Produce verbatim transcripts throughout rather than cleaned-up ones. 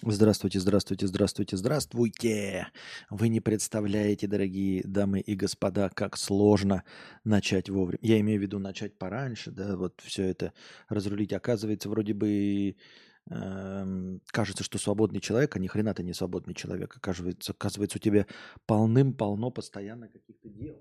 Здравствуйте, здравствуйте, здравствуйте, здравствуйте. Вы не представляете, дорогие дамы и господа, как сложно начать вовремя. Я имею в виду начать пораньше, да, вот все это разрулить. Оказывается, вроде бы эм, кажется, что свободный человек, а ни хрена ты не свободный человек. Оказывается, оказывается, у тебя полным-полно постоянно каких-то дел.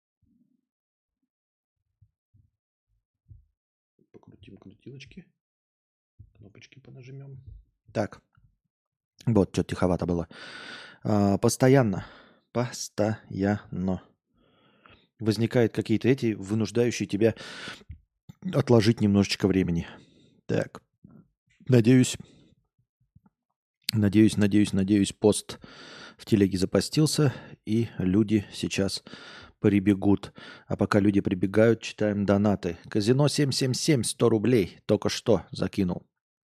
Покрутим крутилочки, кнопочки понажмем. Так, вот, что тиховато было. А, постоянно, постоянно возникают какие-то эти, вынуждающие тебя отложить немножечко времени. Так, надеюсь, надеюсь, надеюсь, надеюсь, пост в телеге запостился, и люди сейчас прибегут. А пока люди прибегают, читаем донаты. Казино семь семь семь, сто рублей, только что закинул.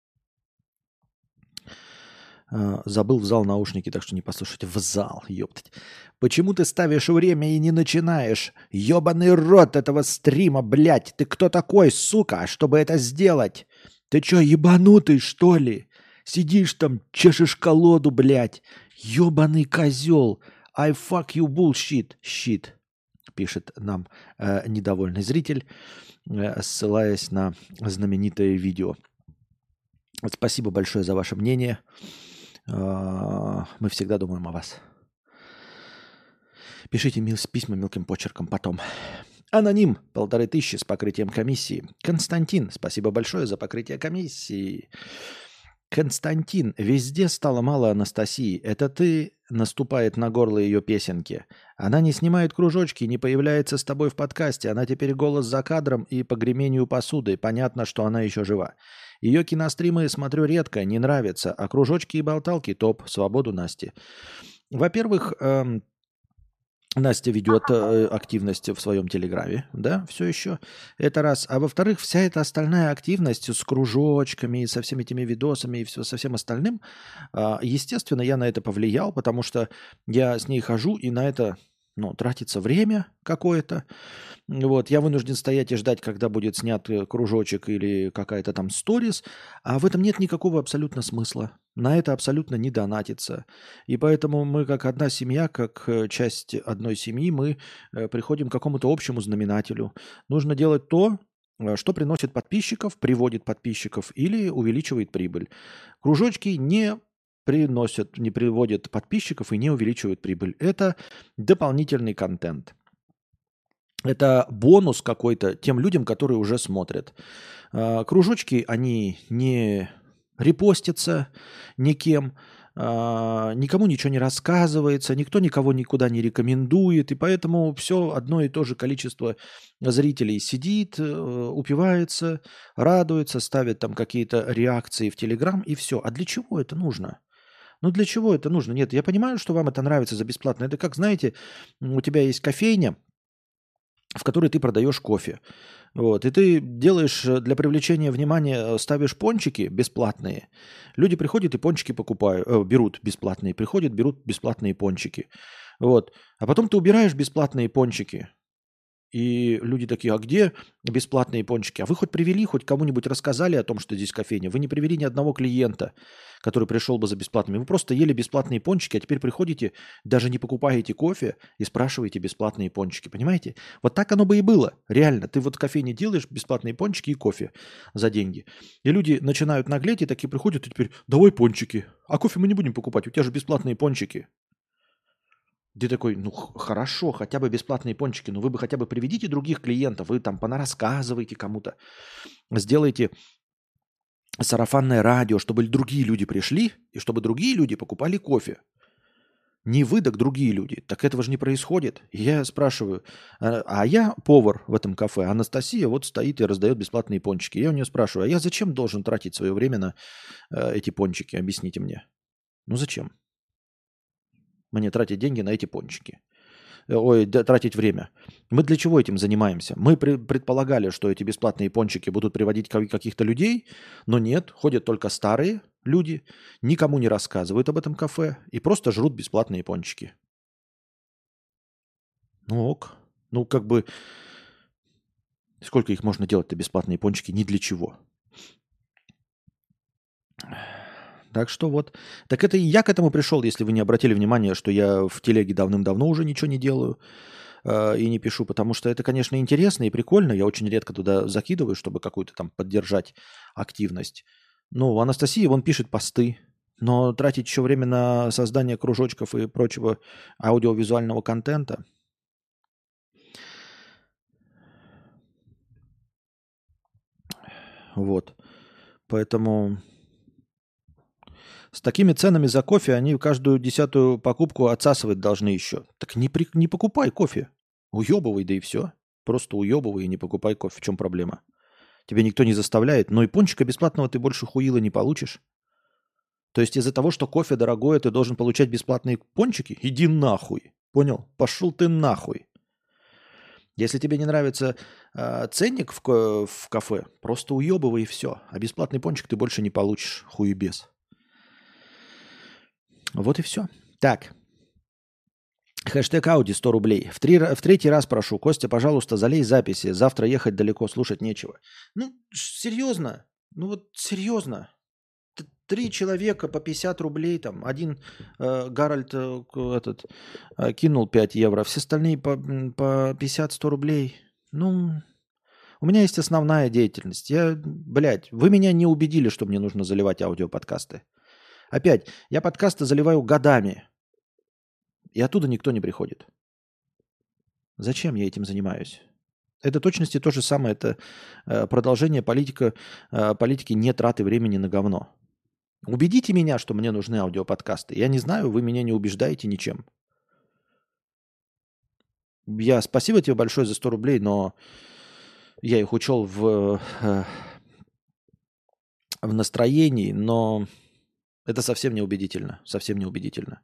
А, забыл в зал наушники, так что не послушайте. В зал, ёптать. Почему ты ставишь время и не начинаешь? Ёбаный рот этого стрима, блядь. Ты кто такой, сука, чтобы это сделать? Ты чё, ебанутый, что ли? Сидишь там, чешешь колоду, блядь. Ёбаный козел. I fuck you bullshit. Shit, пишет нам э, недовольный зритель, э, ссылаясь на знаменитое видео. Спасибо большое за ваше мнение. Мы всегда думаем о вас. Пишите письма мелким почерком потом. Аноним, полторы тысячи с покрытием комиссии. Константин, спасибо большое за покрытие комиссии. Константин, везде стало мало Анастасии. Это ты наступает на горло ее песенки. Она не снимает кружочки, не появляется с тобой в подкасте. Она теперь голос за кадром и по гремению посуды. Понятно, что она еще жива. Ее киностримы смотрю редко, не нравится. А кружочки и болталки топ. Свободу Насти. Во-первых, эм, Настя ведет э, активность в своем телеграме, да, все еще. Это раз. А во-вторых, вся эта остальная активность с кружочками, и со всеми этими видосами и все, со всем остальным, э, естественно, я на это повлиял, потому что я с ней хожу, и на это, ну, тратится время какое-то. Вот, я вынужден стоять и ждать, когда будет снят э, кружочек или какая-то там сторис, а в этом нет никакого абсолютно смысла. На это абсолютно не донатится. И поэтому мы как одна семья, как э, часть одной семьи, мы э, приходим к какому-то общему знаменателю. Нужно делать то, э, что приносит подписчиков, приводит подписчиков или увеличивает прибыль. Кружочки не приносят, не приводят подписчиков и не увеличивают прибыль. Это дополнительный контент. Это бонус какой-то тем людям, которые уже смотрят. А, Кружочки, они не репостятся никем, а, никому ничего не рассказывается, никто никого никуда не рекомендует, и поэтому все одно и то же количество зрителей сидит, э, упивается, радуется, ставит там какие-то реакции в Телеграм, и все. А для чего это нужно? Ну для чего это нужно? Нет, я понимаю, что вам это нравится за бесплатно. Это как, знаете, м, у тебя есть кофейня, в которой ты продаешь кофе. Вот, и ты делаешь э, для привлечения внимания, э, ставишь пончики бесплатные. Люди приходят и пончики покупают, э, берут бесплатные, приходят, берут бесплатные пончики. Вот. А потом ты убираешь бесплатные пончики. И люди такие, а где бесплатные пончики? А вы хоть привели, хоть кому-нибудь рассказали о том, что здесь кофейня? Вы не привели ни одного клиента, который пришел бы за бесплатными. Вы просто ели бесплатные пончики, а теперь приходите, даже не покупаете кофе и спрашиваете бесплатные пончики. Понимаете? Вот так оно бы и было. Реально. Ты вот в кофейне делаешь бесплатные пончики и кофе за деньги. И люди начинают наглеть и такие приходят, и теперь давай пончики. А кофе мы не будем покупать, у тебя же бесплатные пончики. Ты такой, ну х- хорошо, хотя бы бесплатные пончики, но вы бы хотя бы приведите других клиентов, вы там понарассказывайте кому-то, сделайте сарафанное радио, чтобы другие люди пришли, и чтобы другие люди покупали кофе. Не вы, так другие люди. Так этого же не происходит. И я спрашиваю, а а я повар в этом кафе, Анастасия вот стоит и раздает бесплатные пончики. Я у нее спрашиваю, а я зачем должен тратить свое время на э, эти пончики? Объясните мне. Ну зачем мне тратить деньги на эти пончики? Э, ой, да, тратить время. Мы для чего этим занимаемся? Мы при- предполагали, что эти бесплатные пончики будут приводить ка- каких-то людей, но нет, ходят только старые люди, никому не рассказывают об этом кафе и просто жрут бесплатные пончики. Ну ок. Ну как бы сколько их можно делать-то бесплатные пончики ни для чего. Так что вот. Так это и я к этому пришел, если вы не обратили внимания, что я в телеге давным-давно уже ничего не делаю э, и не пишу, потому что это, конечно, интересно и прикольно. Я очень редко туда закидываю, чтобы какую-то там поддержать активность. Ну, Анастасия, вон пишет посты, но тратить еще время на создание кружочков и прочего аудиовизуального контента. Вот. Поэтому с такими ценами за кофе они каждую десятую покупку отсасывать должны еще. Так не, при... не покупай кофе. Уебывай, да и все. Просто уебывай и не покупай кофе. В чем проблема? Тебя никто не заставляет. Но и пончика бесплатного ты больше хуила не получишь. То есть из-за того, что кофе дорогое, ты должен получать бесплатные пончики? Иди нахуй. Понял? Пошел ты нахуй. Если тебе не нравится э, ценник в, ко- в кафе, просто уебывай и все. А бесплатный пончик ты больше не получишь. Хуебес. Вот и все. Так. Хэштег Ауди сто рублей. В, три, в третий раз прошу. Костя, пожалуйста, залей записи. Завтра ехать далеко, слушать нечего. Ну, серьезно? Ну вот серьезно? Т- Три человека по пятьдесят рублей. Там один э, Гарольд э, к- этот, э, кинул пять евро. Все остальные по, м, по пятьдесят-сто рублей. Ну, у меня есть основная деятельность. Я, блядь, вы меня не убедили, что мне нужно заливать аудиоподкасты. Опять, я подкасты заливаю годами. И оттуда никто не приходит. Зачем я этим занимаюсь? Это точности то же самое. Это э, продолжение политика, э, политики не траты времени на говно. Убедите меня, что мне нужны аудиоподкасты. Я не знаю, вы меня не убеждаете ничем. Я спасибо тебе большое за сто рублей, но я их учел в, э, в настроении, но это совсем не убедительно. Совсем не убедительно.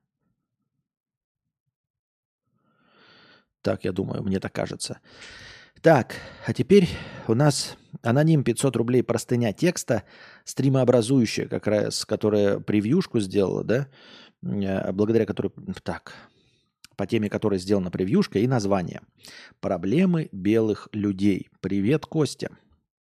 Так, я думаю, мне так кажется. Так, а теперь у нас аноним пятьсот рублей простыня текста, стримообразующая, как раз, которая превьюшку сделала, да, э, благодаря которой, так, по теме которой сделана превьюшка и название. Проблемы белых людей. Привет, Костя.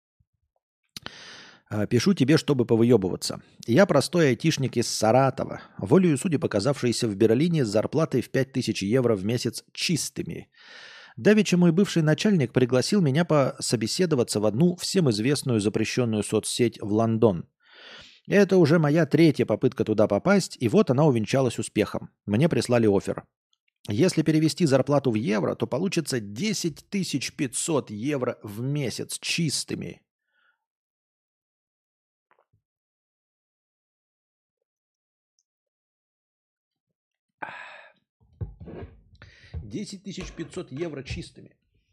А, Пишу тебе, чтобы повыебываться. Я простой айтишник из Саратова, волею судьи показавшийся в Берлине с зарплатой в пять тысяч евро в месяц чистыми. Давеча мой бывший начальник пригласил меня пособеседоваться в одну всем известную запрещенную соцсеть в Лондон. Это уже моя третья попытка туда попасть, и вот она увенчалась успехом. Мне прислали оффер. Если перевести зарплату в евро, то получится десять тысяч пятьсот евро в месяц чистыми. десять тысяч пятьсот евро чистыми.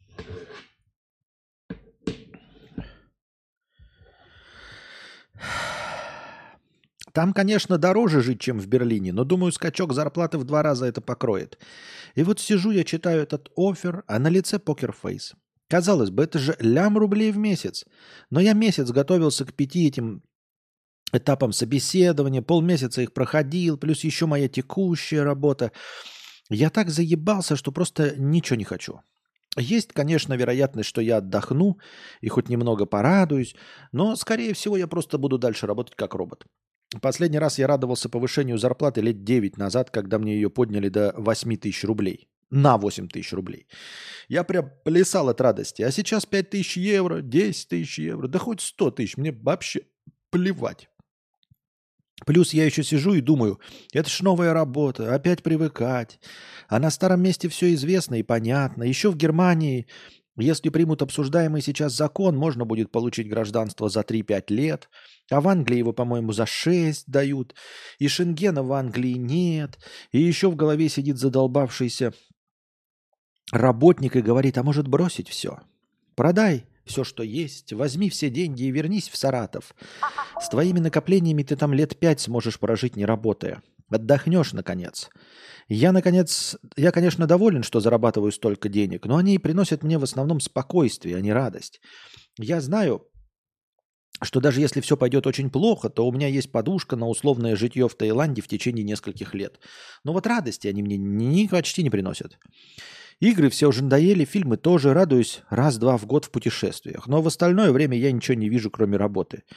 Там, конечно, дороже жить, чем в Берлине, но, думаю, скачок зарплаты в два раза это покроет. И вот сижу я, читаю этот оффер, а на лице покерфейс. Казалось бы, это же лям рублей в месяц. Но я месяц готовился к пяти этим этапам собеседования, полмесяца их проходил, плюс еще моя текущая работа. Я так заебался, что просто ничего не хочу. Есть, конечно, вероятность, что я отдохну и хоть немного порадуюсь, но, скорее всего, я просто буду дальше работать как робот. Последний раз я радовался повышению зарплаты лет девять назад, когда мне ее подняли до восемь тысяч рублей. На восемь тысяч рублей. Я прям плясал от радости. А сейчас пять тысяч евро, десять тысяч евро, да хоть сто тысяч. Мне вообще плевать. Плюс я еще сижу и думаю, это ж новая работа, опять привыкать. А на старом месте все известно и понятно. Еще в Германии, если примут обсуждаемый сейчас закон, можно будет получить гражданство за три-пять лет. А в Англии его, по-моему, за шесть дают. И шенгена в Англии нет. И еще в голове сидит задолбавшийся работник и говорит, а может бросить все? Продай все, что есть, возьми все деньги и вернись в Саратов. С твоими накоплениями ты там лет пять сможешь прожить, не работая. Отдохнешь, наконец. Я, наконец, я, конечно, доволен, что зарабатываю столько денег, но они приносят мне в основном спокойствие, а не радость. Я знаю, что даже если все пойдет очень плохо, то у меня есть подушка на условное житье в Таиланде в течение нескольких лет. Но вот радости они мне ни, почти не приносят. Игры все уже надоели, фильмы тоже, радуюсь раз-два в год в путешествиях. Но в остальное время я ничего не вижу, кроме работы.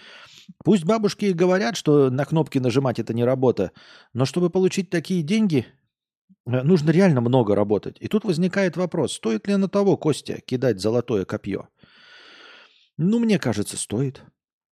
Пусть бабушки и говорят, что на кнопки нажимать это не работа, но чтобы получить такие деньги, э, нужно реально много работать. И тут возникает вопрос, стоит ли на того, Костя, кидать золотое копье? Ну, мне кажется, стоит.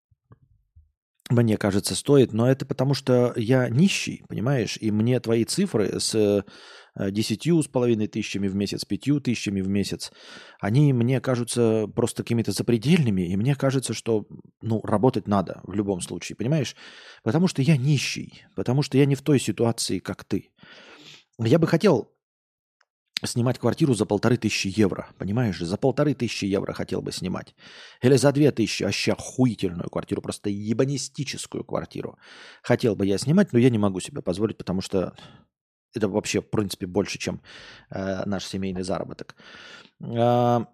Мне кажется, стоит, но это потому, что я нищий, понимаешь, и мне твои цифры с э, десятью с половиной тысячами в месяц, пятью тысячами в месяц, они мне кажутся просто какими-то запредельными, и мне кажется, что, ну, работать надо в любом случае, понимаешь? Потому что я нищий, потому что я не в той ситуации, как ты. Я бы хотел снимать квартиру за полторы тысячи евро, понимаешь? За полторы тысячи евро хотел бы снимать. Или за две тысячи, вообще охуительную квартиру, просто ебанистическую квартиру. Хотел бы я снимать, но я не могу себе позволить, потому что это вообще, в принципе, больше, чем э, наш семейный заработок. А,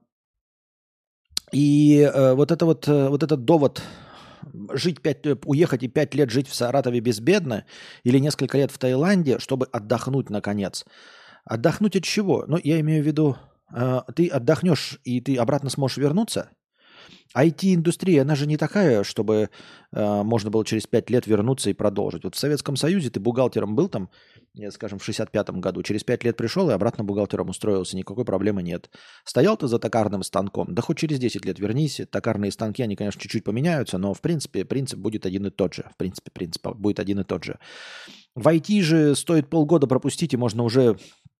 и э, вот, это вот, э, вот этот довод жить пять, э, уехать и пять лет жить в Саратове безбедно или несколько лет в Таиланде, чтобы отдохнуть наконец – отдохнуть от чего? Ну, я имею в виду, э, ты отдохнешь и ты обратно сможешь вернуться. ай ти-индустрия, она же не такая, чтобы э, можно было через пять лет вернуться и продолжить. Вот в Советском Союзе ты бухгалтером был там, э, скажем, в шестьдесят пятом году, через пять лет пришел и обратно бухгалтером устроился, никакой проблемы нет. Стоял ты за токарным станком, да хоть через десять лет вернись, токарные станки, они, конечно, чуть-чуть поменяются, но в принципе принцип будет один и тот же. В принципе принцип будет один и тот же. В ай ти же стоит полгода пропустить, и можно уже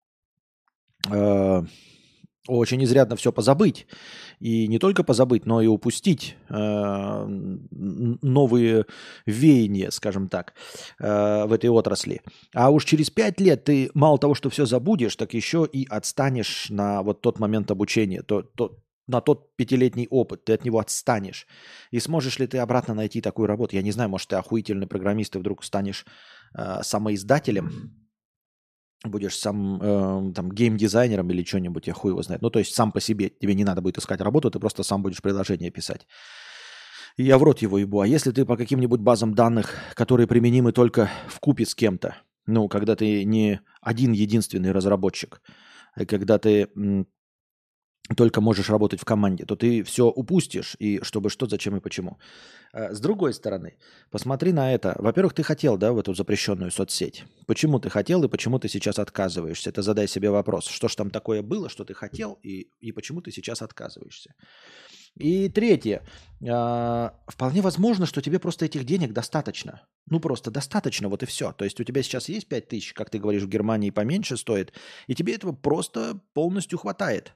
э, очень изрядно все позабыть. И не только позабыть, но и упустить э, новые веяния, скажем так, э, в этой отрасли. А уж через пять лет ты мало того, что все забудешь, так еще и отстанешь на вот тот момент обучения, то, то, на тот пятилетний опыт, ты от него отстанешь. И сможешь ли ты обратно найти такую работу? Я не знаю, может, ты охуительный программист и вдруг станешь э, самоиздателем, будешь сам э, там гейм-дизайнером или что-нибудь, я хуй его знает. Ну, то есть сам по себе, тебе не надо будет искать работу, ты просто сам будешь приложение писать. И я в рот его ебу. А если ты по каким-нибудь базам данных, которые применимы только в купе с кем-то, ну, когда ты не один единственный разработчик, а когда ты м, только можешь работать в команде, то ты все упустишь, и чтобы что, зачем и почему. С другой стороны, посмотри на это. Во-первых, ты хотел, да, в эту запрещенную соцсеть. Почему ты хотел и почему ты сейчас отказываешься? Это задай себе вопрос. Что ж там такое было, что ты хотел, и, и почему ты сейчас отказываешься? И третье. А, вполне возможно, что тебе просто этих денег достаточно. Ну, просто достаточно, вот и все. То есть у тебя сейчас есть пять тысяч, как ты говоришь, в Германии поменьше стоит, и тебе этого просто полностью хватает.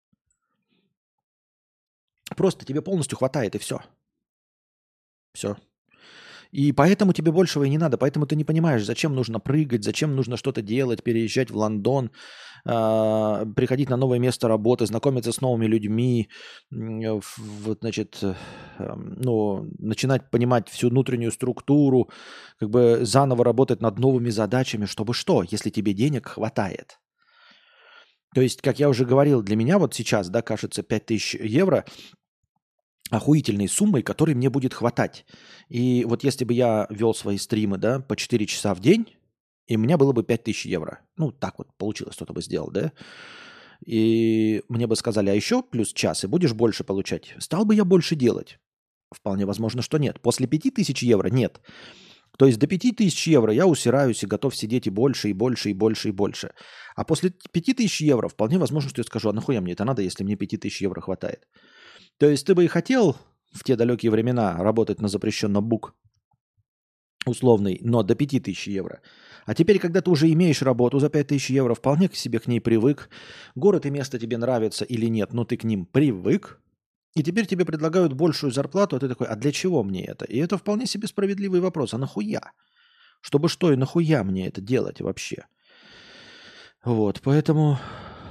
Просто тебе полностью хватает, и все. Все. И поэтому тебе большего и не надо. Поэтому ты не понимаешь, зачем нужно прыгать, зачем нужно что-то делать, переезжать в Лондон, э, приходить на новое место работы, знакомиться с новыми людьми, э, вот, значит, э, ну, начинать понимать всю внутреннюю структуру, как бы заново работать над новыми задачами, чтобы что, если тебе денег хватает. То есть, как я уже говорил, для меня вот сейчас, да, кажется, пять тысяч евро охуительной суммой, которой мне будет хватать. И вот если бы я вел свои стримы, да, по четыре часа в день, и у меня было бы пять тысяч евро. Ну, так вот получилось, кто-то бы сделал, да? И мне бы сказали, а еще плюс час, и будешь больше получать. Стал бы я больше делать? Вполне возможно, что нет. После пяти тысяч евро нет. То есть до пяти тысяч евро я усираюсь и готов сидеть и больше, и больше, и больше, и больше. А после пяти тысяч евро вполне возможно, что я скажу, а нахуя мне это надо, если мне пяти тысяч евро хватает? То есть ты бы и хотел в те далекие времена работать на запрещенном бук условный, но до пяти тысяч евро. А теперь, когда ты уже имеешь работу за пять тысяч евро, вполне к себе к ней привык, город и место тебе нравятся или нет, но ты к ним привык, и теперь тебе предлагают большую зарплату, а ты такой, а для чего мне это? И это вполне себе справедливый вопрос, а нахуя? Чтобы что и нахуя мне это делать вообще? Вот, поэтому...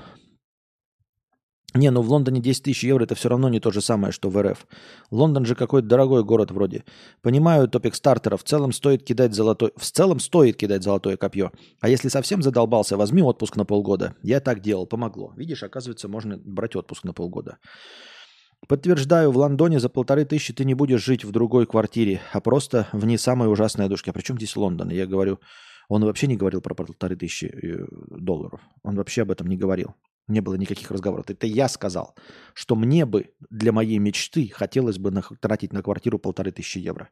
Не, ну в Лондоне десять тысяч евро это все равно не то же самое, что в эр эф. Лондон же какой-то дорогой город вроде. Понимаю топик стартера. В целом стоит кидать золотой... В целом стоит кидать золотое копье. А если совсем задолбался, возьми отпуск на полгода. Я так делал, помогло. Видишь, оказывается, можно брать отпуск на полгода. Подтверждаю, в Лондоне за полторы тысячи ты не будешь жить в другой квартире, а просто в не самой ужасной одушке. А при чем здесь Лондон? Я говорю, он вообще не говорил про полторы тысячи долларов. Он вообще об этом не говорил. Не было никаких разговоров. Это я сказал, что мне бы для моей мечты хотелось бы на, тратить на квартиру полторы тысячи евро.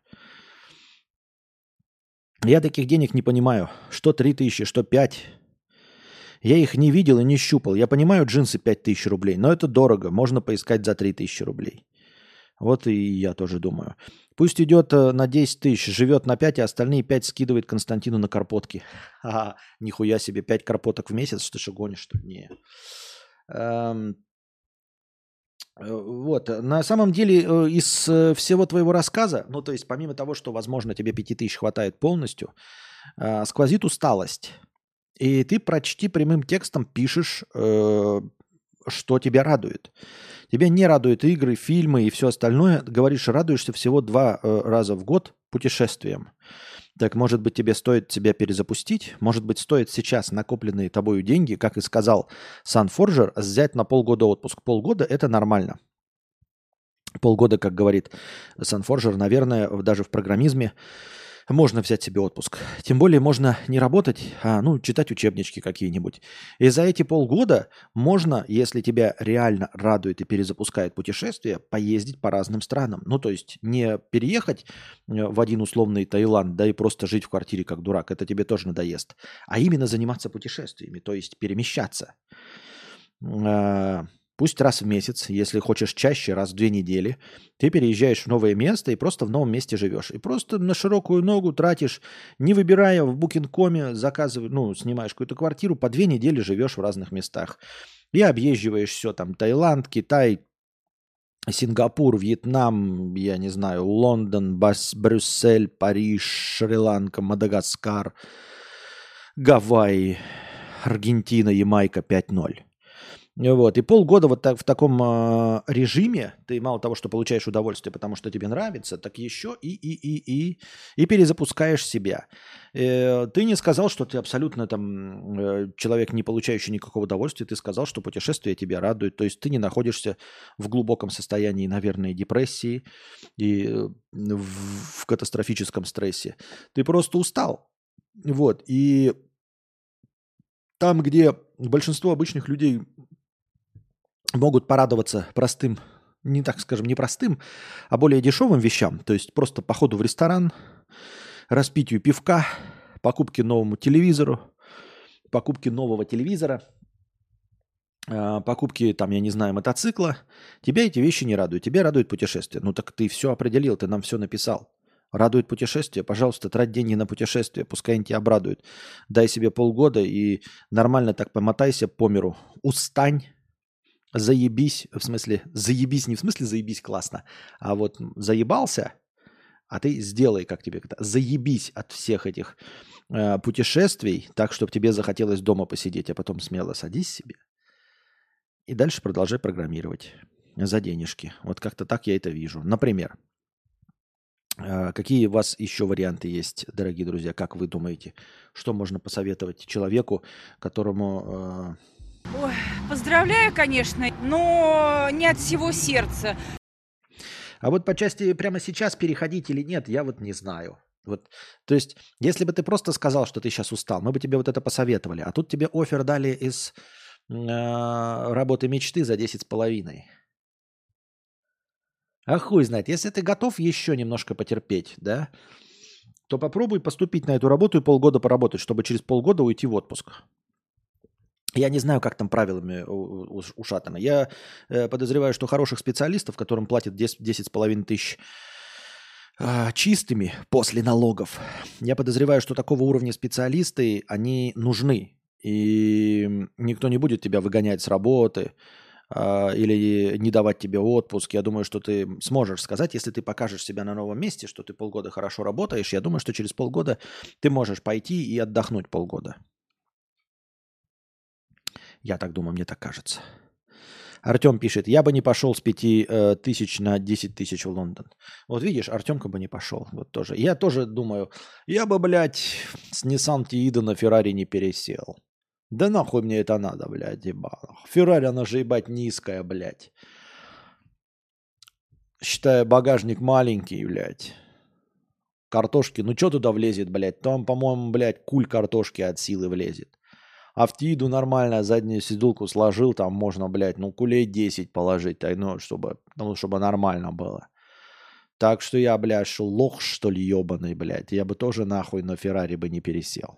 Я таких денег не понимаю. Что три тысячи, что пять. Я их не видел и не щупал. Я понимаю, джинсы пять тысяч рублей, но это дорого. Можно поискать за три тысячи рублей. Вот и я тоже думаю. Пусть идет на десять тысяч, живет на пять, а остальные пять скидывает Константину на карпотки. Ага, нихуя себе, пять карпоток в месяц, что ты что гонишь, что ли? Не. Эм, Вот, на самом деле э, из э, всего твоего рассказа, ну то есть помимо того, что, возможно, тебе пяти тысяч хватает полностью, э, сквозит усталость. И ты почти прямым текстом пишешь, э, что тебя радует. Тебя не радуют игры, фильмы и все остальное. Говоришь, радуешься всего два э, раза в год путешествием. Так, может быть, тебе стоит себя перезапустить? Может быть, стоит сейчас накопленные тобою деньги, как и сказал Санфоржер, взять на полгода отпуск. Полгода – это нормально. Полгода, как говорит Санфоржер, наверное, даже в программизме можно взять себе отпуск. Тем более можно не работать, а ну, читать учебнички какие-нибудь. И за эти полгода можно, если тебя реально радует и перезапускает путешествие, поездить по разным странам. Ну, то есть не переехать в один условный Таиланд, да и просто жить в квартире как дурак. Это тебе тоже надоест. А именно заниматься путешествиями, то есть перемещаться. Пусть раз в месяц, если хочешь чаще, раз в две недели, ты переезжаешь в новое место и просто в новом месте живешь. И просто на широкую ногу тратишь, не выбирая в букинг.коме, заказываешь, ну, снимаешь какую-то квартиру, по две недели живешь в разных местах. И объезживаешь все там, Таиланд, Китай, Сингапур, Вьетнам, я не знаю, Лондон, Бас, Брюссель, Париж, Шри-Ланка, Мадагаскар, Гавайи, Аргентина, Ямайка пять ноль. Вот. И полгода вот так, в таком э, режиме ты мало того, что получаешь удовольствие, потому что тебе нравится, так еще и, и, и, и, и перезапускаешь себя. Э, ты не сказал, что ты абсолютно там э, человек, не получающий никакого удовольствия. Ты сказал, что путешествие тебя радует. То есть ты не находишься в глубоком состоянии, наверное, депрессии и э, в, в катастрофическом стрессе. Ты просто устал. Вот. И там, где большинство обычных людей могут порадоваться простым, не так скажем, не простым, а более дешевым вещам. То есть просто походу в ресторан, распитию пивка, покупке новому телевизору, покупке нового телевизора, покупке, там, я не знаю, мотоцикла. Тебя эти вещи не радуют. Тебя радует путешествие. Ну так ты все определил, ты нам все написал. Радует путешествие? Пожалуйста, трать деньги на путешествие, пускай они тебя обрадуют. Дай себе полгода и нормально так помотайся по миру. Устань. Заебись, в смысле, заебись, не в смысле заебись классно, а вот заебался, а ты сделай, как тебе это, заебись от всех этих э, путешествий, так, чтобы тебе захотелось дома посидеть, а потом смело садись себе и дальше продолжай программировать за денежки. Вот как-то так я это вижу. Например, э, какие у вас еще варианты есть, дорогие друзья, как вы думаете, что можно посоветовать человеку, которому... Э, Ой, поздравляю, конечно, но не от всего сердца. А вот по части прямо сейчас переходить или нет, я вот не знаю. Вот, то есть, если бы ты просто сказал, что ты сейчас устал, мы бы тебе вот это посоветовали. А тут тебе оффер дали из э, работы мечты за десять с половиной. А хуй знает. Если ты готов еще немножко потерпеть, да, то попробуй поступить на эту работу и полгода поработать, чтобы через полгода уйти в отпуск. Я не знаю, как там правилами ушатано. Я э, подозреваю, что хороших специалистов, которым платят десять с половиной тысяч э, чистыми после налогов, я подозреваю, что такого уровня специалисты, они нужны. И никто не будет тебя выгонять с работы э, или не давать тебе отпуск. Я думаю, что ты сможешь сказать, если ты покажешь себя на новом месте, что ты полгода хорошо работаешь, я думаю, что через полгода ты можешь пойти и отдохнуть полгода. Я так думаю, мне так кажется. Артем пишет, я бы не пошел с пяти э, тысяч на десять тысяч в Лондон. Вот видишь, Артемка бы не пошел. Вот тоже. Я тоже думаю, я бы, блядь, с Nissan Tiida на Феррари не пересел. Да нахуй мне это надо, блядь, ебало. Феррари, она же, ебать, низкая, блядь. Считая багажник маленький, блядь. Картошки, ну что туда влезет, блядь? Там, по-моему, блядь, куль картошки от силы влезет. А в Тиду нормально заднюю сидулку сложил, там можно, блядь, ну кулей десять положить, так, ну, чтобы, ну, чтобы нормально было. Так что я, блядь, что лох, что ли, ебаный, блядь. Я бы тоже нахуй на Феррари бы не пересел.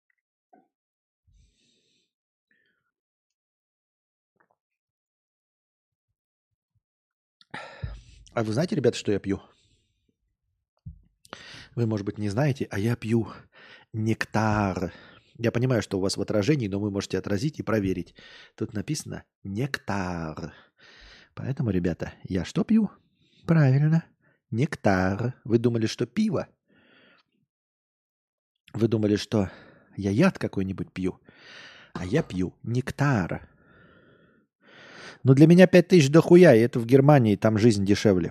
А вы знаете, ребята, что я пью? Вы, может быть, не знаете, а я пью нектар. Я понимаю, что у вас в отражении, но вы можете отразить и проверить. Тут написано нектар. Поэтому, ребята, я что пью? Правильно, нектар. Вы думали, что пиво? Вы думали, что я яд какой-нибудь пью? А я пью нектар. Но для меня пять тысяч дохуя, и это в Германии, там жизнь дешевле.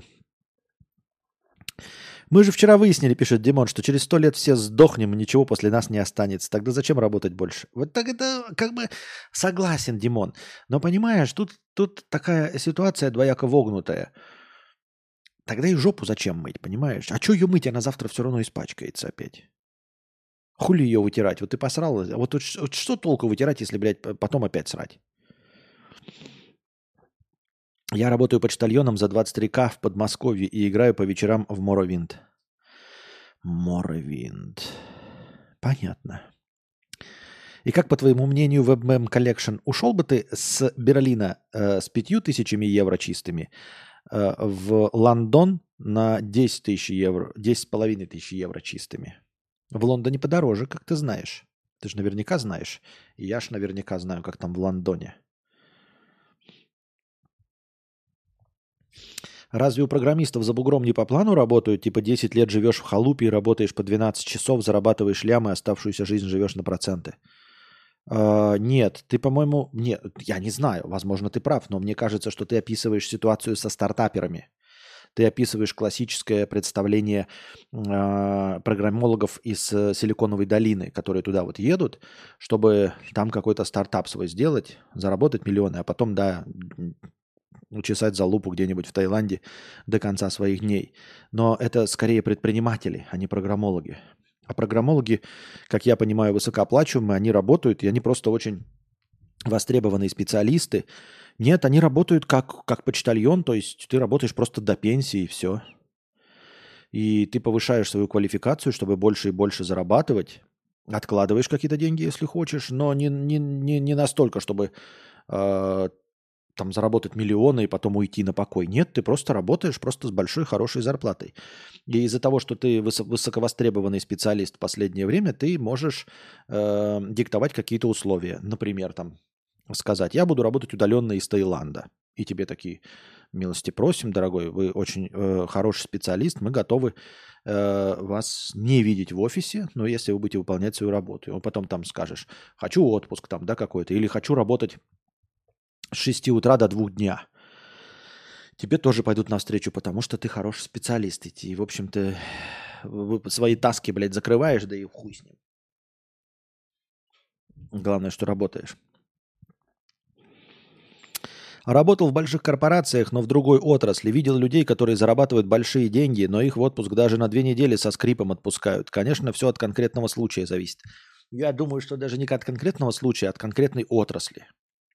Мы же вчера выяснили, пишет Димон, что через сто лет все сдохнем, и ничего после нас не останется. Тогда зачем работать больше? Вот так это как бы согласен, Димон. Но понимаешь, тут, тут такая ситуация двояко вогнутая. Тогда и жопу зачем мыть, понимаешь? А что ее мыть, она завтра все равно испачкается опять. Хули ее вытирать? Вот ты посрал. Вот, вот, вот что толку вытирать, если, блядь, потом опять срать? Я работаю почтальоном за двадцать три ка в Подмосковье и играю по вечерам в Моровинд. Моровинд. Понятно. И как, по твоему мнению, WebMem Collection, ушел бы ты с Берлина э, с пятью тысячами евро чистыми э, в Лондон на десять тысяч евро, десять с половиной тысяч евро чистыми? В Лондоне подороже, как ты знаешь. Ты же наверняка знаешь. И я ж наверняка знаю, как там в Лондоне. Разве у программистов за бугром не по плану работают? Типа десять лет живешь в халупе и работаешь по двенадцать часов, зарабатываешь лямы, оставшуюся жизнь живешь на проценты. А, нет, ты, по-моему... Нет, я не знаю, возможно, ты прав, но мне кажется, что ты описываешь ситуацию со стартаперами. Ты описываешь классическое представление э, программологов из э, Силиконовой долины, которые туда вот едут, чтобы там какой-то стартап свой сделать, заработать миллионы, а потом, да, учесать за лупу где-нибудь в Таиланде до конца своих дней. Но это скорее предприниматели, а не программологи. А программологи, как я понимаю, высокооплачиваемые, они работают, и они просто очень востребованные специалисты. Нет, они работают как, как почтальон, то есть ты работаешь просто до пенсии и все. И ты повышаешь свою квалификацию, чтобы больше и больше зарабатывать. Откладываешь какие-то деньги, если хочешь, но не, не, не, не настолько, чтобы э, там заработать миллионы и потом уйти на покой. Нет, ты просто работаешь просто с большой хорошей зарплатой. И из-за того, что ты высо- высоковостребованный специалист в последнее время, ты можешь э, диктовать какие-то условия. Например, там сказать, я буду работать удаленно из Таиланда. И тебе такие, милости просим, дорогой, вы очень э, хороший специалист, мы готовы э, вас не видеть в офисе, но если вы будете выполнять свою работу. И потом там скажешь, хочу отпуск там, да, какой-то, или хочу работать с шести утра до двух дня. Тебе тоже пойдут навстречу, потому что ты хороший специалист. И, в общем-то, свои таски, блядь, закрываешь, да и хуй с ним. Главное, что работаешь. Работал в больших корпорациях, но в другой отрасли. Видел людей, которые зарабатывают большие деньги, но их в отпуск даже на две недели со скрипом отпускают. Конечно, все от конкретного случая зависит. Я думаю, что даже не от конкретного случая, а от конкретной отрасли.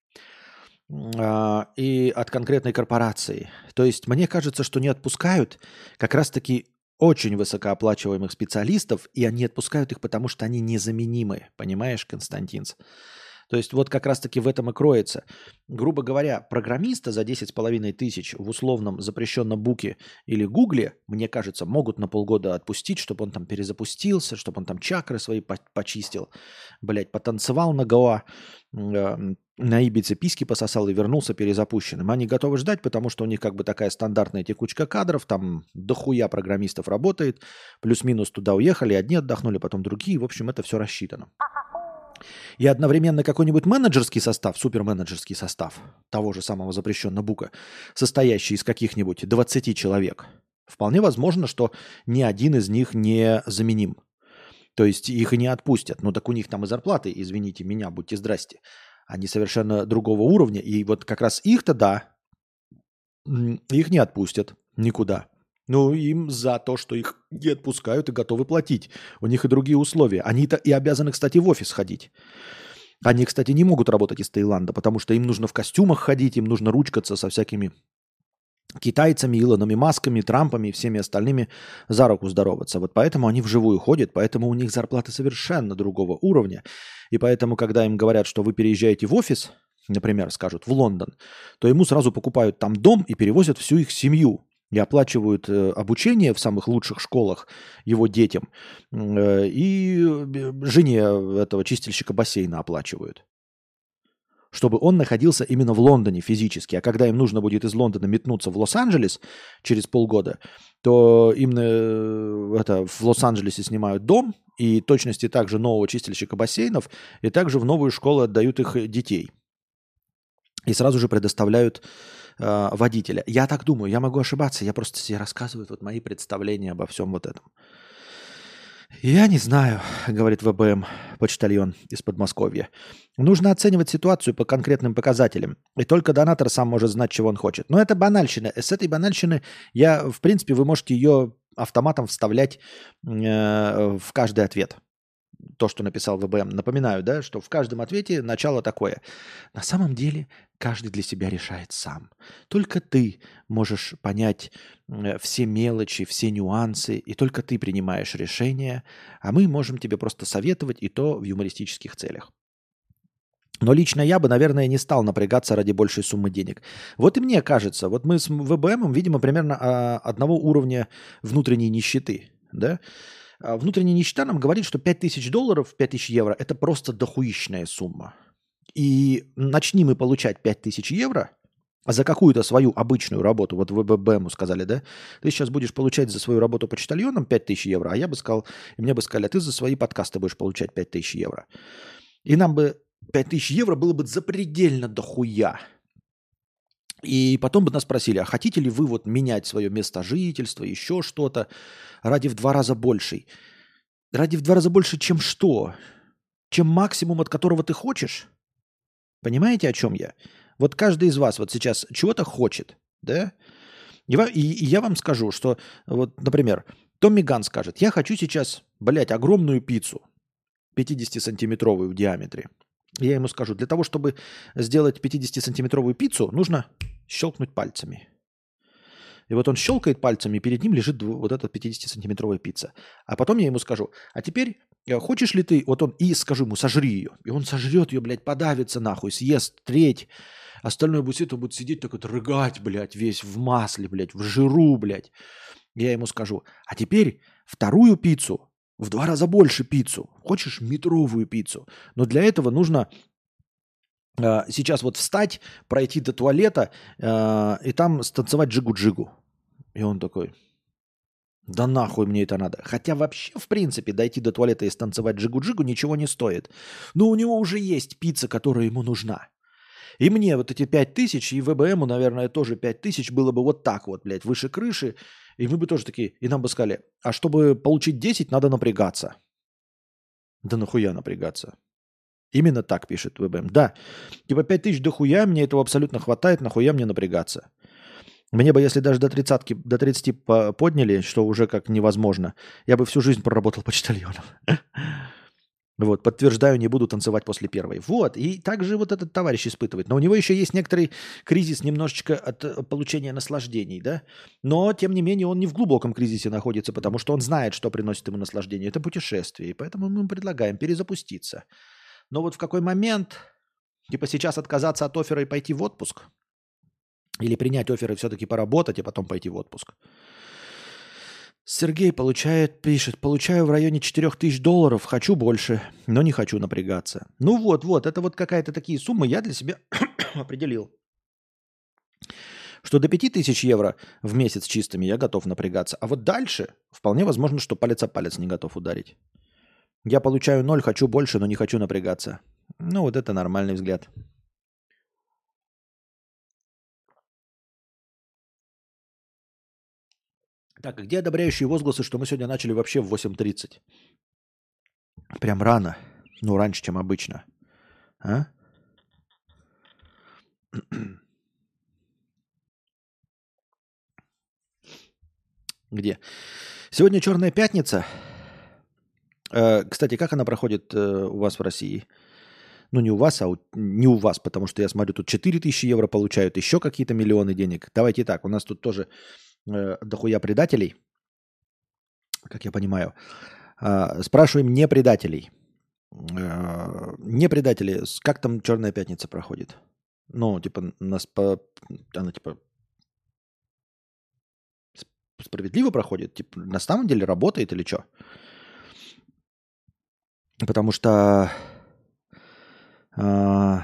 И от конкретной корпорации. То есть мне кажется, что не отпускают как раз-таки очень высокооплачиваемых специалистов, и они отпускают их, потому что они незаменимы. Понимаешь, Константинс? То есть вот как раз-таки в этом и кроется. Грубо говоря, программиста за десять с половиной тысяч в условном запрещенном буке или гугле, мне кажется, могут на полгода отпустить, чтобы он там перезапустился, чтобы он там чакры свои почистил, блядь, потанцевал на Гоа, на Ибице письки пососал и вернулся перезапущенным. Они готовы ждать, потому что у них как бы такая стандартная текучка кадров, там дохуя программистов работает, плюс-минус туда уехали, одни отдохнули, потом другие, в общем, это все рассчитано. И одновременно какой-нибудь менеджерский состав, суперменеджерский состав того же самого запрещенного бука, состоящий из каких-нибудь двадцати человек, вполне возможно, что ни один из них не заменим. То есть их и не отпустят. Ну так у них там и зарплаты, извините меня, будьте здрасте. Они совершенно другого уровня. И вот как раз их-то, да, их не отпустят никуда. Ну, им за то, что их не отпускают и готовы платить. У них и другие условия. Они-то и обязаны, кстати, в офис ходить. Они, кстати, не могут работать из Таиланда, потому что им нужно в костюмах ходить, им нужно ручкаться со всякими китайцами, Илонами Масками, Трампами и всеми остальными за руку здороваться. Вот поэтому они вживую ходят, поэтому у них зарплаты совершенно другого уровня. И поэтому, когда им говорят, что вы переезжаете в офис, например, скажут, в Лондон, то ему сразу покупают там дом и перевозят всю их семью. И оплачивают э, обучение в самых лучших школах его детям. Э, и э, жене этого чистильщика бассейна оплачивают. Чтобы он находился именно в Лондоне физически. А когда им нужно будет из Лондона метнуться в Лос-Анджелес через полгода, то им э, это, в Лос-Анджелесе снимают дом, и точности также нового чистильщика бассейнов, и также в новую школу отдают их детей. И сразу же предоставляют э, водителя. Я так думаю, я могу ошибаться, я просто себе рассказываю вот мои представления обо всем вот этом. Я не знаю, говорит ВБМ, почтальон из Подмосковья. Нужно оценивать ситуацию по конкретным показателям. И только донатор сам может знать, чего он хочет. Но это банальщина. С этой банальщины я, в принципе, вы можете ее автоматом вставлять э, в каждый ответ. То, что написал ВБМ. Напоминаю, да, что в каждом ответе начало такое. На самом деле каждый для себя решает сам. Только ты можешь понять все мелочи, все нюансы, и только ты принимаешь решение, а мы можем тебе просто советовать, и то в юмористических целях. Но лично я бы, наверное, не стал напрягаться ради большей суммы денег. Вот и мне кажется, вот мы с ВБМом, видимо, примерно одного уровня внутренней нищеты, да? Внутренняя нищета нам говорит, что пять тысяч долларов, пять тысяч евро – это просто дохуищная сумма. И начни мы получать пять тысяч евро за какую-то свою обычную работу, вот в ВБМу сказали, да, ты сейчас будешь получать за свою работу почтальоном пять тысяч евро, а я бы сказал, и мне бы сказали, а ты за свои подкасты будешь получать пять тысяч евро. И нам бы пять тысяч евро было бы запредельно дохуя. И потом бы нас спросили, а хотите ли вы вот менять свое место жительства, еще что-то, ради в два раза большей? Ради в два раза больше, чем что? Чем максимум, от которого ты хочешь? Понимаете, о чем я? Вот каждый из вас вот сейчас чего-то хочет, да? И, и, и я вам скажу, что вот, например, Томми Ган скажет, я хочу сейчас, блядь, огромную пиццу, пятидесятисантиметровую в диаметре. Я ему скажу, для того, чтобы сделать пятидесятисантиметровую пиццу, нужно щелкнуть пальцами. И вот он щелкает пальцами, и перед ним лежит вот эта пятидесятисантиметровая пицца. А потом я ему скажу, а теперь хочешь ли ты, вот он, и скажу ему, сожри ее. И он сожрет ее, блядь, подавится нахуй, съест треть. Остальное будет сидеть, он будет сидеть так вот, рыгать, блядь, весь в масле, блядь, в жиру, блядь. Я ему скажу, а теперь вторую пиццу, в два раза больше пиццу. Хочешь метровую пиццу? Но для этого нужно э, сейчас вот встать, пройти до туалета э, и там станцевать джигу-джигу. И он такой, да нахуй мне это надо. Хотя вообще, в принципе, дойти до туалета и станцевать джигу-джигу ничего не стоит. Но у него уже есть пицца, которая ему нужна. И мне вот эти пять тысяч, и ВБМу, наверное, тоже пять тысяч было бы вот так вот, блядь, выше крыши. И мы бы тоже такие, и нам бы сказали, а чтобы получить десять, надо напрягаться. Да нахуя напрягаться? Именно так пишет ВБМ. Да, типа пять тысяч дохуя, мне этого абсолютно хватает, нахуя мне напрягаться. Мне бы, если даже до тридцати, до тридцати подняли, что уже как невозможно, я бы всю жизнь проработал почтальоном. Вот, подтверждаю, не буду танцевать после первой. Вот, и также вот этот товарищ испытывает. Но у него еще есть некоторый кризис немножечко от получения наслаждений, да? Но, тем не менее, он не в глубоком кризисе находится, потому что он знает, что приносит ему наслаждение. Это путешествие, и поэтому мы ему предлагаем перезапуститься. Но вот в какой момент, типа сейчас отказаться от оффера и пойти в отпуск? Или принять оффер и все-таки поработать, и потом пойти в отпуск? Сергей получает, пишет, получаю в районе четырех тысяч долларов, хочу больше, но не хочу напрягаться. Ну вот, вот, это вот какая-то такие суммы я для себя определил. Что до пяти тысяч евро в месяц чистыми я готов напрягаться. А вот дальше вполне возможно, что палец о палец не готов ударить. Я получаю ноль, хочу больше, но не хочу напрягаться. Ну вот это нормальный взгляд. Так, а где одобряющие возгласы, что мы сегодня начали вообще в восемь тридцать? Прям рано. Ну, раньше, чем обычно. А? Где? Сегодня Черная пятница. Э, кстати, как она проходит э, у вас в России? Ну, не у вас, а у, не у вас, потому что я смотрю, тут четыре тысячи евро получают, еще какие-то миллионы денег. Давайте так, у нас тут тоже э, дохуя предателей, как я понимаю. Э, спрашиваем не предателей. Э, не предатели, с- как там Черная пятница проходит? Ну, типа, нас по... она типа сп- справедливо проходит? Типа, на самом деле работает или что? Потому что... э,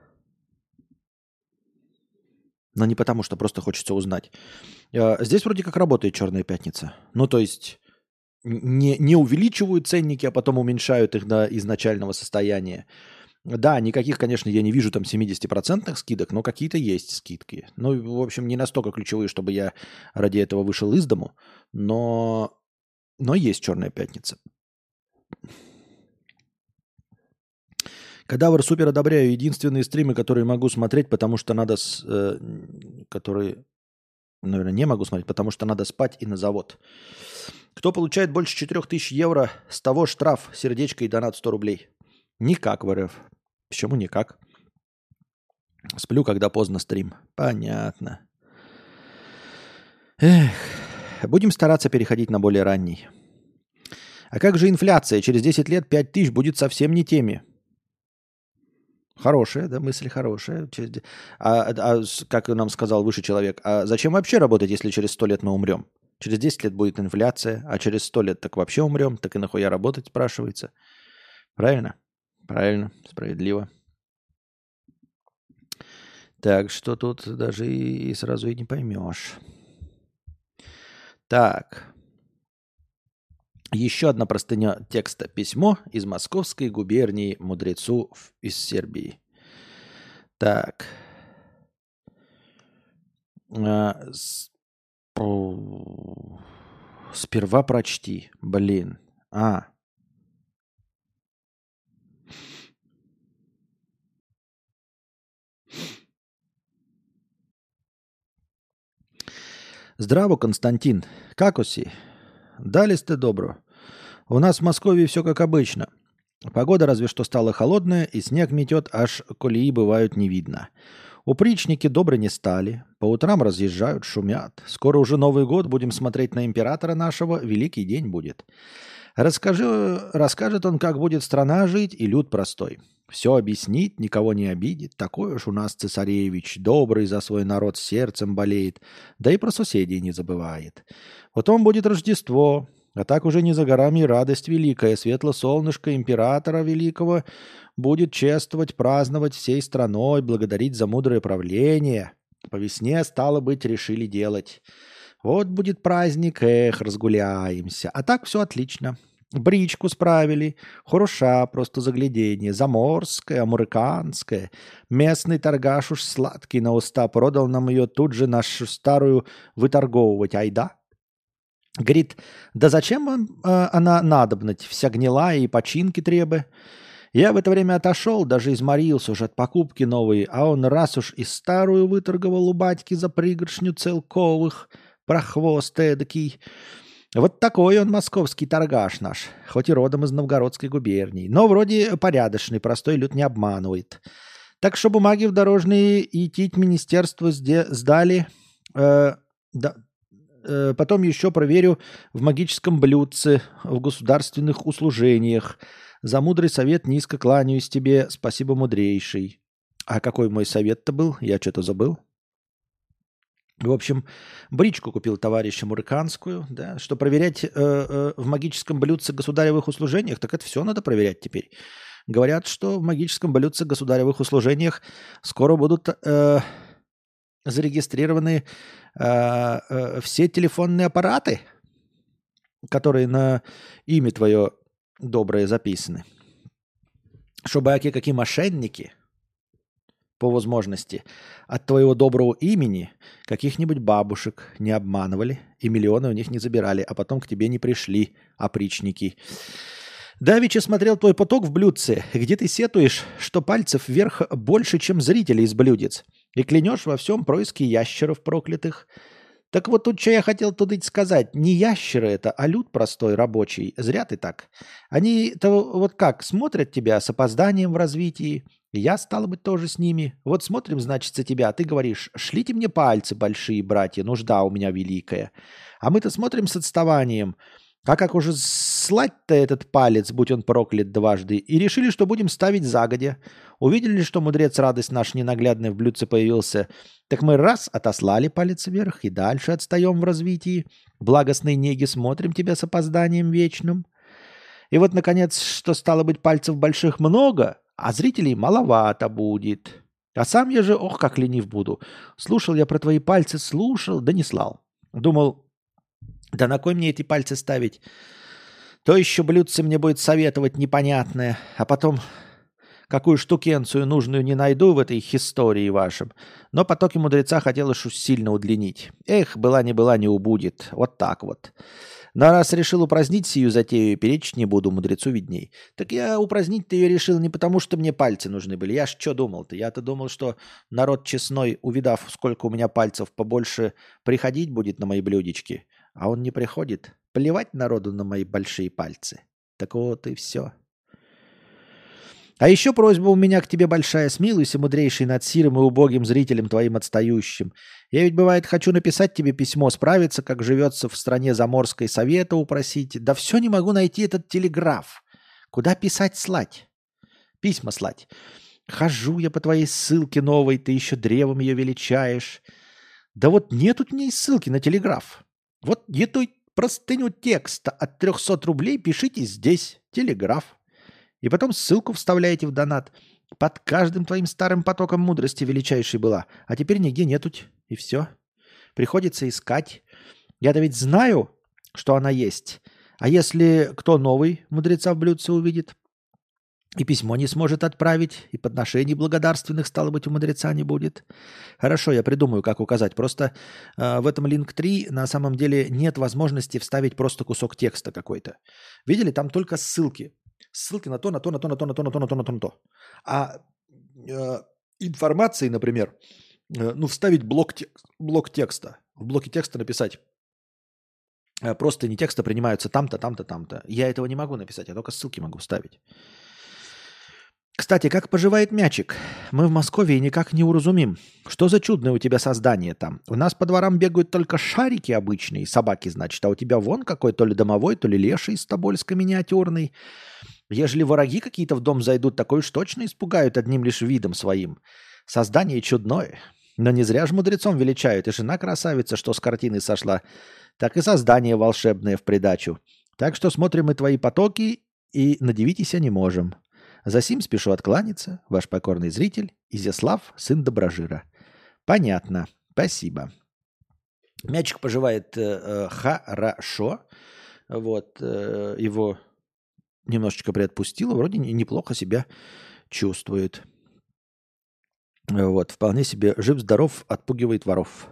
но не потому, что просто хочется узнать. Э, Здесь вроде как работает Черная пятница. Ну, то есть не, не увеличивают ценники, а потом уменьшают их до изначального состояния. Да, никаких, конечно, я не вижу там семьдесят процентов скидок, но какие-то есть скидки. Ну, в общем, не настолько ключевые, чтобы я ради этого вышел из дому, но, но есть Черная пятница. Кадавр супер одобряю. Единственные стримы, которые могу смотреть, потому что надо... С, э, которые, наверное, не могу смотреть, потому что надо спать и на завод. Кто получает больше четырех тысяч евро, с того штраф, сердечко и донат сто рублей. Никак в РФ. Почему никак? Сплю, когда поздно стрим. Понятно. Эх, будем стараться переходить на более ранний. А как же инфляция? Через десять лет пять тысяч будет совсем не теми. Хорошая, да, мысль хорошая. Через де- А, а с- как нам сказал выше человек, а зачем вообще работать, если через сто лет мы умрем? Через десять лет будет инфляция, а через сто лет так вообще умрем, так и нахуя работать, спрашивается. Правильно? Правильно, справедливо. Так что тут даже и, и сразу и не поймешь. Так. Еще одна простыня текста. Письмо из Московской губернии мудрецу в- из Сербии. Так. А, с- о, Сперва прочти. Блин. А. Здраво, Константин. Как уси? Дали сте добро. У нас в Москве все как обычно. Погода разве что стала холодная, и снег метет, аж колеи бывают не видно. Упричники добры не стали, по утрам разъезжают, шумят. Скоро уже Новый год, будем смотреть на императора нашего, великий день будет. Расскажи, расскажет он, как будет страна жить и люд простой. Все объяснит, никого не обидит. Такой уж у нас цесаревич, добрый за свой народ сердцем болеет, да и про соседей не забывает. Потом будет Рождество, а так уже не за горами и радость великая. Светло солнышко императора великого будет чествовать, праздновать всей страной, благодарить за мудрое правление. По весне, стало быть, решили делать. Вот будет праздник, эх, разгуляемся. А так все отлично. Бричку справили, хороша, просто загляденье, заморская, американская. Местный торгаш уж сладкий на уста продал нам ее тут же нашу старую выторговывать, айда. Говорит, да зачем вам э, она надобнать, вся гнилая и починки требы? Я в это время отошел, даже изморился уже от покупки новой, а он раз уж и старую выторговал у батьки за пригоршню целковых, прохвост эдакий. Вот такой он московский торгаш наш, хоть и родом из Новгородской губернии, но вроде порядочный, простой люд не обманывает. Так что бумаги в дорожные идти к министерству сде- сдали. Э, да, э, потом еще проверю в магическом блюдце, в государственных услужениях. За мудрый совет низко кланяюсь тебе, спасибо, мудрейший. А какой мой совет-то был? Я что-то забыл. В общем, бричку купил товарищ американскую, да, что проверять э, э, в магическом блюдце государевых услужениях, так это все надо проверять теперь. Говорят, что в магическом блюдце государевых услужениях скоро будут э, зарегистрированы э, э, все телефонные аппараты, которые на имя твое доброе записаны. Чтобы аки какие мошенники по возможности от твоего доброго имени каких-нибудь бабушек не обманывали и миллионы у них не забирали, а потом к тебе не пришли опричники. Давича смотрел твой поток в блюдце, где ты сетуешь, что пальцев вверх больше, чем зрителей из блюдец, и клянешь во всем происки ящеров проклятых. Так вот тут что я хотел тудыть сказать. Не ящеры это, а люд простой, рабочий. Зря ты так. Они-то вот как, смотрят тебя с опозданием в развитии. И я, стало быть, тоже с ними. Вот смотрим, значит, за тебя. А ты говоришь, шлите мне пальцы большие, братья, нужда у меня великая. А мы-то смотрим с отставанием. А как уже слать-то этот палец, будь он проклят дважды, и решили, что будем ставить загодя. Увидели, что мудрец радость наш ненаглядный в блюдце появился, так мы раз отослали палец вверх и дальше отстаем в развитии. Благостной неги смотрим тебя с опозданием вечным. И вот, наконец, что стало быть, пальцев больших много, а зрителей маловато будет. А сам я же, ох, как ленив буду. Слушал я про твои пальцы, слушал, да не слал. Думал, да на кой мне эти пальцы ставить? То еще блюдце мне будет советовать непонятное, а потом какую штукенцию нужную не найду в этой истории вашем. Но потоки мудреца хотелось уж сильно удлинить. Эх, была не была, не убудет. Вот так вот. Но раз решил упразднить сию затею, перечить не буду, мудрецу видней. Так я упразднить-то ее решил не потому, что мне пальцы нужны были. Я ж что думал-то? Я-то думал, что народ честной, увидав, сколько у меня пальцев, побольше приходить будет на мои блюдечки. А он не приходит. Плевать народу на мои большие пальцы. Так вот и все. А еще просьба у меня к тебе большая. Смилуйся, мудрейший, над сирым и убогим зрителем твоим отстающим. Я ведь, бывает, хочу написать тебе письмо, справиться, как живется в стране заморской, совета упросить. Да все не могу найти этот телеграф. Куда писать, слать? Письма слать. Хожу я по твоей ссылке новой, ты еще древом ее величаешь. Да вот нету у ней ссылки на телеграф. Вот эту простыню текста от трехсот рублей пишите здесь, телеграф. И потом ссылку вставляете в донат. Под каждым твоим старым потоком мудрости величайшей была. А теперь нигде нету. И все. Приходится искать. Я-то ведь знаю, что она есть. А если кто новый мудреца в блюдце увидит, и письмо не сможет отправить, и подношений благодарственных, стало быть, у мудреца не будет. Хорошо, я придумаю, как указать. Просто э, в этом линк три на самом деле нет возможности вставить просто кусок текста какой-то. Видели? Там только ссылки. Ссылки на то, на то, на то, на то, на то, на то, на то, на то, на то. А э, информации, например, э, ну, вставить блок, тек- блок текста. В блоке текста написать. Э, просто не текста принимаются там-то, там-то, там-то. Я этого не могу написать, я только ссылки могу вставить. Кстати, как поживает мячик? Мы в Москве никак не уразумим. Что за чудное у тебя создание там? У нас по дворам бегают только шарики обычные, собаки, значит, а у тебя вон какой, то ли домовой, то ли леший из Тобольска миниатюрный. Ежели враги какие-то в дом зайдут, такой уж точно испугают одним лишь видом своим. Создание чудное. Но не зря ж мудрецом величают. И жена красавица, что с картины сошла, так и создание волшебное в придачу. Так что смотрим мы твои потоки и надивитесь не можем. Засим спешу откланяться, ваш покорный зритель Изяслав, сын Доброжира. Понятно. Спасибо. Мячик поживает э, хорошо. Вот, э, его немножечко приотпустило, вроде неплохо себя чувствует. Вот, вполне себе жив-здоров, отпугивает воров.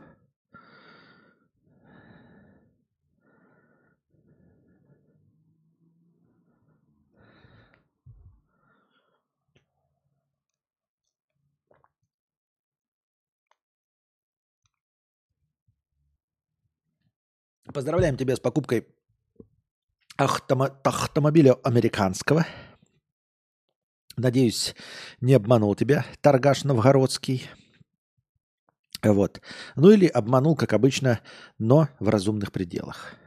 Поздравляем тебя с покупкой автомо- автомобиля американского. Надеюсь, не обманул тебя торгаш новгородский. Вот. Ну или обманул, как обычно, но в разумных пределах.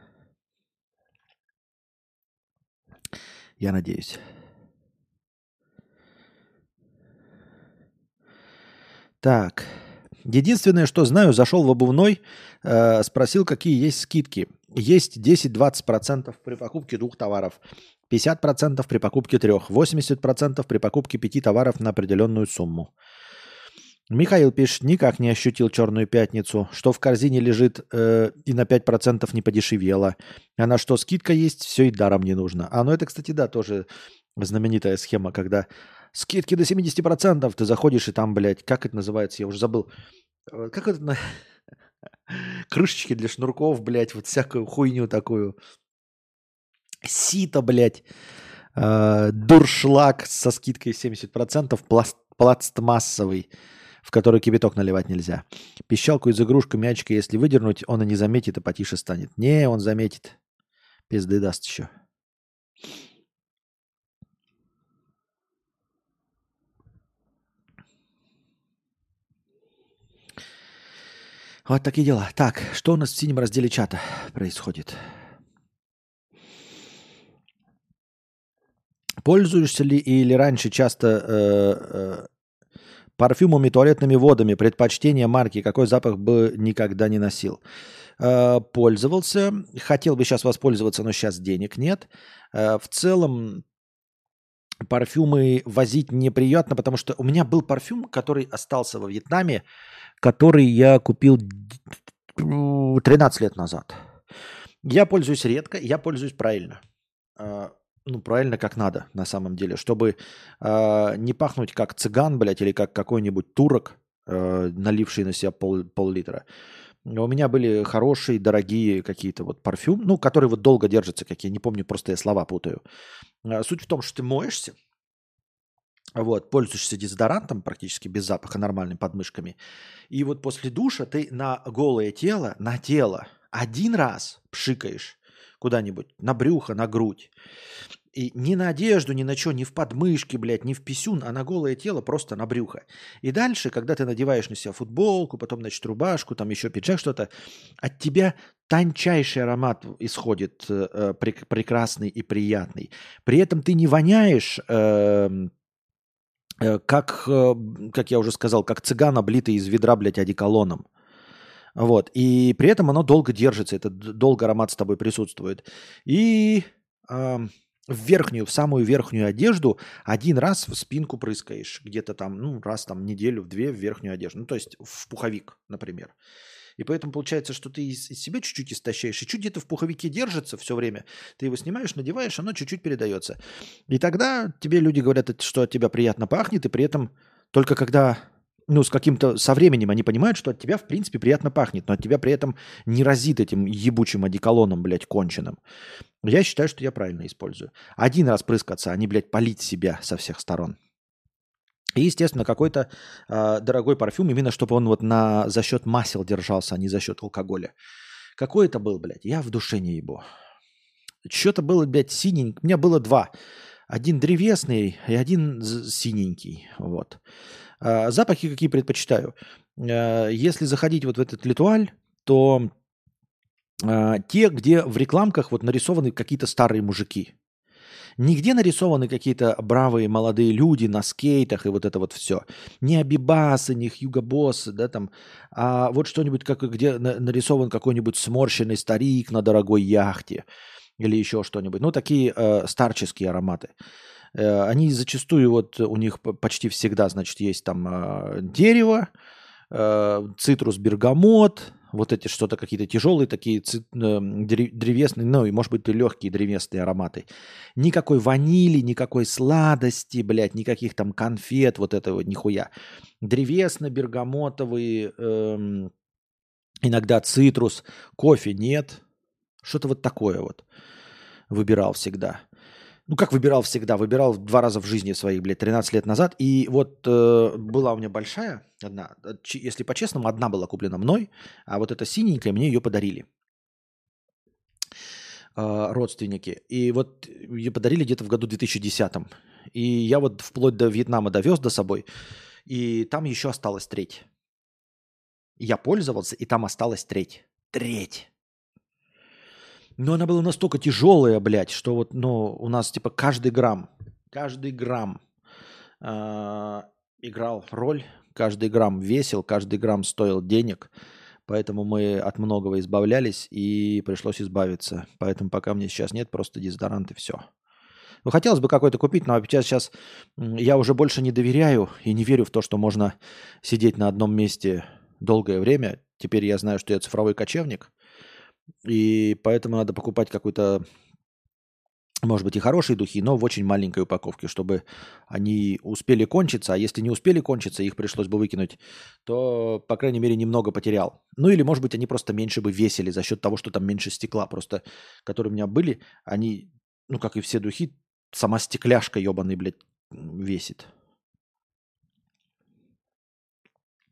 Я надеюсь. Так. Единственное, что знаю, зашел в обувной, э, спросил, какие есть скидки. Есть десять-двадцать процентов при покупке двух товаров, пятьдесят процентов при покупке трех, восемьдесят процентов при покупке пяти товаров на определенную сумму. Михаил пишет, никак не ощутил черную пятницу, что в корзине лежит э, и на пять процентов не подешевело. А на что скидка есть, все и даром не нужно. А ну это, кстати, да, тоже знаменитая схема, когда скидки до семьдесят процентов, ты заходишь и там, блядь, как это называется, я уже забыл. Э, Как это? на- Крышечки для шнурков, блядь, вот всякую хуйню такую. Сито, блядь, э, дуршлаг со скидкой семьдесят процентов, пласт, пластмассовый. в который кипяток наливать нельзя. Пищалку из игрушки мячика, если выдернуть, он и не заметит, и потише станет. Не, он заметит. Пизды даст еще. Вот такие дела. Так, что у нас в синем разделе чата происходит? Пользуешься ли или раньше часто э, э, парфюмами, туалетными водами? Предпочтение марки? Какой запах бы никогда не носил? Э, пользовался. Хотел бы сейчас воспользоваться, но сейчас денег нет. Э, в целом парфюмы возить неприятно, потому что у меня был парфюм, который остался во Вьетнаме, который я купил тринадцать лет назад. Я пользуюсь редко, я пользуюсь правильно. А, Ну, правильно, как надо, на самом деле. Чтобы а, не пахнуть как цыган, блядь, или как какой-нибудь турок, а, наливший на себя пол, пол-литра. У меня были хорошие, дорогие какие-то вот парфюм, ну, которые вот долго держатся, как я не помню, просто я слова путаю. А, Суть в том, что ты моешься, вот, пользуешься дезодорантом практически без запаха, нормальными подмышками. И вот после душа ты на голое тело, на тело один раз пшикаешь куда-нибудь, на брюхо, на грудь. И ни на одежду, ни на что, ни в подмышки, блядь, ни в писюн, а на голое тело, просто на брюхо. И дальше, когда ты надеваешь на себя футболку, потом, значит, рубашку, там еще пиджак, что-то, от тебя тончайший аромат исходит, э, э, прек- прекрасный и приятный. При этом ты не воняешь, эм, э, как, э, как я уже сказал, как цыган, облитый из ведра, блядь, одеколоном. Вот. И при этом оно долго держится, это д- долго аромат с тобой присутствует. И ам, в верхнюю, в самую верхнюю одежду один раз в спинку прыскаешь. Где-то там, ну, раз там неделю, в две в верхнюю одежду. Ну, то есть в пуховик, например. И поэтому получается, что ты из, из себя чуть-чуть истощаешь, и чуть где-то в пуховике держится все время. Ты его снимаешь, надеваешь, оно чуть-чуть передается. И тогда тебе люди говорят, это- что от тебя приятно пахнет, и при этом только когда, ну, с каким-то, со временем они понимают, что от тебя, в принципе, приятно пахнет, но от тебя при этом не разит этим ебучим одеколоном, блядь, конченым. Я считаю, что я правильно использую. Один раз прыскаться, а не, блядь, палить себя со всех сторон. И, естественно, какой-то э, дорогой парфюм, именно чтобы он вот на, за счет масел держался, а не за счет алкоголя. Какой это был, блядь? Я в душе не ебу. Что-то было, блядь, синенький. У меня было два. Один древесный и один з- синенький. Вот. А, запахи какие предпочитаю? А, если заходить вот в этот литуаль, то а, те, где в рекламках вот нарисованы какие-то старые мужики. Нигде нарисованы какие-то бравые молодые люди на скейтах и вот это вот все. Не Абибасы, не Хьюго Боссы, да, там, а вот что-нибудь, как, где на- нарисован какой-нибудь сморщенный старик на дорогой яхте или еще что-нибудь. Ну, такие э, старческие ароматы. Э, они зачастую вот у них п- почти всегда, значит, есть там э, дерево, э, цитрус, бергамот, вот эти что-то какие-то тяжелые такие ци- э, дре- древесные, ну и может быть и легкие древесные ароматы. Никакой ванили, никакой сладости, блядь, никаких там конфет, вот этого нихуя. Древесно-бергамотовые, эм, иногда цитрус, кофе нет. Что-то вот такое вот выбирал всегда. Ну, как выбирал всегда? Выбирал два раза в жизни своих, блядь, тринадцать лет назад. И вот э, была у меня большая одна, э, чи- если по-честному, одна была куплена мной, а вот эта синенькая, мне ее подарили э, родственники. И вот ее подарили где-то в году две тысячи десятом. И я вот вплоть до Вьетнама довез до собой, и там еще осталась треть. Я пользовался, и там осталась треть. Треть. Но она была настолько тяжелая, блядь, что вот, ну, у нас типа каждый грамм, каждый грамм а, играл роль, каждый грамм весил, каждый грамм стоил денег, поэтому мы от многого избавлялись и пришлось избавиться. Поэтому пока мне сейчас нет, просто дезодорант и все. Ну, хотелось бы какой-то купить, но сейчас, сейчас я уже больше не доверяю и не верю в то, что можно сидеть на одном месте долгое время. Теперь я знаю, что я цифровой кочевник, и поэтому надо покупать какой-то, может быть, и хорошие духи, но в очень маленькой упаковке, чтобы они успели кончиться, а если не успели кончиться, их пришлось бы выкинуть, то, по крайней мере, немного потерял. Ну или, может быть, они просто меньше бы весили за счет того, что там меньше стекла. Просто, которые у меня были, они, ну, как и все духи, сама стекляшка ебаный, блядь, весит.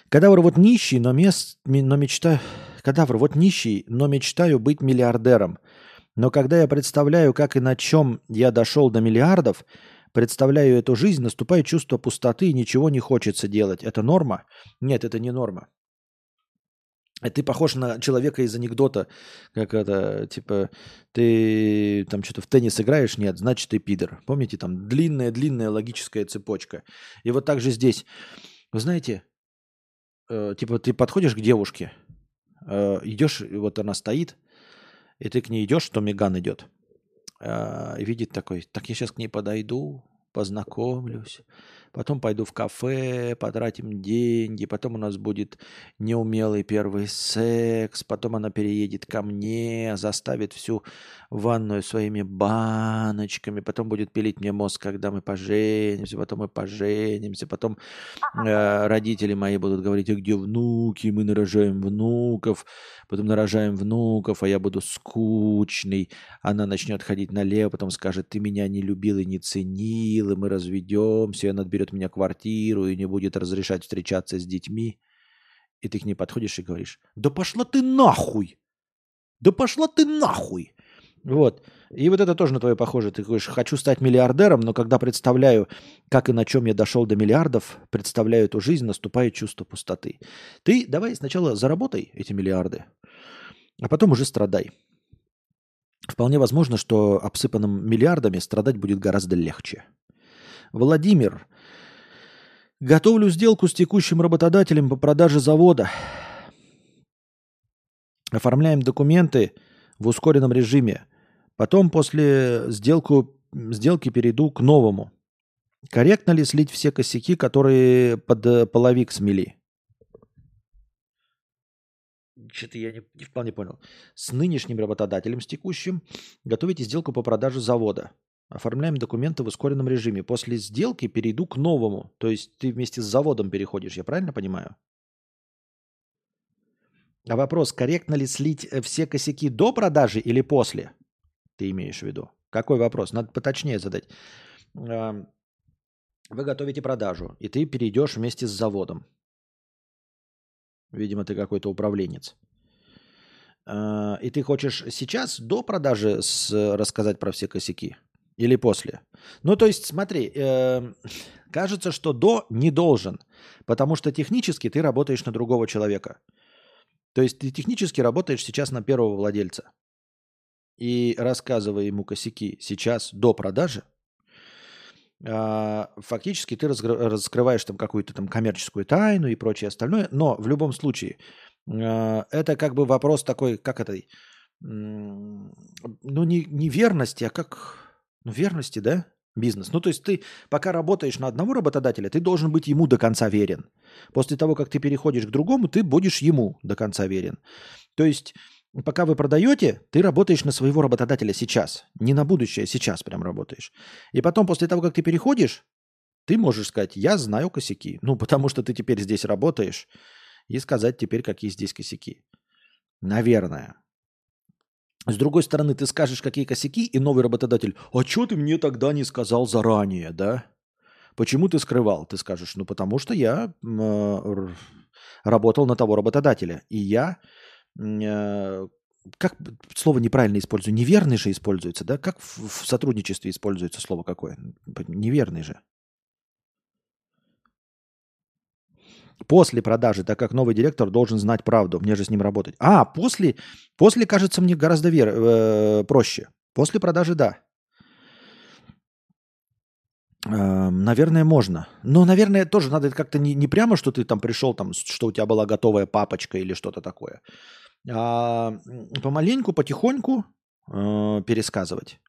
Кадавр вот нищий, но, мест, но мечтаю... Кадавр вот нищий, но мечтаю быть миллиардером. Но когда я представляю, как и на чем я дошел до миллиардов, представляю эту жизнь, наступает чувство пустоты и ничего не хочется делать. Это норма? Нет, это не норма. Ты похож на человека из анекдота, как это, типа, ты там что-то в теннис играешь? Нет, значит, ты пидор. Помните, там длинная-длинная логическая цепочка. И вот так же здесь. Вы знаете, э, типа, ты подходишь к девушке, э, идешь, вот она стоит, и ты к ней идешь, то Меган идет. Э, и видит такой, так я сейчас к ней подойду, познакомлюсь, потом пойду в кафе, потратим деньги, потом у нас будет неумелый первый секс, потом она переедет ко мне, заставит всю ванную своими баночками, потом будет пилить мне мозг, когда мы поженимся, потом мы поженимся, потом э, родители мои будут говорить, а где внуки, мы нарожаем внуков, потом нарожаем внуков, а я буду скучный, она начнет ходить налево, потом скажет, ты меня не любил и не ценил, и мы разведемся, и она отберет у меня квартиру и не будет разрешать встречаться с детьми. И ты к ней подходишь и говоришь, да пошла ты нахуй! Да пошла ты нахуй! Вот. И вот это тоже на твое похоже. Ты говоришь, хочу стать миллиардером, но когда представляю, как и на чем я дошел до миллиардов, представляю эту жизнь, наступает чувство пустоты. Ты давай сначала заработай эти миллиарды, а потом уже страдай. Вполне возможно, что обсыпанным миллиардами страдать будет гораздо легче. Владимир. Готовлю сделку с текущим работодателем по продаже завода. Оформляем документы в ускоренном режиме. Потом после сделку, сделки перейду к новому. Корректно ли слить все косяки, которые под половик смели? Что-то я не, не вполне понял. С нынешним работодателем, с текущим, готовите сделку по продаже завода. Оформляем документы в ускоренном режиме. После сделки перейду к новому. То есть ты вместе с заводом переходишь, я правильно понимаю? А вопрос, корректно ли слить все косяки до продажи или после? Ты имеешь в виду? Какой вопрос? Надо поточнее задать. Вы готовите продажу, и ты перейдешь вместе с заводом. Видимо, ты какой-то управленец. И ты хочешь сейчас до продажи с, рассказать про все косяки? Или после? Ну, то есть, смотри, э, кажется, что до не должен, потому что технически ты работаешь на другого человека. То есть ты технически работаешь сейчас на первого владельца. И рассказывая ему косяки сейчас до продажи, э, фактически ты разгр- раскрываешь там какую-то там коммерческую тайну и прочее остальное. Но в любом случае, э, это как бы вопрос такой, как это, э, ну, не, не верности, а как... Ну, верности, да? Бизнес. Ну, то есть ты пока работаешь на одного работодателя, ты должен быть ему до конца верен. После того, как ты переходишь к другому, ты будешь ему до конца верен. То есть пока вы продаете, ты работаешь на своего работодателя сейчас. Не на будущее, сейчас прям работаешь. И потом, после того, как ты переходишь, ты можешь сказать, я знаю косяки. Ну, потому что ты теперь здесь работаешь. И сказать теперь, какие здесь косяки. Наверное. С другой стороны, ты скажешь, какие косяки, и новый работодатель, а что ты мне тогда не сказал заранее, да? Почему ты скрывал? Ты скажешь, ну потому что я э, работал на того работодателя, и я, э, как слово неправильно использую, неверный же используется, да? Как в, в сотрудничестве используется слово какое? Неверный же. После продажи, так как новый директор должен знать правду. Мне же с ним работать. А, после, после кажется, мне гораздо вер, э, проще. После продажи, да. Э, наверное, можно. Но, наверное, тоже надо как-то не, не прямо, что ты там пришел, там, что у тебя была готовая папочка или что-то такое. А помаленьку, потихоньку э, пересказывать.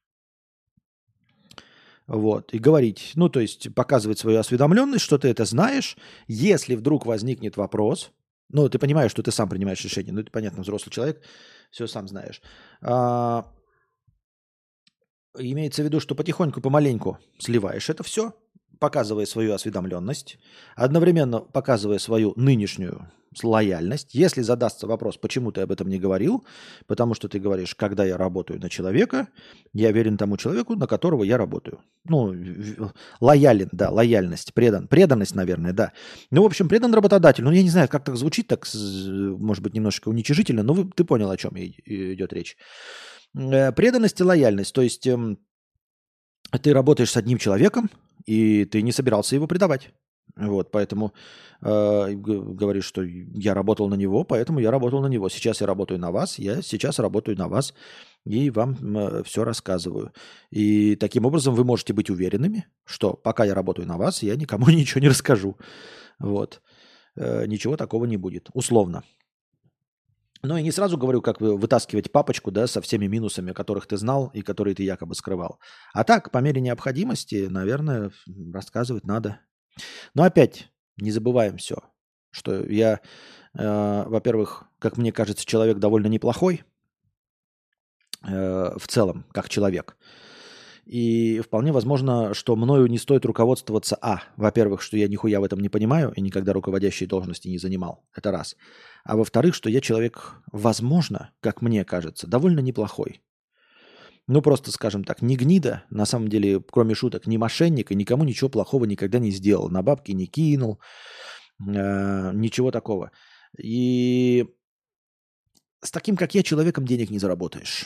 Вот, и говорить, ну, то есть показывать свою осведомленность, что ты это знаешь. Если вдруг возникнет вопрос, ну, ты понимаешь, что ты сам принимаешь решение, ну, это понятно, взрослый человек, все сам знаешь. А, имеется в виду, что потихоньку, помаленьку сливаешь это все, показывая свою осведомленность, одновременно показывая свою нынешнюю лояльность. Если задастся вопрос, почему ты об этом не говорил, потому что ты говоришь, когда я работаю на человека, я верен тому человеку, на которого я работаю. Ну, лоялен, да, лояльность, предан, преданность, наверное, да. Ну, в общем, предан работодатель. Ну, я не знаю, как так звучит, так, может быть, немножечко уничижительно, но вы, ты понял, о чем идет речь. Преданность и лояльность, то есть эм, ты работаешь с одним человеком, и ты не собирался его предавать. Вот, поэтому э, говоришь, что я работал на него, поэтому я работал на него. Сейчас я работаю на вас, я сейчас работаю на вас и вам э, все рассказываю. И таким образом вы можете быть уверенными, что пока я работаю на вас, я никому ничего не расскажу. Вот. Э, ничего такого не будет, условно. Но я не сразу говорю, как вытаскивать папочку, да, со всеми минусами, которых ты знал и которые ты якобы скрывал. А так, по мере необходимости, наверное, рассказывать надо. Но опять не забываем все, что я, э, во-первых, как мне кажется, человек довольно неплохой э, в целом, как человек. И вполне возможно, что мною не стоит руководствоваться, а, во-первых, что я нихуя в этом не понимаю и никогда руководящей должности не занимал, это раз. А во-вторых, что я человек, возможно, как мне кажется, довольно неплохой. Ну, просто, скажем так, не гнида, на самом деле, кроме шуток, не мошенник и никому ничего плохого никогда не сделал. На бабки не кинул, э, ничего такого. И с таким, как я, человеком денег не заработаешь.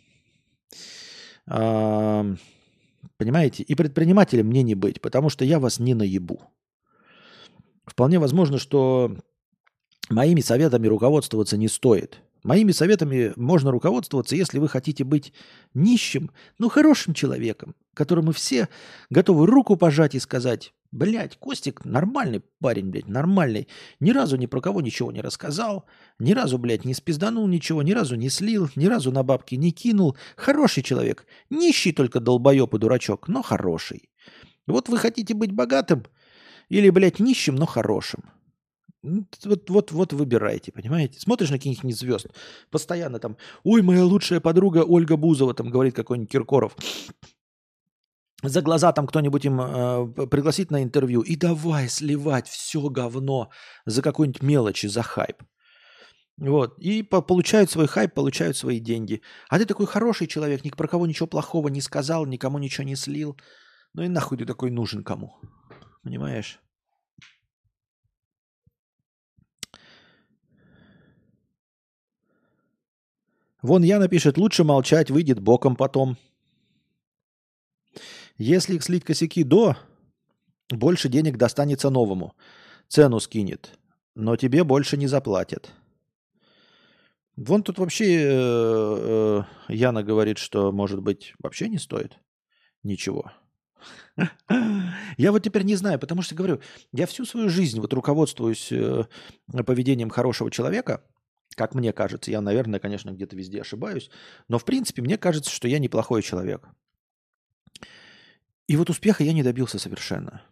Э, понимаете? И предпринимателем мне не быть, потому что я вас не наебу. Вполне возможно, что моими советами руководствоваться не стоит. Моими советами можно руководствоваться, если вы хотите быть нищим, но хорошим человеком, которому все готовы руку пожать и сказать: блядь, Костик нормальный парень, блядь, нормальный. Ни разу ни про кого ничего не рассказал, ни разу, блядь, не спизданул ничего, ни разу не слил, ни разу на бабки не кинул. Хороший человек. Нищий только долбоеб и дурачок, но хороший. Вот вы хотите быть богатым или, блядь, нищим, но хорошим. Вот, вот, вот выбирайте, понимаете? Смотришь на каких-нибудь звезд, постоянно там: ой, моя лучшая подруга Ольга Бузова, там говорит какой-нибудь Киркоров. За глаза там кто-нибудь им э, пригласит на интервью и давай сливать все говно за какую-нибудь мелочь, за хайп. Вот. И по- получают свой хайп, получают свои деньги. А ты такой хороший человек, ни про кого ничего плохого не сказал, никому ничего не слил. Ну и нахуй ты такой нужен кому? Понимаешь? Вон Яна пишет: лучше молчать, выйдет боком потом. Если их слить косяки до, больше денег достанется новому. Цену скинет, но тебе больше не заплатят. Вон тут вообще э, э, Яна говорит, что, может быть, вообще не стоит ничего. Я вот теперь не знаю, потому что, говорю, я всю свою жизнь вот руководствуюсь э, поведением хорошего человека, как мне кажется. Я, наверное, конечно, где-то везде ошибаюсь, но, в принципе, мне кажется, что я неплохой человек. И вот успеха я не добился совершенно.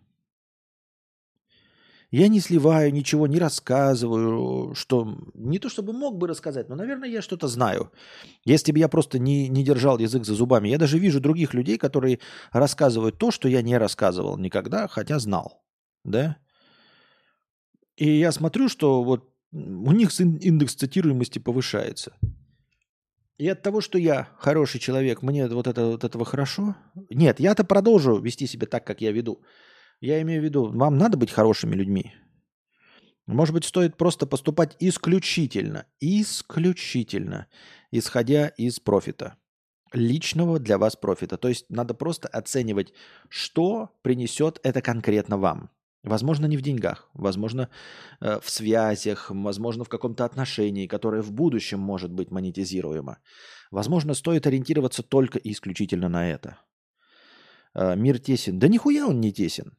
Я не сливаю ничего, не рассказываю, что не то чтобы мог бы рассказать, но, наверное, я что-то знаю. Если бы я просто не, не держал язык за зубами. Я даже вижу других людей, которые рассказывают то, что я не рассказывал никогда, хотя знал. Да? И я смотрю, что вот у них индекс цитируемости повышается. И от того, что я хороший человек, мне вот, это, вот этого хорошо? Нет, я-то продолжу вести себя так, как я веду. Я имею в виду, вам надо быть хорошими людьми. Может быть, стоит просто поступать исключительно, исключительно, исходя из профита. Личного для вас профита. То есть надо просто оценивать, что принесет это конкретно вам. Возможно, не в деньгах, возможно, э, в связях, возможно, в каком-то отношении, которое в будущем может быть монетизируемо. Возможно, стоит ориентироваться только и исключительно на это. Э, мир тесен. Да нихуя он не тесен.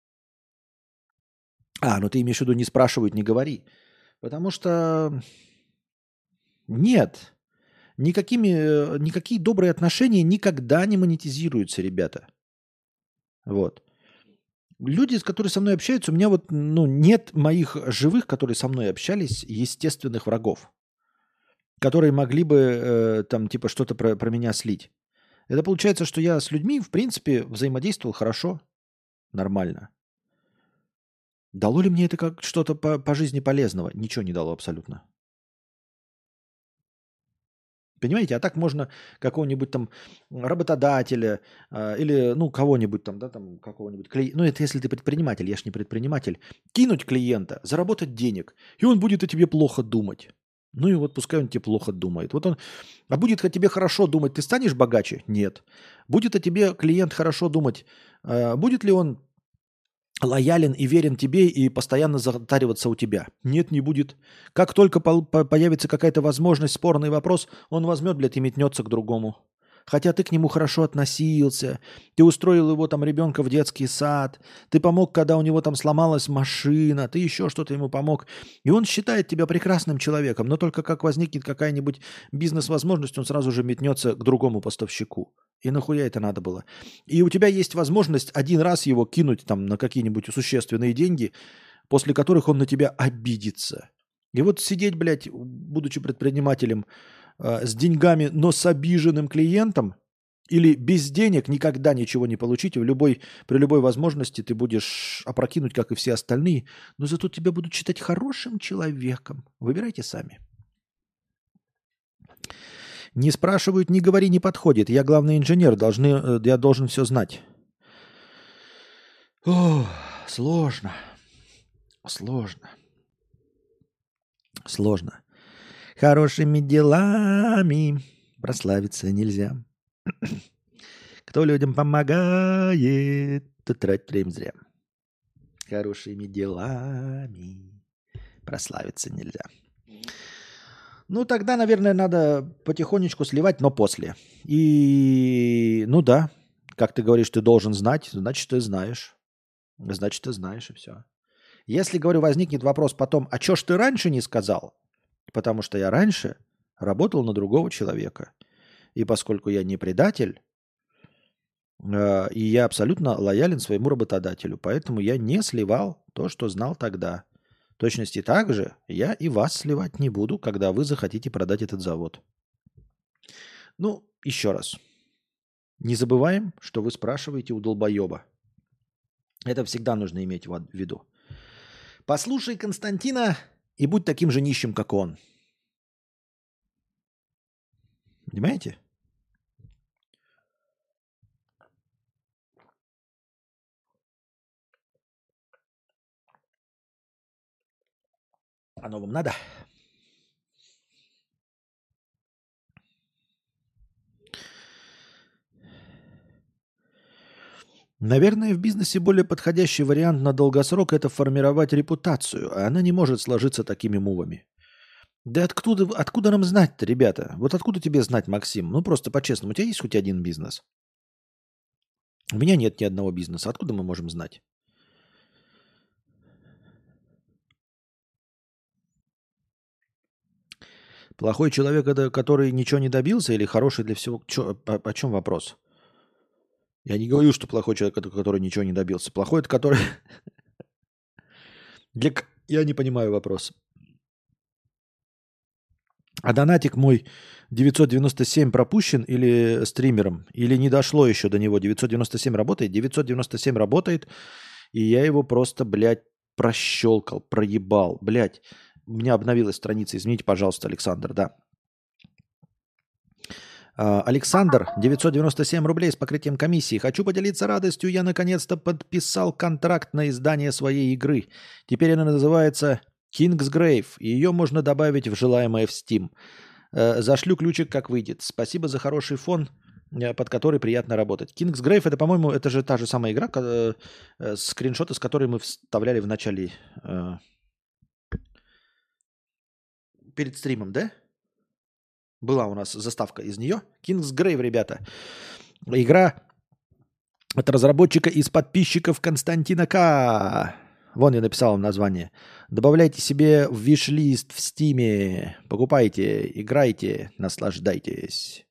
А, ну ты имеешь в виду, не спрашивают, не говори. Потому что нет, никакими, э, никакие добрые отношения никогда не монетизируются, ребята. Вот. Люди, с которыми со мной общаются, у меня вот ну, нет моих живых, которые со мной общались, естественных врагов, которые могли бы э, там типа что-то про, про меня слить. Это получается, что я с людьми, в принципе, взаимодействовал хорошо, нормально. Дало ли мне это как что-то по, по жизни полезного? Ничего не дало абсолютно. Понимаете, а так можно какого-нибудь там работодателя э, или, ну, кого-нибудь там, да, там, какого-нибудь клиента, ну, это если ты предприниматель, я ж не предприниматель, кинуть клиента, заработать денег, и он будет о тебе плохо думать. Ну и вот пускай он тебе плохо думает. Вот он, а будет о тебе хорошо думать, ты станешь богаче? Нет. Будет о тебе клиент хорошо думать, э, будет ли он лоялен и верен тебе и постоянно затариваться у тебя? Нет, не будет. Как только по- по- появится какая-то возможность, спорный вопрос, он возьмет, блядь, и метнется к другому. Хотя ты к нему хорошо относился, ты устроил его там ребенка в детский сад, ты помог, когда у него там сломалась машина, ты еще что-то ему помог. И он считает тебя прекрасным человеком, но только как возникнет какая-нибудь бизнес-возможность, он сразу же метнется к другому поставщику. И нахуя это надо было? И у тебя есть возможность один раз его кинуть там на какие-нибудь существенные деньги, после которых он на тебя обидится. И вот сидеть, блядь, будучи предпринимателем, э, с деньгами, но с обиженным клиентом, или без денег никогда ничего не получить, и в любой, при любой возможности ты будешь опрокинуть, как и все остальные, но зато тебя будут считать хорошим человеком. Выбирайте сами. Не спрашивают, не говори, не подходит. Я главный инженер, должны, э, я должен все знать. Ох, сложно. Сложно. Сложно. Хорошими делами прославиться нельзя. Кто людям помогает, то тратит время зря. Хорошими делами прославиться нельзя. Ну, тогда, наверное, надо потихонечку сливать, но после. И, ну да, как ты говоришь, ты должен знать, значит, ты знаешь. Значит, ты знаешь, и все. Если, говорю, возникнет вопрос потом, а что ж ты раньше не сказал? Потому что я раньше работал на другого человека. И поскольку я не предатель, э, и я абсолютно лоялен своему работодателю, поэтому я не сливал то, что знал тогда. В точности так же я и вас сливать не буду, когда вы захотите продать этот завод. Ну, еще раз. Не забываем, что вы спрашиваете у долбоеба. Это всегда нужно иметь в виду. Послушай Константина и будь таким же нищим, как он. Понимаете? Оно вам надо? Наверное, в бизнесе более подходящий вариант на долгосрок – это формировать репутацию, а она не может сложиться такими мувами. Да откуда, откуда нам знать-то, ребята? Вот откуда тебе знать, Максим? Ну, просто по-честному, у тебя есть хоть один бизнес? У меня нет ни одного бизнеса. Откуда мы можем знать? Плохой человек – это который ничего не добился или хороший для всего? Чё, о, о чем вопрос? Я не говорю, что плохой человек – это который ничего не добился. Плохой – это который… Для... Я не понимаю вопрос. А донатик мой девятьсот девяносто семь пропущен или стримером? Или не дошло еще до него? девятьсот девяносто семь работает? девятьсот девяносто семь работает, и я его просто, блядь, прощелкал, проебал. Блядь, у меня обновилась страница. Извините, пожалуйста, Александр, да. А, Александр, девятьсот девяносто семь рублей с покрытием комиссии. Хочу поделиться радостью. Я наконец-то подписал контракт на издание своей игры. Теперь она называется Kingsgrave. И ее можно добавить в желаемое в Steam. Э, Зашлю ключик, как выйдет. Спасибо за хороший фон, э, под который приятно работать. Kingsgrave, это, по-моему, это же та же самая игра, ко- э, скриншоты, с которой мы вставляли в начале э, перед стримом, да? Была у нас заставка из нее. Kingsgrave, ребята. Игра от разработчика из подписчиков Константина К. Вон я написал вам название. Добавляйте себе в виш-лист в Стиме. Покупайте, играйте, наслаждайтесь.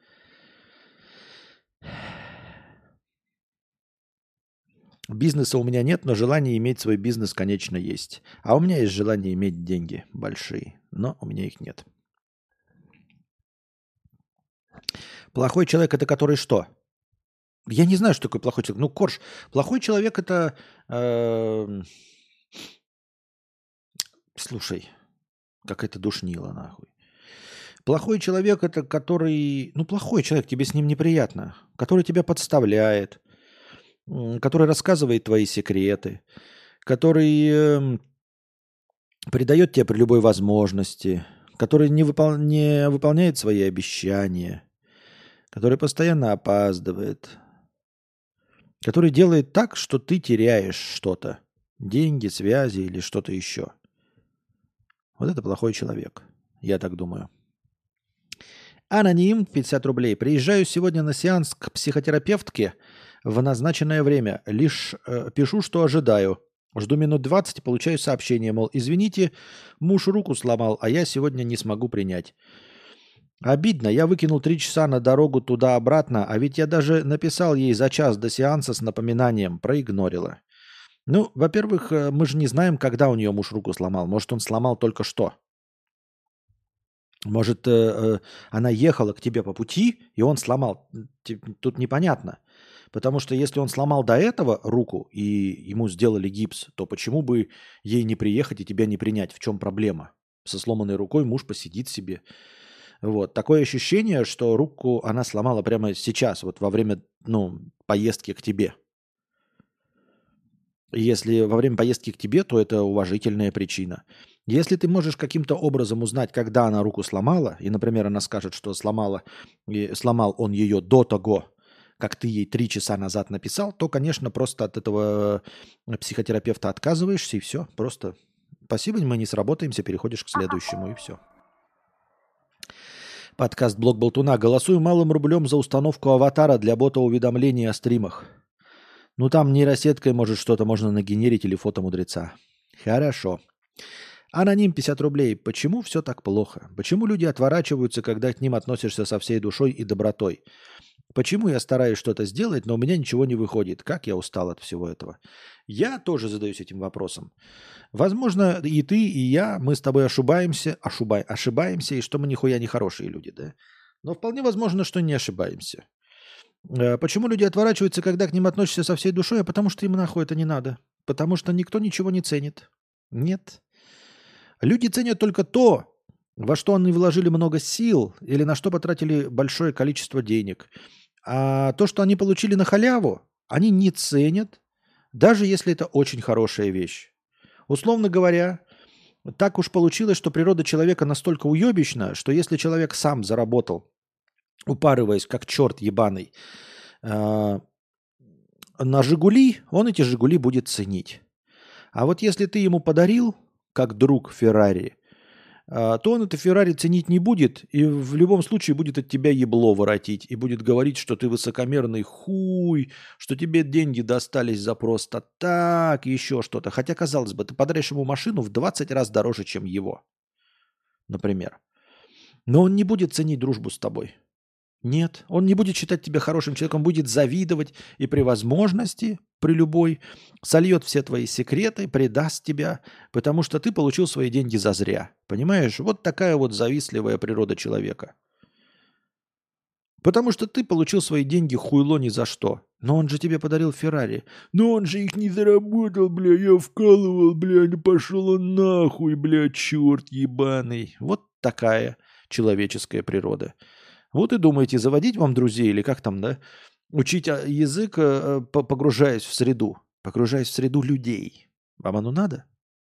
Бизнеса у меня нет, но желание иметь свой бизнес, конечно, есть. А у меня есть желание иметь деньги большие, но у меня их нет. Плохой человек – это который что? Я не знаю, что такое плохой человек. Ну, Корж, плохой человек это... э, Слушай, какая-то душнила, нахуй. Плохой человек это который... Ну, плохой человек, тебе с ним неприятно. Который тебя подставляет, м, который рассказывает твои секреты, который эм, предает тебя при любой возможности, который не, выпол- не выполняет свои обещания, который постоянно опаздывает, который делает так, что ты теряешь что-то. Деньги, связи или что-то еще. Вот это плохой человек. Я так думаю. Аноним, пятьдесят рублей. Приезжаю сегодня на сеанс к психотерапевтке в назначенное время. Лишь э, пишу, что ожидаю. Жду минут двадцать и получаю сообщение, мол, извините, муж руку сломал, а я сегодня не смогу принять. Обидно, я выкинул три часа на дорогу туда-обратно, а ведь я даже написал ей за час до сеанса с напоминанием, проигнорила. Ну, во-первых, э, мы же не знаем, когда у нее муж руку сломал. Может, он сломал только что. Может, э, э, она ехала к тебе по пути, и он сломал. Т- Тут непонятно. Потому что если он сломал до этого руку, и ему сделали гипс, то почему бы ей не приехать и тебя не принять? В чем проблема? Со сломанной рукой муж посидит себе. Вот. Такое ощущение, что руку она сломала прямо сейчас, вот во время ну, поездки к тебе. Если во время поездки к тебе, то это уважительная причина. Если ты можешь каким-то образом узнать, когда она руку сломала, и, например, она скажет, что сломала, и сломал он ее до того, как ты ей три часа назад написал, то, конечно, просто от этого психотерапевта отказываешься, и все. Просто спасибо, мы не сработаемся, переходишь к следующему, и все. Подкаст «Блог Болтуна». Голосую малым рублем за установку аватара для бота уведомлений о стримах. Ну, там нейросеткой, может, что-то можно нагенерить или фото мудреца. Хорошо. Аноним пятьдесят рублей. Почему все так плохо? Почему люди отворачиваются, когда к ним относишься со всей душой и добротой? Почему я стараюсь что-то сделать, но у меня ничего не выходит? Как я устал от всего этого? Я тоже задаюсь этим вопросом. Возможно, и ты, и я, мы с тобой ошибаемся, ошибай, ошибаемся, и что мы нихуя не хорошие люди, да? Но вполне возможно, что не ошибаемся. Э, Почему люди отворачиваются, когда к ним относишься со всей душой? А потому что им нахуй это не надо. Потому что никто ничего не ценит. Нет. Люди ценят только то, во что они вложили много сил или на что потратили большое количество денег. А то, что они получили на халяву, они не ценят, даже если это очень хорошая вещь. Условно говоря, так уж получилось, что природа человека настолько уебищна, что если человек сам заработал, упарываясь как черт ебаный, э, на «Жигули», он эти «Жигули» будет ценить. А вот если ты ему подарил, как друг Феррари, а, то он это Феррари ценить не будет и в любом случае будет от тебя ебло воротить и будет говорить, что ты высокомерный хуй, что тебе деньги достались за просто так, еще что-то. Хотя, казалось бы, ты подаришь ему машину в двадцать раз дороже, чем его, например. Но он не будет ценить дружбу с тобой. Нет, он не будет считать тебя хорошим человеком, будет завидовать и при возможности, при любой, сольет все твои секреты, предаст тебя, потому что ты получил свои деньги зазря. Понимаешь? Вот такая вот завистливая природа человека. Потому что ты получил свои деньги хуйло ни за что. Но он же тебе подарил Феррари. Но он же их не заработал, бля, я вкалывал, бля, не пошел он нахуй, бля, черт ебаный. Вот такая человеческая природа. Вот и думаете, заводить вам друзей или как там, да? Учить а, язык, э, по- погружаясь в среду. Погружаясь в среду людей. Вам оно надо?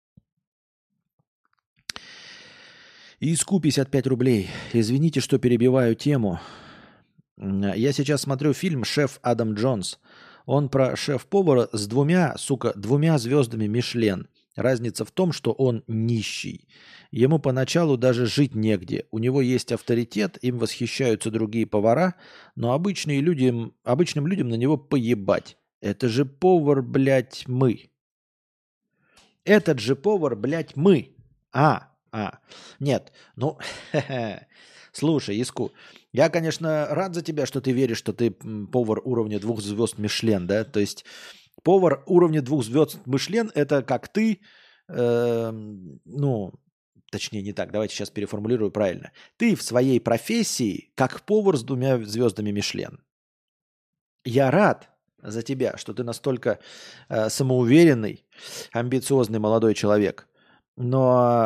ИСКУ пятьдесят пять рублей. Извините, что перебиваю тему. М, Я сейчас смотрю фильм «Шеф Адам Джонс». Он про шеф-повара с двумя, сука, двумя звездами Мишлен. Разница в том, что он нищий. Ему поначалу даже жить негде. У него есть авторитет, им восхищаются другие повара, но обычные люди, обычным людям на него поебать. Это же повар, блядь, мы. Этот же повар, блядь, мы. А, а. Нет, ну, слушай, Иску, я, конечно, рад за тебя, что ты веришь, что ты м, повар уровня двух звезд Мишлен, да? То есть повар уровня двух звезд Мишлен – это как ты, эм, ну, точнее не так, давайте сейчас переформулирую правильно. Ты в своей профессии как повар с двумя звездами Мишлен. Я рад за тебя, что ты настолько э, самоуверенный, амбициозный молодой человек. Но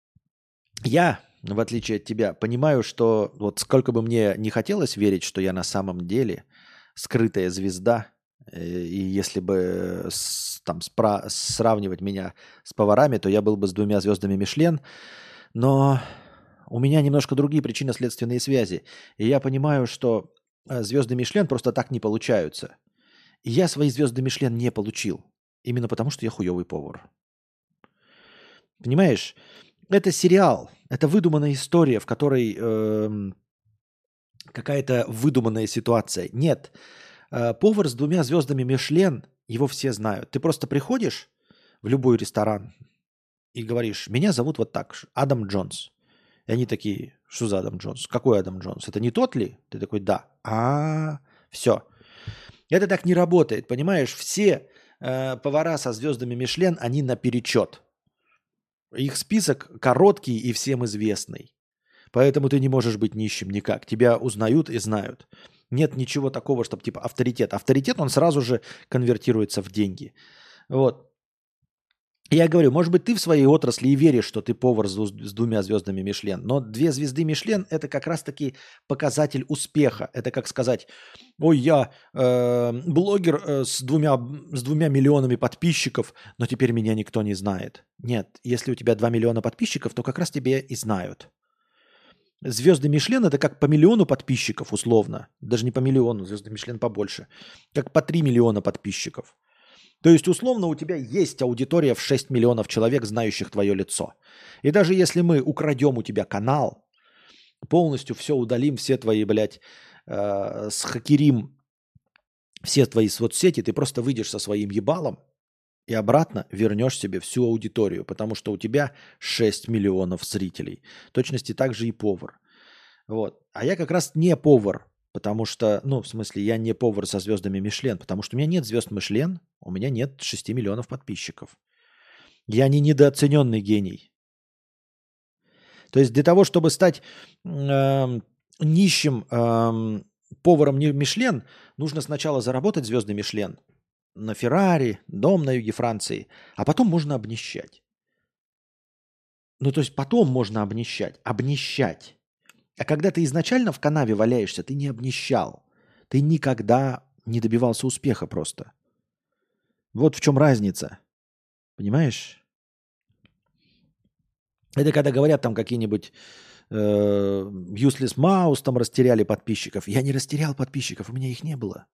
я, в отличие от тебя, понимаю, что вот сколько бы мне не хотелось верить, что я на самом деле скрытая звезда, э, и если бы с- там спра- сравнивать меня с поварами, то я был бы с двумя звездами Мишлен, но у меня немножко другие причинно-следственные связи. И я понимаю, что э, звезды Мишлен просто так не получаются. И я свои звезды Мишлен не получил. Именно потому, что я хуёвый повар. Понимаешь? Это сериал. Это выдуманная история, в которой эм, какая-то выдуманная ситуация. Нет. Э, повар с двумя звездами Мишлен, его все знают. Ты просто приходишь в любой ресторан и говоришь, меня зовут вот так, Адам Джонс. И они такие, что за Адам Джонс? Какой Адам Джонс? Это не тот ли? Ты такой, да. А, все. Это так не работает, понимаешь? Все э, повара со звездами Мишлен, они наперечет. Их список короткий и всем известный. Поэтому ты не можешь быть нищим никак. Тебя узнают и знают. Нет ничего такого, чтобы типа авторитет. Авторитет, он сразу же конвертируется в деньги. Вот. Я говорю, может быть, ты в своей отрасли и веришь, что ты повар с, дву- с двумя звездами Мишлен, но две звезды Мишлен – это как раз-таки показатель успеха. Это как сказать, ой, я э, блогер э, с, двумя, с двумя миллионами подписчиков, но теперь меня никто не знает. Нет, если у тебя два миллиона подписчиков, то как раз тебя и знают. Звезды Мишлен – это как по миллиону подписчиков условно. Даже не по миллиону, звезды Мишлен побольше. Как по три миллиона подписчиков. То есть, условно, у тебя есть аудитория в шесть миллионов человек, знающих твое лицо. И даже если мы украдем у тебя канал, полностью все удалим, все твои, блядь, э, схакерим все твои соцсети, ты просто выйдешь со своим ебалом и обратно вернешь себе всю аудиторию, потому что у тебя шесть миллионов зрителей. В точности так же и повар. Вот. А я как раз не повар. Потому что, ну, в смысле, я не повар со звездами Мишлен, потому что у меня нет звезд Мишлен, у меня нет шести миллионов подписчиков. Я не недооцененный гений. То есть для того, чтобы стать эм, нищим эм, поваром не Мишлен, нужно сначала заработать звезды Мишлен на Феррари, дом на юге Франции, а потом можно обнищать. Ну, то есть потом можно обнищать. Обнищать. А когда ты изначально в канаве валяешься, ты не обнищал. Ты никогда не добивался успеха просто. Вот в чем разница. Понимаешь? Это когда говорят там какие-нибудь э, useless mouse там растеряли подписчиков. Я не растерял подписчиков, у меня их не было.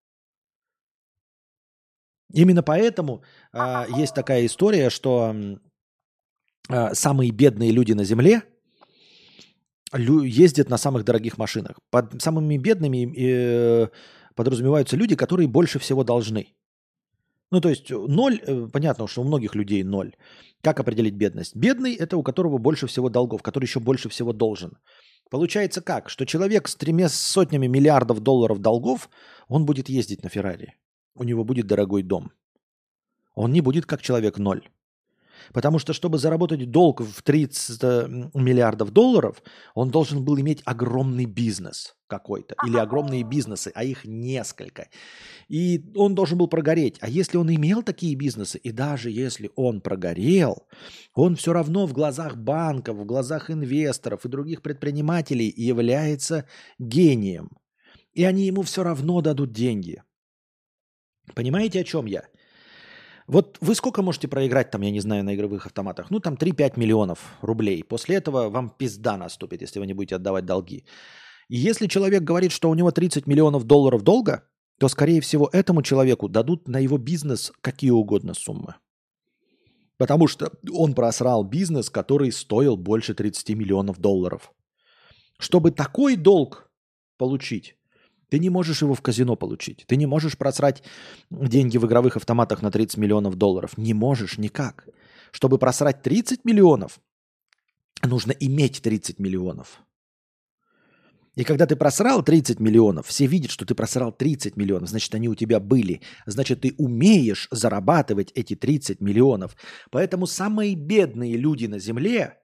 Именно поэтому э, есть такая история, что э, самые бедные люди на Земле лю- ездят на самых дорогих машинах. Под самыми бедными э, подразумеваются люди, которые больше всего должны. Ну, то есть ноль, э, понятно, что у многих людей ноль. Как определить бедность? Бедный – это у которого больше всего долгов, который еще больше всего должен. Получается как? Что человек с тремя сотнями миллиардов долларов долгов, он будет ездить на Феррари. У него будет дорогой дом. Он не будет как человек ноль. Потому что, чтобы заработать долг в тридцать э, миллиардов долларов, он должен был иметь огромный бизнес какой-то. Или огромные бизнесы, а их несколько. И он должен был прогореть. А если он имел такие бизнесы, и даже если он прогорел, он все равно в глазах банков, в глазах инвесторов и других предпринимателей является гением. И они ему все равно дадут деньги. Понимаете, о чем я? Вот вы сколько можете проиграть там, я не знаю, на игровых автоматах? Ну, там три-пять миллионов рублей. После этого вам пизда наступит, если вы не будете отдавать долги. И если человек говорит, что у него тридцать миллионов долларов долга, то, скорее всего, этому человеку дадут на его бизнес какие угодно суммы. Потому что он просрал бизнес, который стоил больше тридцати миллионов долларов. Чтобы такой долг получить, ты не можешь его в казино получить. Ты не можешь просрать деньги в игровых автоматах на тридцать миллионов долларов. Не можешь никак. Чтобы просрать тридцать миллионов, нужно иметь тридцать миллионов. И когда ты просрал тридцать миллионов, все видят, что ты просрал тридцать миллионов, значит, они у тебя были. Значит, ты умеешь зарабатывать эти тридцать миллионов. Поэтому самые бедные люди на Земле,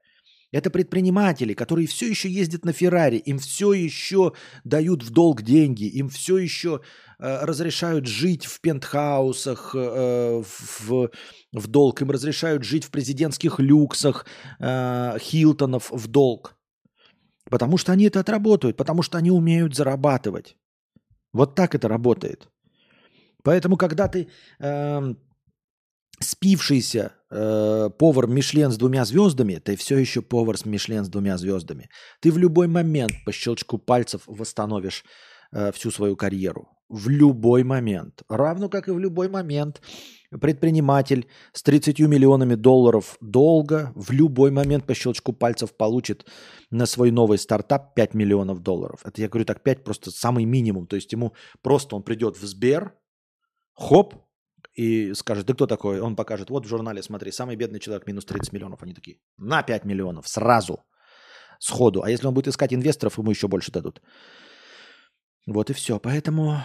Это предприниматели, которые все еще ездят на Феррари, им все еще дают в долг деньги, им все еще э, разрешают жить в пентхаусах э, в, в долг, им разрешают жить в президентских люксах э, Хилтонов в долг. Потому что они это отработают, потому что они умеют зарабатывать. Вот так это работает. Поэтому, когда ты... Э, спившийся э, повар Мишлен с двумя звездами, ты все еще повар с Мишлен с двумя звездами. Ты в любой момент по щелчку пальцев восстановишь э, всю свою карьеру. В любой момент. Равно как и в любой момент предприниматель с тридцатью миллионами долларов долга в любой момент по щелчку пальцев получит на свой новый стартап пять миллионов долларов. Это я говорю так, пять просто самый минимум. То есть ему просто он придет в Сбер, хоп, и скажет, ты кто такой? Он покажет, вот в журнале, смотри, самый бедный человек, минус тридцать миллионов. Они такие, на пять миллионов, сразу, сходу. А если он будет искать инвесторов, ему еще больше дадут. Вот и все. Поэтому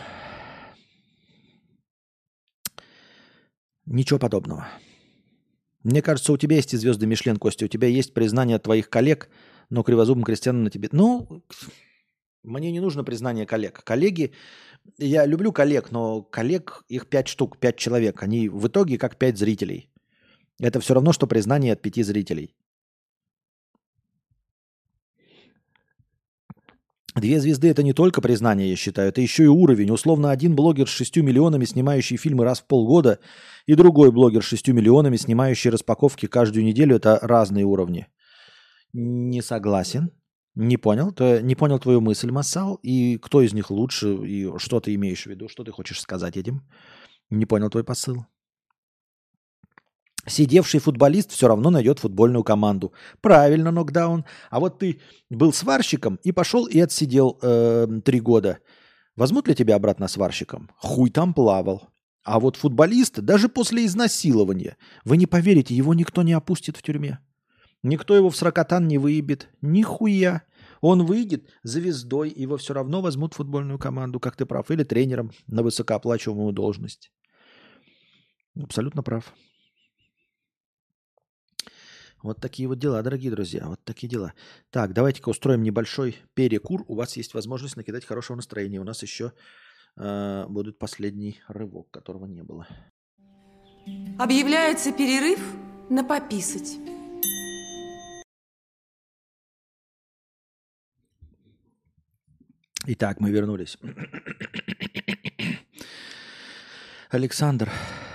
ничего подобного. Мне кажется, у тебя есть и звезды Мишлен, Костя, у тебя есть признание от твоих коллег, но кривозубым крестьянам на тебе... Ну, мне не нужно признание коллег. Коллеги... Я люблю коллег, но коллег их пять штук, пять человек. Они в итоге как пять зрителей. Это все равно, что признание от пяти зрителей. Две звезды – это не только признание, я считаю, это еще и уровень. Условно, один блогер с шестью миллионами, снимающий фильмы раз в полгода, и другой блогер с шестью миллионами, снимающий распаковки каждую неделю – это разные уровни. Не согласен. Не понял. То, не понял твою мысль, Массал. И кто из них лучше, и что ты имеешь в виду, что ты хочешь сказать этим? Не понял твой посыл. Сидевший футболист все равно найдет футбольную команду. Правильно, нокдаун. А вот ты был сварщиком и пошел и отсидел э, три года. Возьмут ли тебя обратно сварщиком? Хуй там плавал. А вот футболист, даже после изнасилования, вы не поверите, его никто не опустит в тюрьме. Никто его в сракотан не выебет. Нихуя. Он выйдет звездой, его все равно возьмут в футбольную команду, как ты прав, или тренером на высокооплачиваемую должность. Абсолютно прав. Вот такие вот дела, дорогие друзья. Вот такие дела. Так, давайте-ка устроим небольшой перекур. У вас есть возможность накидать хорошего настроения. У нас еще э, будет последний рывок, которого не было. Объявляется перерыв на пописать. Итак, мы вернулись. Александр.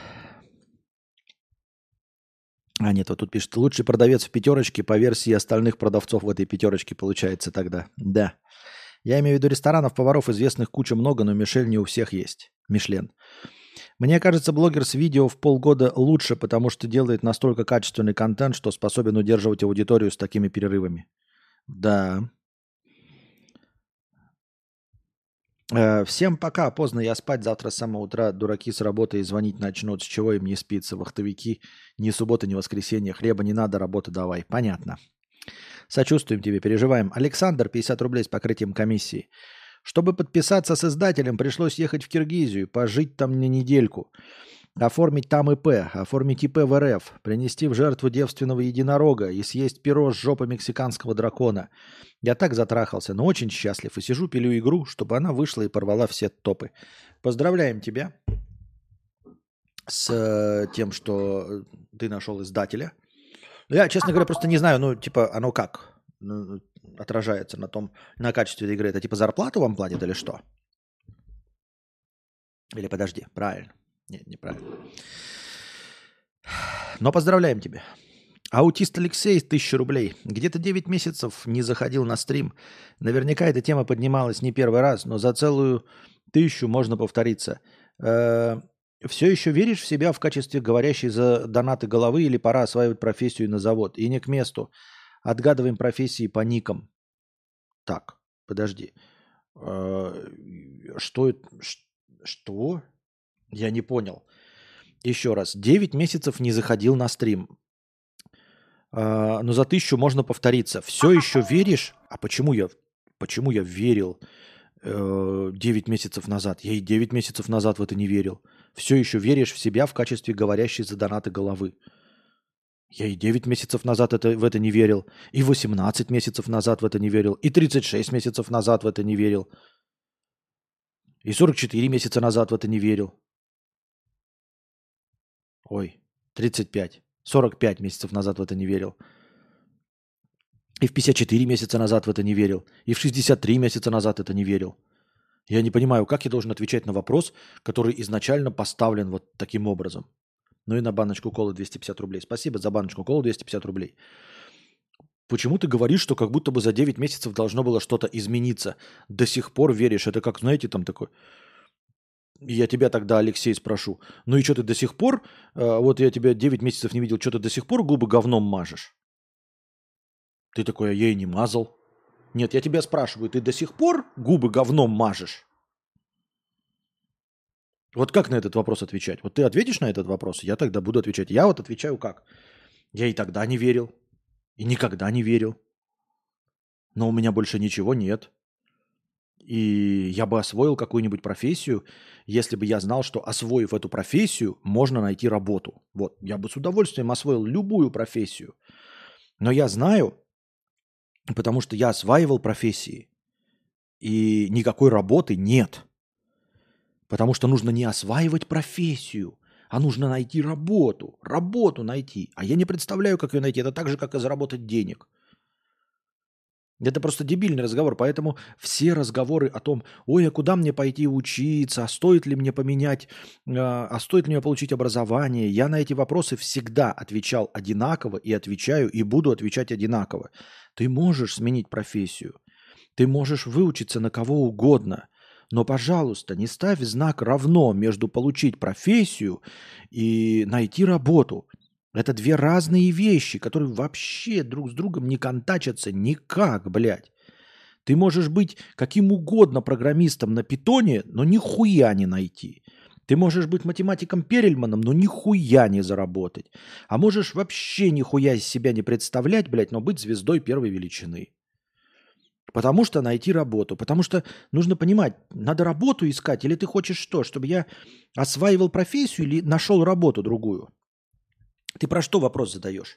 А, нет, вот тут пишет, лучший продавец в пятерочке по версии остальных продавцов в этой пятерочке получается тогда. Да. Я имею в виду ресторанов, поваров известных куча много, но Мишель не у всех есть. Мишлен. Мне кажется, блогер с видео в полгода лучше, потому что делает настолько качественный контент, что способен удерживать аудиторию с такими перерывами. Да. Всем пока. Поздно я спать. Завтра с самого утра дураки с работы и звонить начнут. С чего им не спится? Вахтовики. Ни суббота, ни воскресенье. Хлеба не надо, работы давай. Понятно. Сочувствуем тебе, переживаем. Александр, пятьдесят рублей с покрытием комиссии. Чтобы подписаться с издателем, пришлось ехать в Киргизию, пожить там на недельку. Оформить там ИП, оформить ИП в РФ, принести в жертву девственного единорога и съесть перо с жопы мексиканского дракона. Я так затрахался, но очень счастлив. И сижу, пилю игру, чтобы она вышла и порвала все топы. Поздравляем тебя с э, тем, что ты нашел издателя. Я, честно говоря, просто не знаю, ну, типа, оно как ну, отражается на том, на качестве игры. Это типа зарплату вам платят или что? Или подожди, правильно. Нет, неправильно. Но поздравляем тебя. Аутист Алексей, тысяча рублей. Где-то девять месяцев не заходил на стрим. Наверняка эта тема поднималась не первый раз, но за целую тысячу можно повториться. Э-э- все еще веришь в себя в качестве говорящей за донаты головы или пора осваивать профессию на завод? И не к месту. Отгадываем профессии по никам. Так, подожди. Э-э- что это? Что? Я не понял. Еще раз. девять месяцев не заходил на стрим. А, но за тысячу можно повториться. Все еще веришь? А почему я, почему я верил э, девять месяцев назад? Я и девять месяцев назад в это не верил. Все еще веришь в себя в качестве говорящей за донаты головы. Я и девять месяцев назад это, в это не верил, и восемнадцать месяцев назад в это не верил, и тридцать шесть месяцев назад в это не верил, и сорок четыре месяца назад в это не верил. Ой, тридцать пять, сорок пять месяцев назад в это не верил. И в пятьдесят четыре месяца назад в это не верил, и в шестьдесят три месяца назад это не верил. Я не понимаю, как я должен отвечать на вопрос, который изначально поставлен вот таким образом. Ну и на баночку колы двести пятьдесят рублей. Спасибо за баночку колы двести пятьдесят рублей. Почему ты говоришь, что как будто бы за девять месяцев должно было что-то измениться? До сих пор веришь. Это как, знаете, там такой... Я тебя тогда, Алексей, спрошу. Ну и что ты до сих пор... э, вот я тебя девять месяцев не видел. Что ты до сих пор губы говном мажешь? Ты такой, а я и не мазал. Нет, я тебя спрашиваю. Ты до сих пор губы говном мажешь? Вот как на этот вопрос отвечать? Вот ты ответишь на этот вопрос, я тогда буду отвечать. Я вот отвечаю как? Я и тогда не верил, и никогда не верил. Но у меня больше ничего нет. И я бы освоил какую-нибудь профессию, если бы я знал, что, освоив эту профессию, можно найти работу. Вот, я бы с удовольствием освоил любую профессию. Но я знаю, потому что я осваивал профессии, и никакой работы нет. Потому что нужно не осваивать профессию, а нужно найти работу. Работу найти. А я не представляю, как ее найти. Это так же, как и заработать денег. Это просто дебильный разговор. Поэтому все разговоры о том, ой, а куда мне пойти учиться, а стоит ли мне поменять, а стоит ли мне получить образование, я на эти вопросы всегда отвечал одинаково и отвечаю, и буду отвечать одинаково. Ты можешь сменить профессию. Ты можешь выучиться на кого угодно. Но, пожалуйста, не ставь знак равно между получить профессию и найти работу. Это две разные вещи, которые вообще друг с другом не контачатся никак, блядь. Ты можешь быть каким угодно программистом на питоне, но нихуя не найти. Ты можешь быть математиком Перельманом, но нихуя не заработать. А можешь вообще нихуя из себя не представлять, блядь, но быть звездой первой величины. Потому что найти работу. Потому что нужно понимать, надо работу искать, или ты хочешь что? Чтобы я осваивал профессию или нашел работу другую? Ты про что вопрос задаешь?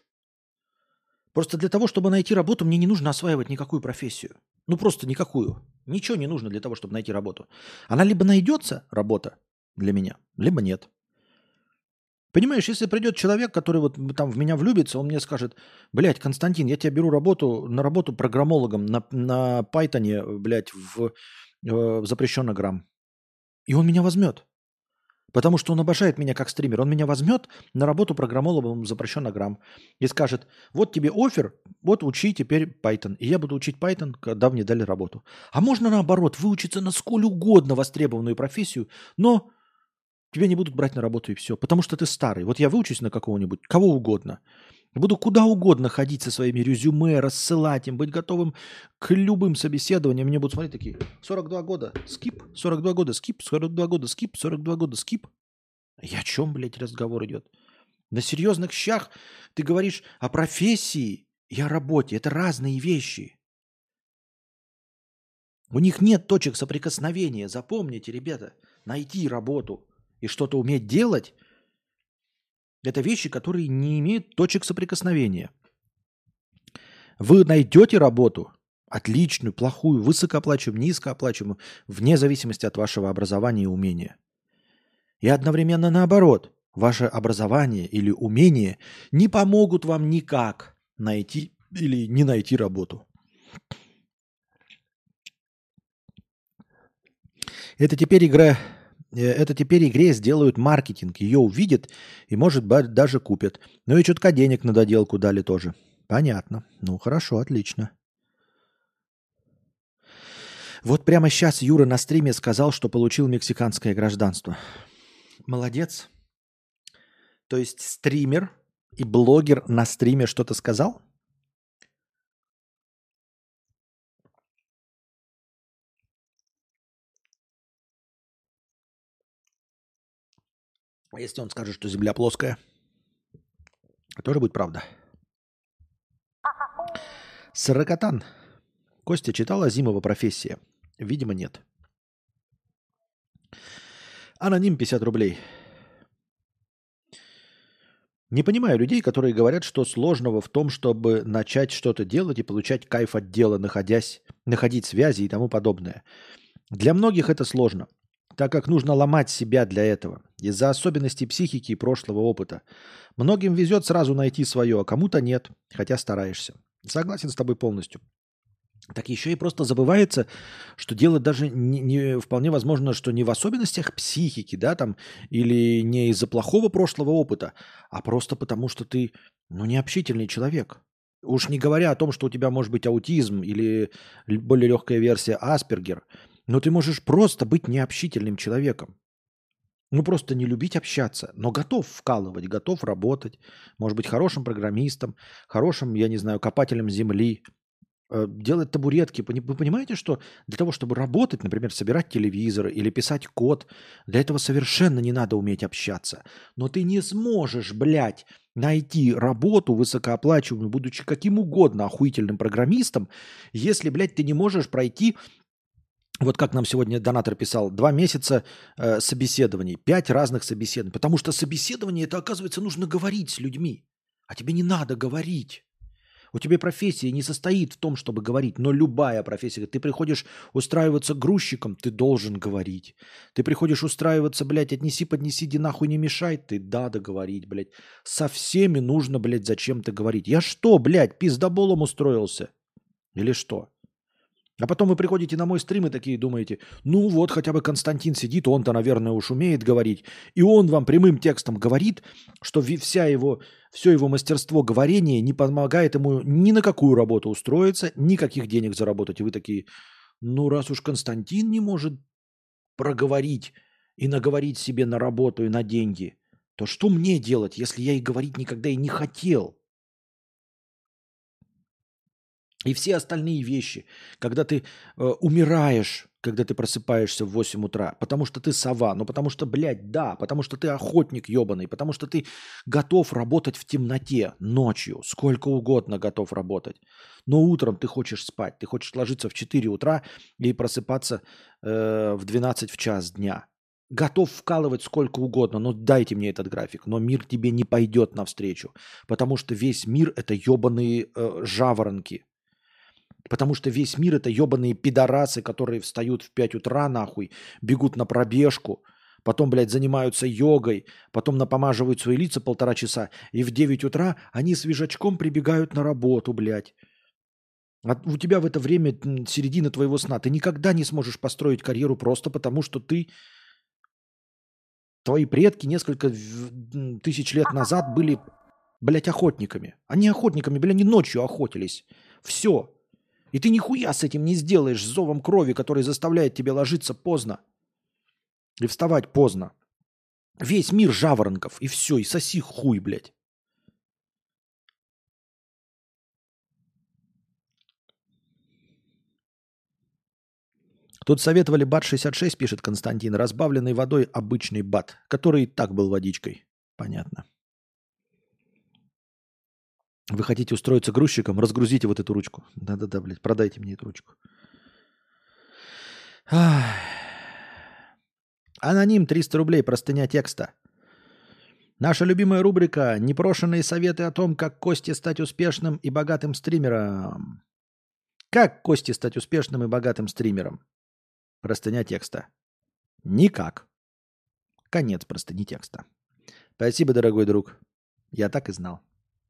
Просто для того, чтобы найти работу, мне не нужно осваивать никакую профессию. Ну просто никакую. Ничего не нужно для того, чтобы найти работу. Она либо найдется, работа для меня, либо нет. Понимаешь, если придет человек, который вот там в меня влюбится, он мне скажет, блядь, Константин, я тебя беру работу, на работу программологом на, на Пайтоне, блядь, в, э, в запрещенный грамм. И он меня возьмет. Потому что он обожает меня как стример. Он меня возьмет на работу программологом в запрещенный грамм и скажет, вот тебе оффер, вот учи теперь Python. И я буду учить Python, когда мне дали работу. А можно наоборот, выучиться на сколь угодно востребованную профессию, но... тебя не будут брать на работу и все. Потому что ты старый. Вот я выучусь на какого-нибудь, кого угодно. Буду куда угодно ходить со своими резюме, рассылать им, быть готовым к любым собеседованиям. Мне будут смотреть такие, сорок два года, скип, сорок два года, скип, сорок два года, скип, сорок два года, скип. И о чем, блядь, разговор идет? На серьезных щах ты говоришь о профессии и о работе. Это разные вещи. У них нет точек соприкосновения. Запомните, ребята, найти работу и что-то уметь делать – это вещи, которые не имеют точек соприкосновения. Вы найдете работу, отличную, плохую, высокооплачиваемую, низкооплачиваемую, вне зависимости от вашего образования и умения. И одновременно наоборот, ваше образование или умение не помогут вам никак найти или не найти работу. Это теперь игра... Это теперь игре сделают маркетинг. Ее увидят и, может быть, даже купят. Ну и чутка денег на доделку дали тоже. Понятно. Ну, хорошо, отлично. Вот прямо сейчас Юра на стриме сказал, что получил мексиканское гражданство. Молодец. То есть стример и блогер на стриме что-то сказал? А если он скажет, что Земля плоская? Тоже будет правда. Сорокотан. Костя читал Азимова «Профессия»? Видимо, нет. Аноним пятьдесят рублей. Не понимаю людей, которые говорят, что сложного в том, чтобы начать что-то делать и получать кайф от дела, находясь, находить связи и тому подобное. Для многих это сложно, так как нужно ломать себя для этого, из-за особенностей психики и прошлого опыта. Многим везет сразу найти свое, а кому-то нет, хотя стараешься. Согласен с тобой полностью. Так еще и просто забывается, что дело даже не, не- вполне возможно, что не в особенностях психики, да, там, или не из-за плохого прошлого опыта, а просто потому, что ты, ну, необщительный человек. Уж не говоря о том, что у тебя может быть аутизм или л- более легкая версия Аспергер, но ты можешь просто быть необщительным человеком. Ну, просто не любить общаться, но готов вкалывать, готов работать, может быть, хорошим программистом, хорошим, я не знаю, копателем земли, э, делать табуретки. Пони- Вы понимаете, что для того, чтобы работать, например, собирать телевизор или писать код, для этого совершенно не надо уметь общаться. Но ты не сможешь, блядь, найти работу высокооплачиваемую, будучи каким угодно охуительным программистом, если, блядь, ты не можешь пройти, вот как нам сегодня донатор писал, два месяца э, собеседований, пять разных собеседований. Потому что собеседование, это, оказывается, нужно говорить с людьми. А тебе не надо говорить. У тебя профессия не состоит в том, чтобы говорить, но любая профессия. Ты приходишь устраиваться грузчиком, ты должен говорить. Ты приходишь устраиваться, блядь, отнеси, поднеси, иди нахуй не мешай, ты надо говорить, блядь. Со всеми нужно, блядь, зачем-то говорить. Я что, блядь, пиздоболом устроился? Или что? А потом вы приходите на мой стрим и такие думаете, ну вот хотя бы Константин сидит, он-то, наверное, уж умеет говорить. И он вам прямым текстом говорит, что ви- вся его, все его мастерство говорения не помогает ему ни на какую работу устроиться, никаких денег заработать. И вы такие, ну раз уж Константин не может проговорить и наговорить себе на работу и на деньги, то что мне делать, если я и говорить никогда и не хотел? И все остальные вещи, когда ты э, умираешь, когда ты просыпаешься в восемь утра, потому что ты сова, ну потому что, блядь, да, потому что ты охотник ебаный, потому что ты готов работать в темноте ночью, сколько угодно готов работать. Но утром ты хочешь спать, ты хочешь ложиться в четыре утра и просыпаться э, в двенадцать в час дня. Готов вкалывать сколько угодно, но дайте мне этот график. Но мир тебе не пойдет навстречу, потому что весь мир это ебаные э, жаворонки. Потому что весь мир это ебаные пидорасы, которые встают в пять утра нахуй, бегут на пробежку, потом, блядь, занимаются йогой, потом напомаживают свои лица полтора часа, и в девять утра они свежачком прибегают на работу, блядь. А у тебя в это время м, середина твоего сна. Ты никогда не сможешь построить карьеру просто потому, что ты, твои предки несколько в- м, тысяч лет назад были, блядь, охотниками. Они охотниками, блядь, они ночью охотились. Все. И ты нихуя с этим не сделаешь, с зовом крови, который заставляет тебя ложиться поздно и вставать поздно. Весь мир жаворонков, и все, и соси хуй, блядь. Тут советовали бат шестьдесят шесть, пишет Константин, разбавленный водой обычный бат, который и так был водичкой. Понятно. Вы хотите устроиться грузчиком? Разгрузите вот эту ручку. Да-да-да, блядь, продайте мне эту ручку. Ах. Аноним триста рублей, простыня текста. Наша любимая рубрика «Непрошенные советы о том, как Косте стать успешным и богатым стримером». Как Косте стать успешным и богатым стримером? Простыня текста. Никак. Конец простыни текста. Спасибо, дорогой друг. Я так и знал.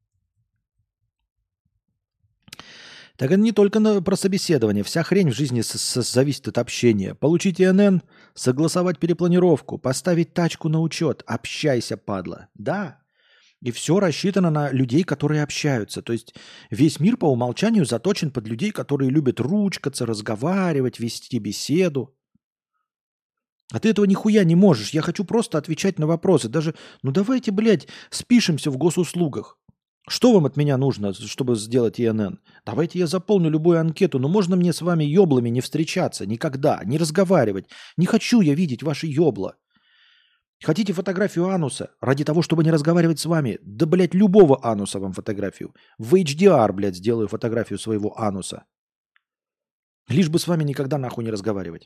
Так это не только на, про собеседование. Вся хрень в жизни с- с- зависит от общения. Получить И Н Н, согласовать перепланировку, поставить тачку на учет. Общайся, падла. Да. И все рассчитано на людей, которые общаются. То есть весь мир по умолчанию заточен под людей, которые любят ручкаться, разговаривать, вести беседу. А ты этого нихуя не можешь. Я хочу просто отвечать на вопросы. Даже, ну давайте, блядь, спишемся в госуслугах. Что вам от меня нужно, чтобы сделать И Н Н? Давайте я заполню любую анкету, но можно мне с вами еблами не встречаться никогда, не разговаривать. Не хочу я видеть ваши ебла. Хотите фотографию ануса ради того, чтобы не разговаривать с вами? Да, блядь, любого ануса вам фотографию. В H D R, блядь, сделаю фотографию своего ануса. Лишь бы с вами никогда нахуй не разговаривать.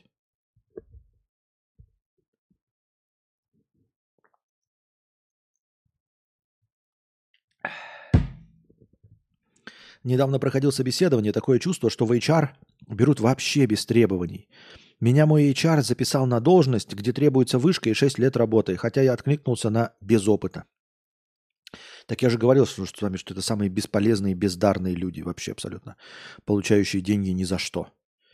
Недавно проходил собеседование, такое чувство, что в эйч ар берут вообще без требований. Меня мой эйч ар записал на должность, где требуется вышка и шесть лет работы, хотя я откликнулся на без опыта. Так я же говорил, что, что, с вами, что это самые бесполезные, бездарные люди вообще абсолютно, получающие деньги ни за что.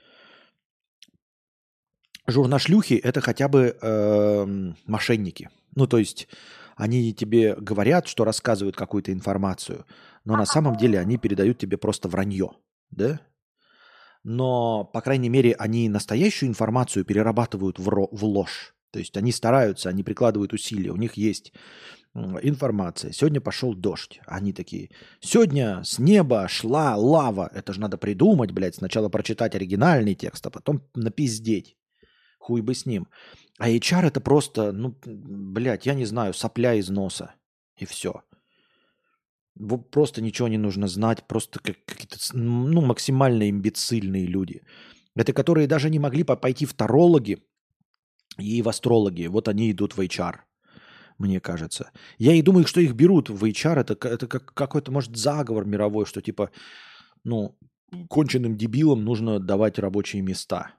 Журнашлюхи – это хотя бы э, мошенники. Ну, то есть они тебе говорят, что рассказывают какую-то информацию, но на самом деле они передают тебе просто вранье, да? Но, по крайней мере, они настоящую информацию перерабатывают в, ро- в ложь. То есть они стараются, они прикладывают усилия, у них есть м, информация. Сегодня пошел дождь. Они такие, сегодня с неба шла лава. Это же надо придумать, блядь, сначала прочитать оригинальный текст, а потом напиздеть. Хуй бы с ним. А эйч ар это просто, ну, блядь, я не знаю, сопля из носа. И все. Просто ничего не нужно знать. Просто как, какие-то, ну, максимально имбецильные люди. Это которые даже не могли по- пойти в тарологи и в астрологи. Вот они идут в эйч ар, мне кажется. Я и думаю, что их берут в эйч ар. Это, это как какой-то, может, заговор мировой, что типа, ну, конченным дебилам нужно давать рабочие места.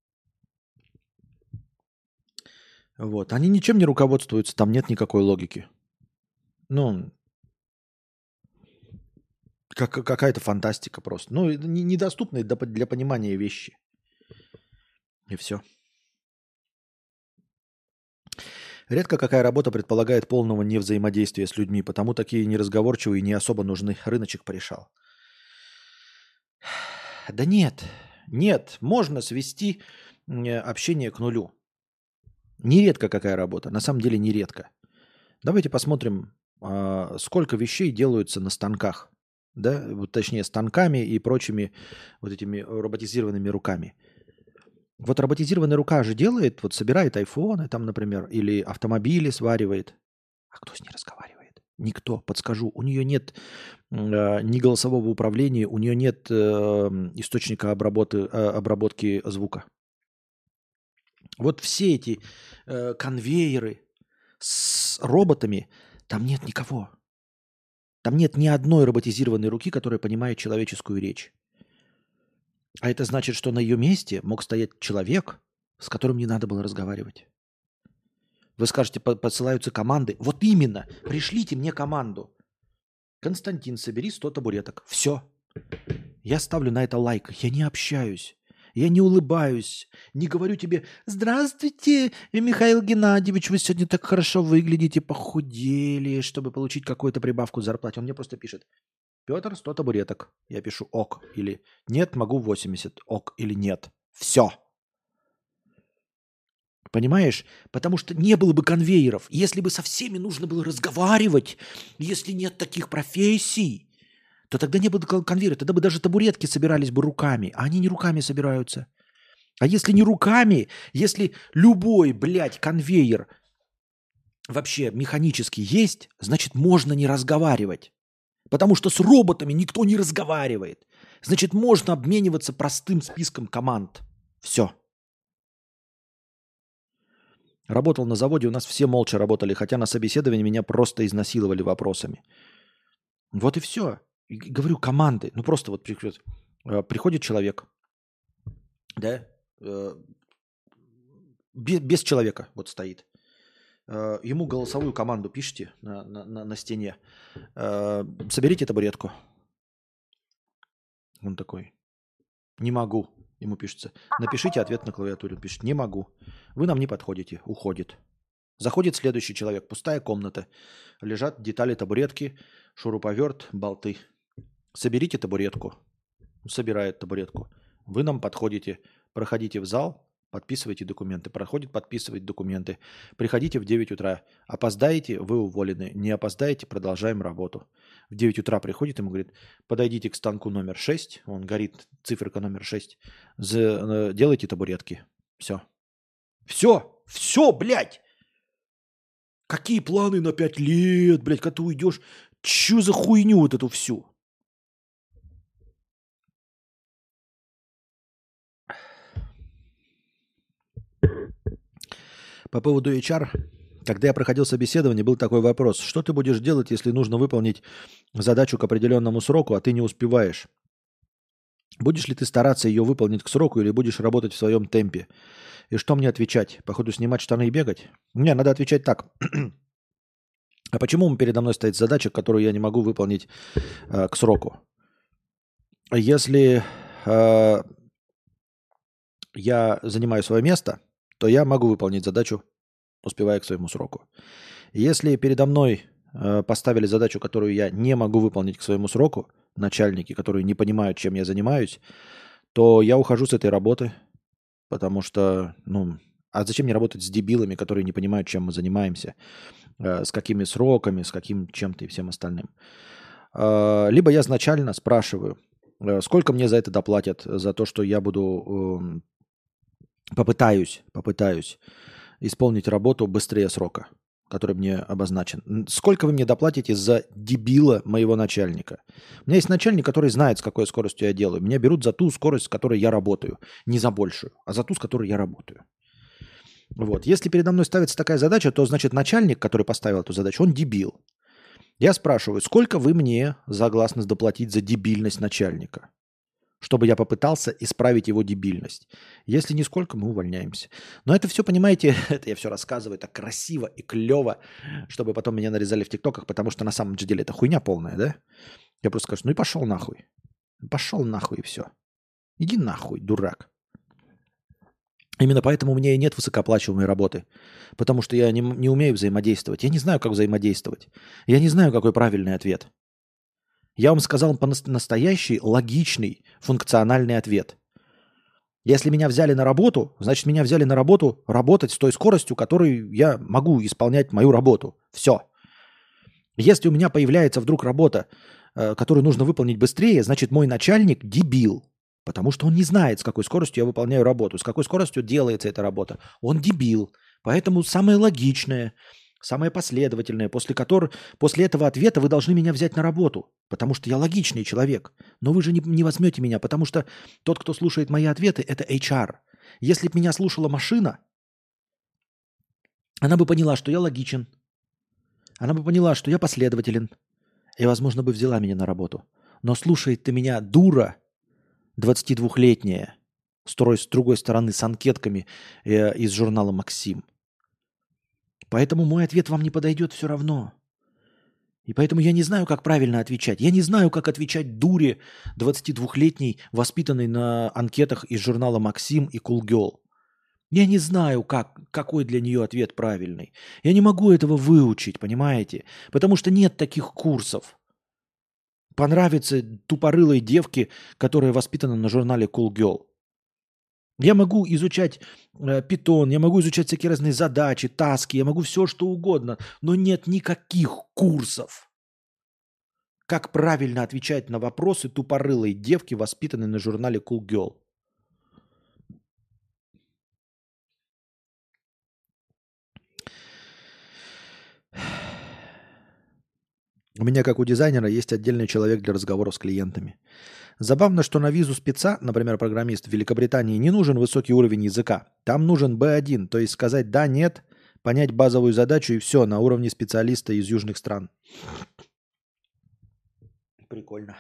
Вот. Они ничем не руководствуются, там нет никакой логики. Ну, как, какая-то фантастика просто. Ну, это не- недоступные для, для понимания вещи. И все. Редко какая работа предполагает полного невзаимодействия с людьми, потому такие неразговорчивые не особо нужны. Рыночек порешал. Да нет, нет, можно свести э, общение к нулю. Нередко какая работа, на самом деле нередко. Давайте посмотрим, а, сколько вещей делаются на станках, да, вот, точнее станками и прочими вот этими роботизированными руками. Вот роботизированная рука же делает, вот собирает айфоны там, например, или автомобили сваривает. А кто с ней разговаривает? Никто, подскажу. У нее нет э, ни голосового управления, у нее нет э, источника обработы, э, обработки звука. Вот все эти э, конвейеры с роботами, там нет никого. Там нет ни одной роботизированной руки, которая понимает человеческую речь. А это значит, что на ее месте мог стоять человек, с которым не надо было разговаривать. Вы скажете, по- посылаются команды. Вот именно, пришлите мне команду. Константин, собери сто табуреток. Все. Я ставлю на это лайк. Я не общаюсь. Я не улыбаюсь. Не говорю тебе, здравствуйте, Михаил Геннадьевич, вы сегодня так хорошо выглядите, похудели, чтобы получить какую-то прибавку к зарплате. Он мне просто пишет, Петр, сто табуреток. Я пишу ок или нет, могу восемьдесят. Ок или нет. Все. Понимаешь? Потому что не было бы конвейеров. Если бы со всеми нужно было разговаривать, если нет таких профессий, то тогда не было бы конвейера. Тогда бы даже табуретки собирались бы руками. А они не руками собираются. А если не руками, если любой, блядь, конвейер вообще механически есть, значит, можно не разговаривать. Потому что с роботами никто не разговаривает. Значит, можно обмениваться простым списком команд. Все. Работал на заводе, у нас все молча работали, хотя на собеседовании меня просто изнасиловали вопросами. Вот и все. И говорю, команды. Ну просто вот приходит, э, приходит человек, да, э, без, без человека вот стоит. Э, ему голосовую команду пишите на, на, на, на стене. Э, соберите табуретку. Он такой, не могу. Ему пишется. Напишите ответ на клавиатуре. Он пишет, не могу. Вы нам не подходите. Уходит. Заходит следующий человек. Пустая комната. Лежат детали табуретки, шуруповерт, болты. Соберите табуретку. Собирает табуретку. Вы нам подходите. Проходите в зал, подписывайте документы. Проходит, подписывает документы. Приходите в девять утра. Опоздаете, вы уволены. Не опоздаете, продолжаем работу. В девять утра приходит, ему говорит, подойдите к станку номер шесть. Он горит, циферка номер шесть. За, делайте табуретки. Все. Все. Все, блядь. Какие планы на пять лет, блядь, когда ты уйдешь? Чё за хуйню вот эту всю? По поводу эйч ар Когда я проходил собеседование, был такой вопрос. Что ты будешь делать, если нужно выполнить задачу к определенному сроку, а ты не успеваешь? Будешь ли ты стараться ее выполнить к сроку или будешь работать в своем темпе? И что мне отвечать? Походу снимать штаны и бегать? Не, надо отвечать так. А почему передо мной стоит задача, которую я не могу выполнить э, к сроку? Если э, я занимаю свое место, то я могу выполнить задачу, успевая к своему сроку. Если передо мной э, поставили задачу, которую я не могу выполнить к своему сроку, начальники, которые не понимают, чем я занимаюсь, то я ухожу с этой работы, потому что, ну, а зачем мне работать с дебилами, которые не понимают, чем мы занимаемся, э, с какими сроками, с каким чем-то и всем остальным. Э, либо я изначально спрашиваю, э, сколько мне за это доплатят, за то, что я буду, э, попытаюсь, попытаюсь исполнить работу быстрее срока, который мне обозначен. Сколько вы мне доплатите за дебила моего начальника? У меня есть начальник, который знает, с какой скоростью я делаю. Меня берут за ту скорость, с которой я работаю. Не за большую, а за ту, с которой я работаю. Вот. Если передо мной ставится такая задача, то значит начальник, который поставил эту задачу, он дебил. Я спрашиваю, сколько вы мне согласны доплатить за дебильность начальника, чтобы я попытался исправить его дебильность. Если нисколько, мы увольняемся. Но это все, понимаете, это я все рассказываю так красиво и клево, чтобы потом меня нарезали в тиктоках, потому что на самом же деле это хуйня полная, да? Я просто скажу, ну и пошел нахуй. Пошел нахуй и все. Иди нахуй, дурак. Именно поэтому у меня и нет высокооплачиваемой работы. Потому что я не, не умею взаимодействовать. Я не знаю, как взаимодействовать. Я не знаю, какой правильный ответ. Я вам сказал настоящий, логичный, функциональный ответ. Если меня взяли на работу, значит, меня взяли на работу работать с той скоростью, которой я могу исполнять мою работу. Все. Если у меня появляется вдруг работа, которую нужно выполнить быстрее, значит, мой начальник дебил. Потому что он не знает, с какой скоростью я выполняю работу, с какой скоростью делается эта работа. Он дебил. Поэтому самое логичное, самое последовательное, после, которого, после этого ответа вы должны меня взять на работу, потому что я логичный человек. Но вы же не, не возьмете меня, потому что тот, кто слушает мои ответы, это эйч ар. Если бы меня слушала машина, она бы поняла, что я логичен. Она бы поняла, что я последователен. И, возможно, бы взяла меня на работу. Но слушает ты меня дура, двадцатидвухлетняя, с другой стороны, с анкетками э, из журнала «Максим». Поэтому мой ответ вам не подойдет все равно. И поэтому я не знаю, как правильно отвечать. Я не знаю, как отвечать дуре двадцатидвухлетней, воспитанной на анкетах из журнала «Максим» и «Cool Girl». Я не знаю, как, какой для нее ответ правильный. Я не могу этого выучить, понимаете? Потому что нет таких курсов. Понравится тупорылой девке, которая воспитана на журнале Cool Girl. Я могу изучать э, питон, я могу изучать всякие разные задачи, таски, я могу все, что угодно, но нет никаких курсов. Как правильно отвечать на вопросы тупорылой девки, воспитанной на журнале Cool Girl. У меня, как у дизайнера, есть отдельный человек для разговоров с клиентами. Забавно, что на визу спеца, например, программист в Великобритании, не нужен высокий уровень языка. Там нужен би один, то есть сказать «да», «нет», понять базовую задачу и все на уровне специалиста из южных стран. Прикольно.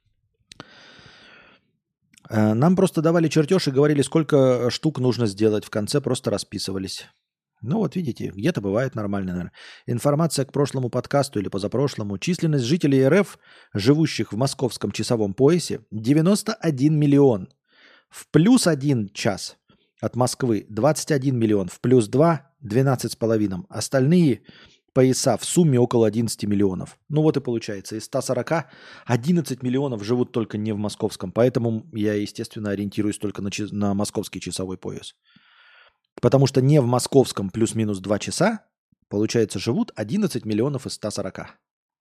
Нам просто давали чертеж и говорили, сколько штук нужно сделать. В конце просто расписывались. Ну вот видите, где-то бывает нормально, наверное. Информация к прошлому подкасту или позапрошлому. Численность жителей эр эф, живущих в московском часовом поясе, девяносто один миллион. В плюс один час от Москвы двадцать один миллион. В плюс два – двенадцать с половиной. Остальные пояса в сумме около одиннадцать миллионов. Ну вот и получается. Из ста сорока одиннадцать миллионов живут только не в московском. Поэтому я, естественно, ориентируюсь только на, на московский часовой пояс. Потому что не в московском плюс-минус два часа, получается, живут одиннадцать миллионов из ста сорока.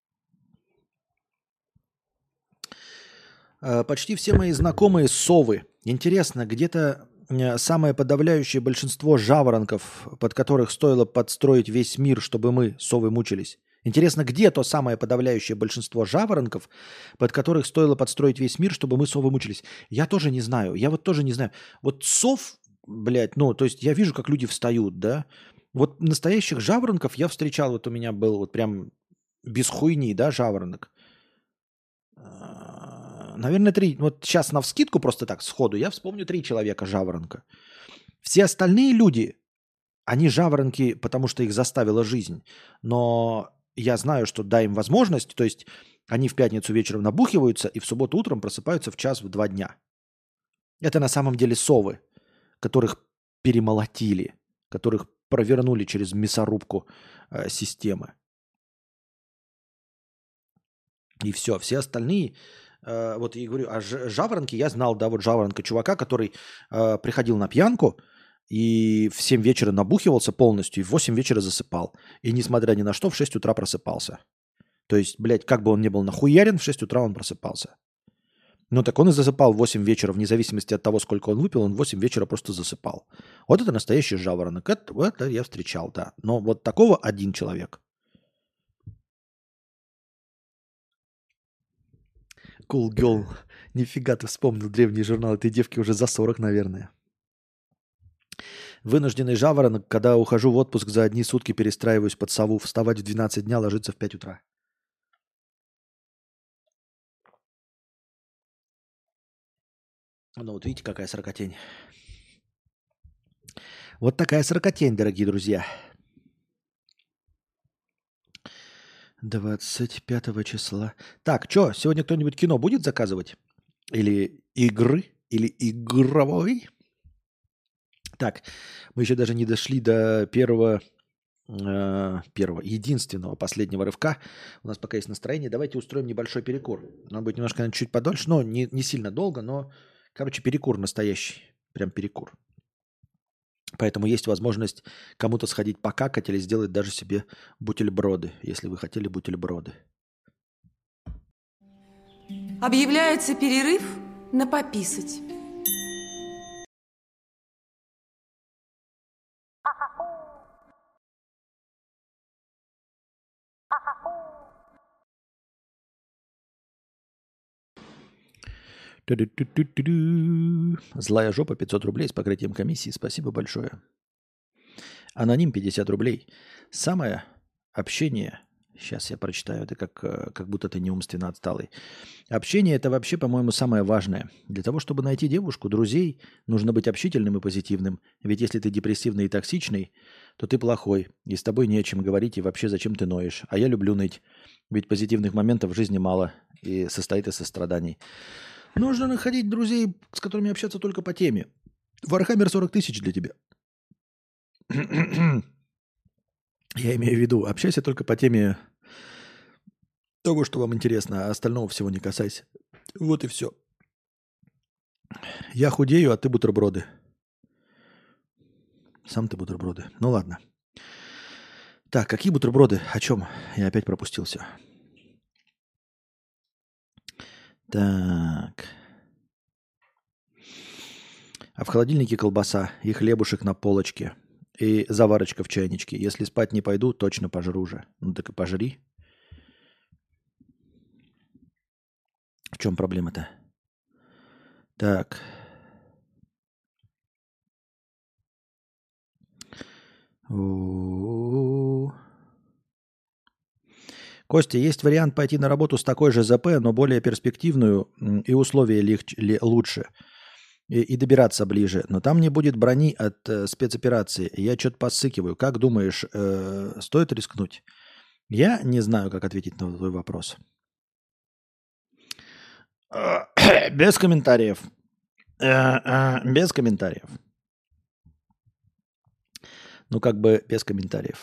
Почти все мои знакомые совы. Интересно, где-то самое подавляющее большинство жаворонков, под которых стоило подстроить весь мир, чтобы мы, совы, мучились. Интересно, где то самое подавляющее большинство жаворонков, под которых стоило подстроить весь мир, чтобы мы, совы, мучились? Я тоже не знаю. Я вот тоже не знаю. Вот сов... Блять, ну, то есть я вижу, как люди встают, да, Вот настоящих жаворонков я встречал, вот у меня был вот прям без хуйни, да, жаворонок. А, Наверное, три. Вот сейчас навскидку просто так сходу я вспомню три человека жаворонка. Все остальные люди, они жаворонки, потому что их заставила жизнь. Но я знаю, что дай им возможность, то есть они в пятницу вечером набухиваются и в субботу утром просыпаются в час, в два дня. Это на самом деле совы, которых перемолотили, которых провернули через мясорубку э, системы. И все. Все остальные, э, вот я говорю, а ж- жаворонки, я знал, да, вот жаворонка, чувака, который э, приходил на пьянку и в семь вечера набухивался полностью, и в восемь вечера засыпал. И несмотря ни на что, в шесть утра просыпался. То есть, блядь, как бы он ни был нахуярен, в шесть утра он просыпался. Ну так он и засыпал в восемь вечера, вне зависимости от того, сколько он выпил, он в восемь вечера просто засыпал. Вот это настоящий жаворонок. Это, вот это я встречал, да. Но вот такого один человек. Cool girl. Нифига ты вспомнил древний журнал этой девки уже за сорок, наверное. Вынужденный жаворонок, когда ухожу в отпуск, за одни сутки перестраиваюсь под сову. Вставать в двенадцать дня, ложиться в пять утра. Ну вот видите, какая сорокотень. Вот такая сорокотень, дорогие друзья. двадцать пятого числа. Так, что, сегодня кто-нибудь кино будет заказывать? Или игры? Или игровой? Так, мы еще даже не дошли до первого, э, первого, единственного, последнего рывка. У нас пока есть настроение. Давайте устроим небольшой перекур. Он будет немножко, наверное, чуть подольше, но не, не сильно долго, но, короче, перекур настоящий. Прям перекур. Поэтому есть возможность кому-то сходить покакать или сделать даже себе бутерброды, если вы хотели бутерброды. Объявляется перерыв на пописать. Ту-ду-ду-ду-ду-ду. Злая жопа пятьсот рублей с покрытием комиссии. Спасибо большое. Аноним пятьдесят рублей. Самое общение... Сейчас я прочитаю. Это как, э, как будто ты не умственно отсталый. Общение – это вообще, по-моему, самое важное. Для того, чтобы найти девушку, друзей, нужно быть общительным и позитивным. Ведь если ты депрессивный и токсичный, то ты плохой. И с тобой не о чем говорить, и вообще зачем ты ноешь. А я люблю ныть. Ведь позитивных моментов в жизни мало. И состоит из состраданий. Нужно находить друзей, с которыми общаться только по теме. Вархаммер сорок тысяч для тебя. Я имею в виду, общайся только по теме того, что вам интересно, а остального всего не касайся. Вот и все. Я худею, а ты бутерброды. Сам ты бутерброды. Ну ладно. Так, какие бутерброды? О чем? Я опять пропустил все. Так. А в холодильнике колбаса и хлебушек на полочке. И заварочка в чайничке. Если спать не пойду, точно пожру же. Ну так и пожри. В чем проблема-то? Так. У-у-у. Костя, есть вариант пойти на работу с такой же ЗП, но более перспективную и условия легче, лучше. И, и добираться ближе. Но там не будет брони от э, спецоперации. Я что-то посыкиваю. Как думаешь, э, стоит рискнуть? Я не знаю, как ответить на твой вопрос. Без комментариев. Без комментариев. Ну, как бы без комментариев.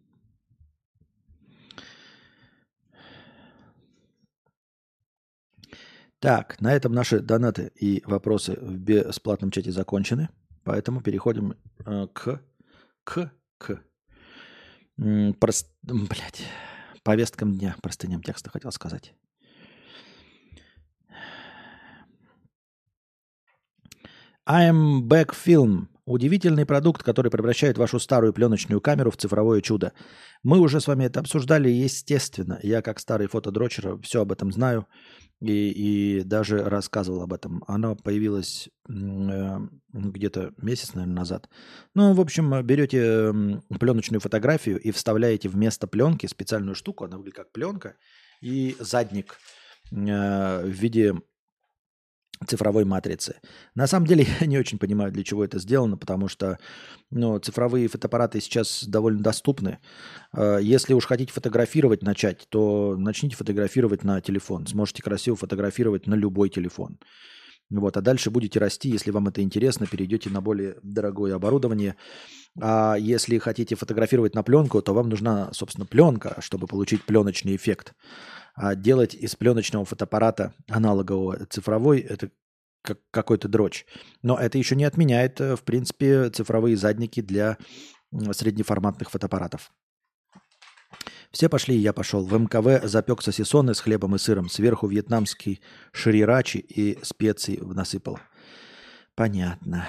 Так, на этом наши донаты и вопросы в бесплатном чате закончены. Поэтому переходим э, к, к, к м, прост, блядь, повесткам дня, простыням текста хотел сказать. I am back film. Удивительный продукт, который превращает вашу старую пленочную камеру в цифровое чудо. Мы уже с вами это обсуждали, естественно. Я, как старый фотодрочер, все об этом знаю. и, и даже рассказывал об этом. Она появилась э, где-то месяц, наверное, назад. Ну, в общем, берете пленочную фотографию и вставляете вместо пленки специальную штуку, она выглядит как пленка, и задник э, в виде цифровой матрицы. На самом деле я не очень понимаю, для чего это сделано, потому что ну, цифровые фотоаппараты сейчас довольно доступны. Если уж хотите фотографировать начать, то начните фотографировать на телефон. Сможете красиво фотографировать на любой телефон. Вот, а дальше будете расти, если вам это интересно, перейдете на более дорогое оборудование. А если хотите фотографировать на пленку, то вам нужна, собственно, пленка, чтобы получить пленочный эффект. А делать из пленочного фотоаппарата аналогового цифровой – это как какой-то дрочь. Но это еще не отменяет, в принципе, цифровые задники для среднеформатных фотоаппаратов. Все пошли, и я пошел. В эм ка вэ запек сосисоны с хлебом и сыром. Сверху вьетнамский шрирачи и специи насыпал. Понятно.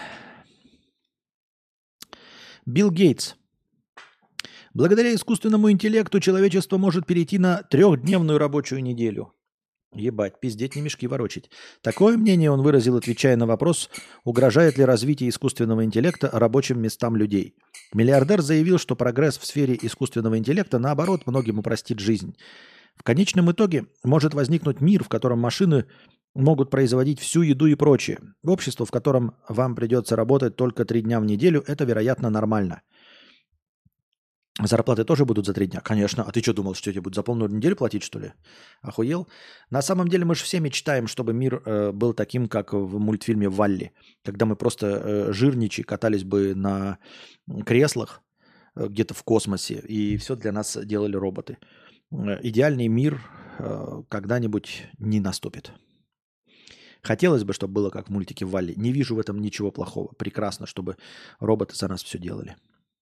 Билл Гейтс. Благодаря искусственному интеллекту человечество может перейти на трехдневную рабочую неделю. Ебать, пиздеть, не мешки ворочить. Такое мнение он выразил, отвечая на вопрос, угрожает ли развитие искусственного интеллекта рабочим местам людей. Миллиардер заявил, что прогресс в сфере искусственного интеллекта, наоборот, многим упростит жизнь. В конечном итоге может возникнуть мир, в котором машины могут производить всю еду и прочее. Общество, в котором вам придется работать только три дня в неделю, это, вероятно, нормально. Зарплаты тоже будут за три дня? Конечно. А ты что думал, что тебе будут за полную неделю платить, что ли? Охуел? На самом деле мы же все мечтаем, чтобы мир э, был таким, как в мультфильме «Валли», когда мы просто э, жирничи катались бы на креслах э, где-то в космосе, и все для нас делали роботы. Э, идеальный мир э, когда-нибудь не наступит. Хотелось бы, чтобы было как в мультике «Валли». Не вижу в этом ничего плохого. Прекрасно, чтобы роботы за нас все делали.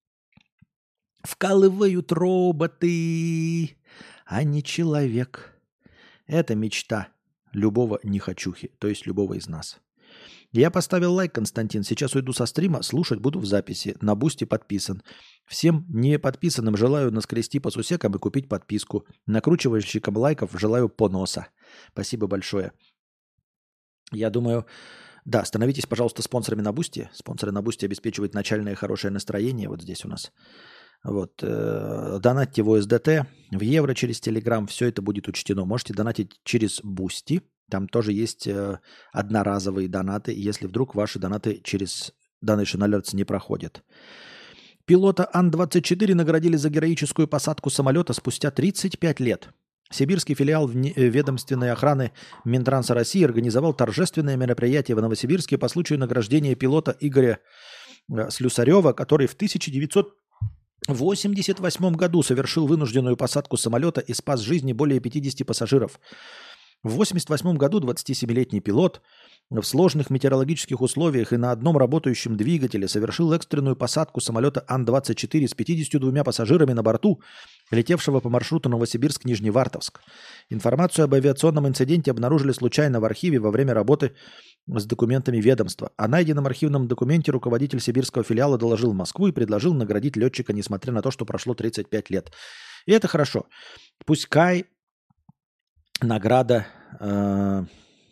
Вкалывают роботы, а не человек. Это мечта любого нехочухи, то есть любого из нас. Я поставил лайк, Константин. Сейчас уйду со стрима, слушать буду в записи. На Бусти подписан. Всем не подписанным желаю наскрести по сусекам и купить подписку. Накручивальщикам лайков желаю поноса. Спасибо большое. Я думаю... Да, становитесь, пожалуйста, спонсорами на Бусти. Спонсоры на Бусти обеспечивают начальное хорошее настроение. Вот здесь у нас... Вот, э, донатьте в ю эс ди ти, в евро через Telegram, все это будет учтено. Можете донатить через Boosty, там тоже есть э, одноразовые донаты, если вдруг ваши донаты через Donation Alerts не проходят. Пилота Ан двадцать четыре наградили за героическую посадку самолета спустя тридцать пять лет. Сибирский филиал ведомственной охраны Минтранса России организовал торжественное мероприятие в Новосибирске по случаю награждения пилота Игоря Слюсарева, который в тысяча девятьсот В восемьдесят восьмом году совершил вынужденную посадку самолета и спас жизни более пятидесяти пассажиров. В восемьдесят восьмом году двадцатисемилетний пилот в сложных метеорологических условиях и на одном работающем двигателе совершил экстренную посадку самолета Ан двадцать четыре с пятьюдесятью двумя пассажирами на борту, летевшего по маршруту Новосибирск-Нижневартовск. Информацию об авиационном инциденте обнаружили случайно в архиве во время работы с документами ведомства. О найденном архивном документе руководитель сибирского филиала доложил в Москву и предложил наградить летчика, несмотря на то, что прошло тридцать пять лет. И это хорошо. Пускай награда, э,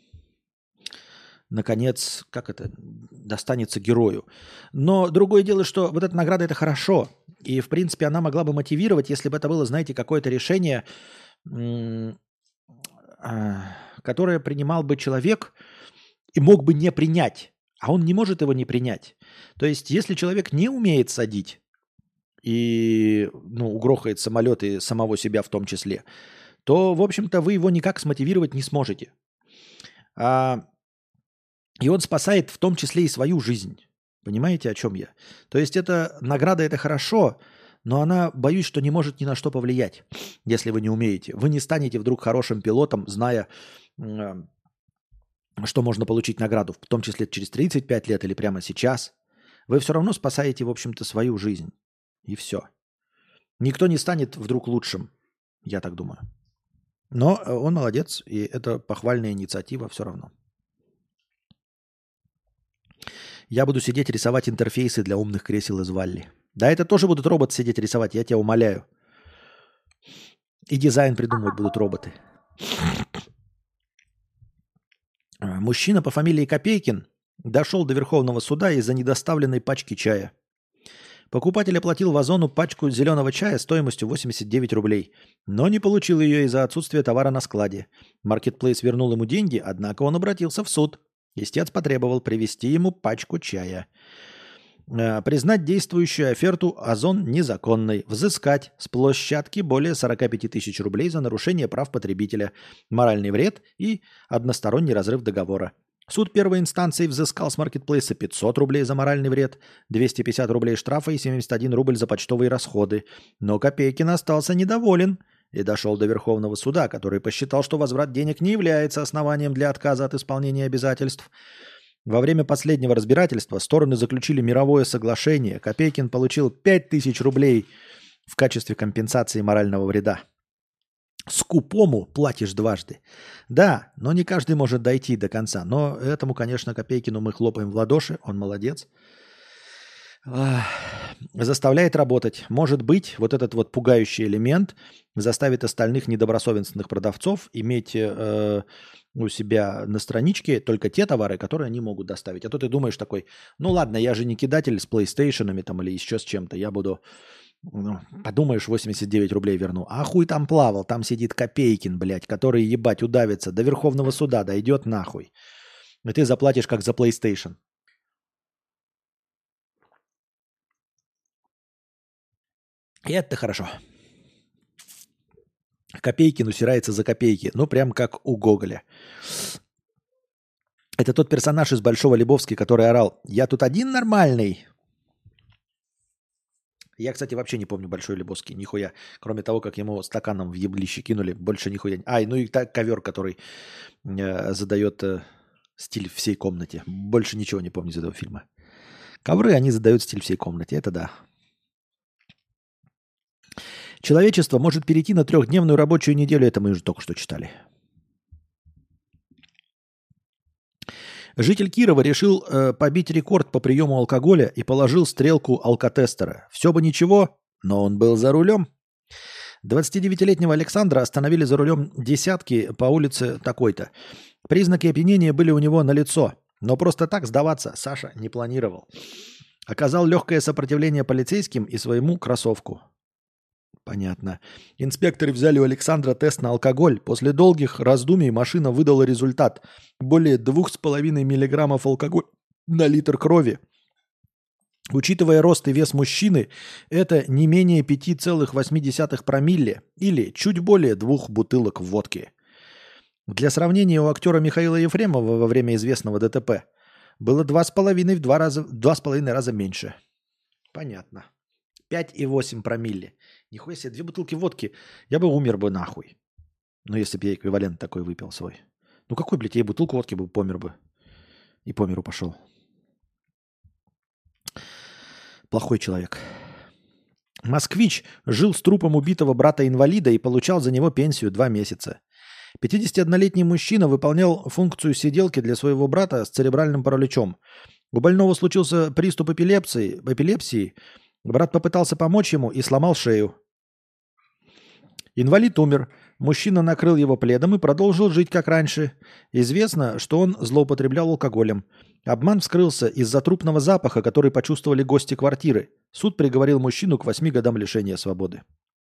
наконец, как это, достанется герою. Но другое дело, что вот эта награда – это хорошо. И, в принципе, она могла бы мотивировать, если бы это было, знаете, какое-то решение, э, э, которое принимал бы человек и мог бы не принять, а он не может его не принять. То есть, если человек не умеет садить и ну, угрохает самолет и самого себя в том числе, то, в общем-то, вы его никак смотивировать не сможете. А, и он спасает в том числе и свою жизнь. Понимаете, о чем я? То есть, это награда – это хорошо, но она, боюсь, что не может ни на что повлиять, если вы не умеете. Вы не станете вдруг хорошим пилотом, зная... что можно получить награду, в том числе через тридцать пять лет или прямо сейчас, вы все равно спасаете, в общем-то, свою жизнь. И все. Никто не станет вдруг лучшим, я так думаю. Но он молодец, и это похвальная инициатива все равно. Я буду сидеть рисовать интерфейсы для умных кресел из Валли. Да, это тоже будут роботы сидеть рисовать, я тебя умоляю. И дизайн придумывать будут роботы. Мужчина по фамилии Копейкин дошел до Верховного суда из-за недоставленной пачки чая. Покупатель оплатил в Озону пачку зеленого чая стоимостью восемьдесят девять рублей, но не получил ее из-за отсутствия товара на складе. Маркетплейс вернул ему деньги, однако он обратился в суд. Истец потребовал привезти ему пачку чая. Признать действующую оферту Озон незаконной. Взыскать с площадки более сорок пять тысяч рублей за нарушение прав потребителя, моральный вред и односторонний разрыв договора. Суд первой инстанции взыскал с маркетплейса пятьсот рублей за моральный вред, двести пятьдесят рублей штрафа и семьдесят один рубль за почтовые расходы. Но Копейкин остался недоволен и дошел до Верховного суда, который посчитал, что возврат денег не является основанием для отказа от исполнения обязательств. Во время последнего разбирательства стороны заключили мировое соглашение. Копейкин получил пять тысяч рублей в качестве компенсации морального вреда. Скупому платишь дважды. Да, но не каждый может дойти до конца. Но этому, конечно, Копейкину мы хлопаем в ладоши. Он молодец. Ах, заставляет работать. Может быть, вот этот вот пугающий элемент заставит остальных недобросовестных продавцов иметь э, у себя на страничке только те товары, которые они могут доставить. А то ты думаешь такой, ну ладно, я же не кидатель с PlayStation'ами там или еще с чем-то. Я буду... Ну, подумаешь, восемьдесят девять рублей верну. А хуй там плавал, там сидит Копейкин, блядь, который, ебать, удавится, до Верховного суда дойдет нахуй. И ты заплатишь как за PlayStation. И это хорошо. Копейкин усирается за копейки. Ну, прям как у Гоголя. Это тот персонаж из Большого Лебовски, который орал: «Я тут один нормальный». Я, кстати, вообще не помню Большой Лебовский, нихуя. Кроме того, как ему стаканом в еблище кинули, больше нихуя. А, ну и так ковер, который э, задает э, стиль всей комнате. Больше ничего не помню из этого фильма. Ковры, они задают стиль всей комнате, это да. Человечество может перейти на трехдневную рабочую неделю, это мы уже только что читали. Житель Кирова решил э, побить рекорд по приему алкоголя и положил стрелку алкотестера. Все бы ничего, но он был за рулем. двадцатидевятилетнего Александра остановили за рулем десятки по улице такой-то. Признаки опьянения были у него налицо, но просто так сдаваться Саша не планировал. Оказал легкое сопротивление полицейским и своему кроссовку. Понятно. Инспекторы взяли у Александра тест на алкоголь. После долгих раздумий машина выдала результат. Более двух с половиной миллиграммов алкоголя на литр крови. Учитывая рост и вес мужчины, это не менее пять целых восемь десятых промилле или чуть более двух бутылок водки. Для сравнения, у актера Михаила Ефремова во время известного ДТП было два с половиной в два раза, два с половиной раза меньше. Понятно. пять и восемь промилле. Нихуя себе, две бутылки водки. Я бы умер бы нахуй. Ну, если бы я эквивалент такой выпил свой. Ну, какой, блядь, я бутылку водки бы помер бы. И по миру пошел. Плохой человек. Москвич жил с трупом убитого брата-инвалида и получал за него пенсию два месяца. пятидесятиоднолетний мужчина выполнял функцию сиделки для своего брата с церебральным параличом. У больного случился приступ эпилепсии, эпилепсии. Брат попытался помочь ему и сломал шею. Инвалид умер. Мужчина накрыл его пледом и продолжил жить как раньше. Известно, что он злоупотреблял алкоголем. Обман вскрылся из-за трупного запаха, который почувствовали гости квартиры. Суд приговорил мужчину к восьми годам лишения свободы.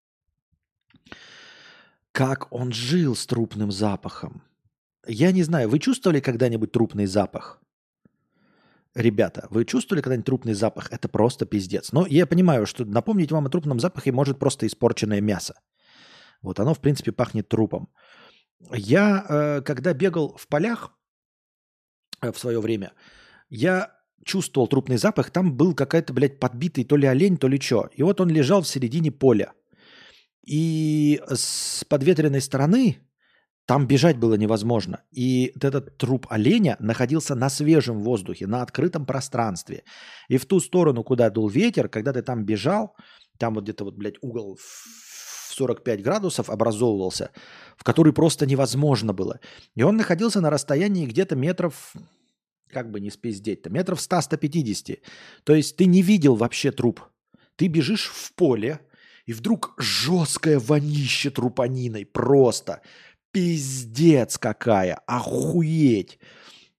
Как он жил с трупным запахом? Я не знаю, вы чувствовали когда-нибудь трупный запах? Ребята, вы чувствовали когда-нибудь трупный запах? Это просто пиздец. Но я понимаю, что напомнить вам о трупном запахе может просто испорченное мясо. Вот оно, в принципе, пахнет трупом. Я, э, когда бегал в полях э, в свое время, я чувствовал трупный запах. Там был какая-то, блядь, подбитый то ли олень, то ли что. И вот он лежал в середине поля. И с подветренной стороны там бежать было невозможно. И этот труп оленя находился на свежем воздухе, на открытом пространстве. И в ту сторону, куда дул ветер, когда ты там бежал, там вот где-то вот, блядь, угол в сорок пять градусов образовывался, в который просто невозможно было. И он находился на расстоянии где-то метров, как бы не спиздеть-то, метров сто-сто пятьдесят. То есть ты не видел вообще труп. Ты бежишь в поле, и вдруг жесткое вонище трупаниной. Просто пиздец какая. Охуеть.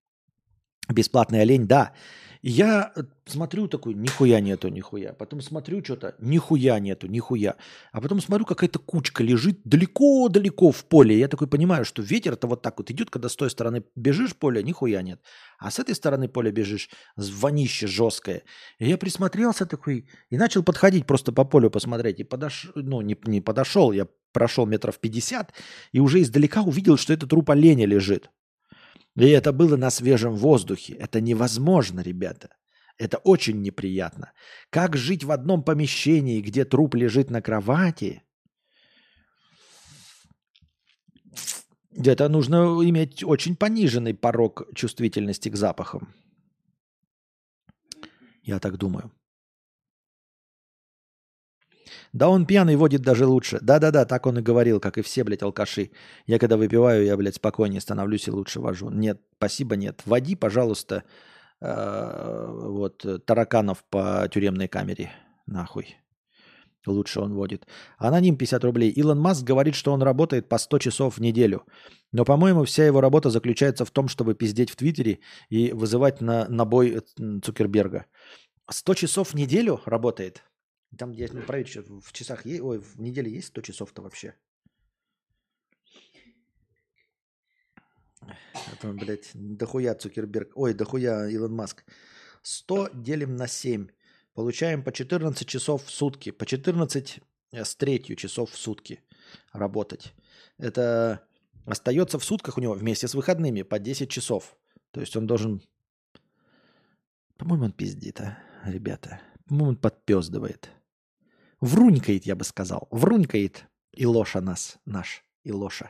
Бесплатный олень, да. И я э, смотрю такой, нихуя нету, нихуя. Потом смотрю что-то, нихуя нету, нихуя. А потом смотрю, какая-то кучка лежит далеко-далеко в поле. И я такой понимаю, что ветер-то вот так вот идет, когда с той стороны бежишь поля, нихуя нет. А с этой стороны поля бежишь, звонище жесткое. И я присмотрелся такой и начал подходить просто по полю посмотреть. И подошел, ну не, не подошел, я прошел метров пятьдесят и уже издалека увидел, что это труп оленя лежит. И это было на свежем воздухе. Это невозможно, ребята. Это очень неприятно. Как жить в одном помещении, где труп лежит на кровати? Это нужно иметь очень пониженный порог чувствительности к запахам. Я так думаю. Да он пьяный водит даже лучше. Да-да-да, так он и говорил, как и все, блядь, алкаши. Я когда выпиваю, я, блядь, спокойнее становлюсь и лучше вожу. Нет, спасибо, нет. Води, пожалуйста, э, вот, тараканов по тюремной камере. Нахуй. Лучше он водит. Аноним пятьдесят рублей. Илон Маск говорит, что он работает по сто часов в неделю. Но, по-моему, вся его работа заключается в том, чтобы пиздеть в Твиттере и вызывать на, на бой Цукерберга. сто часов в неделю работает? Там, где я не проверю, в часах есть, ой, в неделе есть сто часов-то вообще? Это, блядь, дохуя Цукерберг. Ой, дохуя Илон Маск. сто делим на семь. Получаем по четырнадцать часов в сутки. По четырнадцать с третью часов в сутки работать. Это остается в сутках у него вместе с выходными по десять часов. То есть он должен... По-моему, он пиздит, а, ребята. По-моему, он подпездывает. Врунькает, я бы сказал. Врунькает Илоша нас, наш Илоша.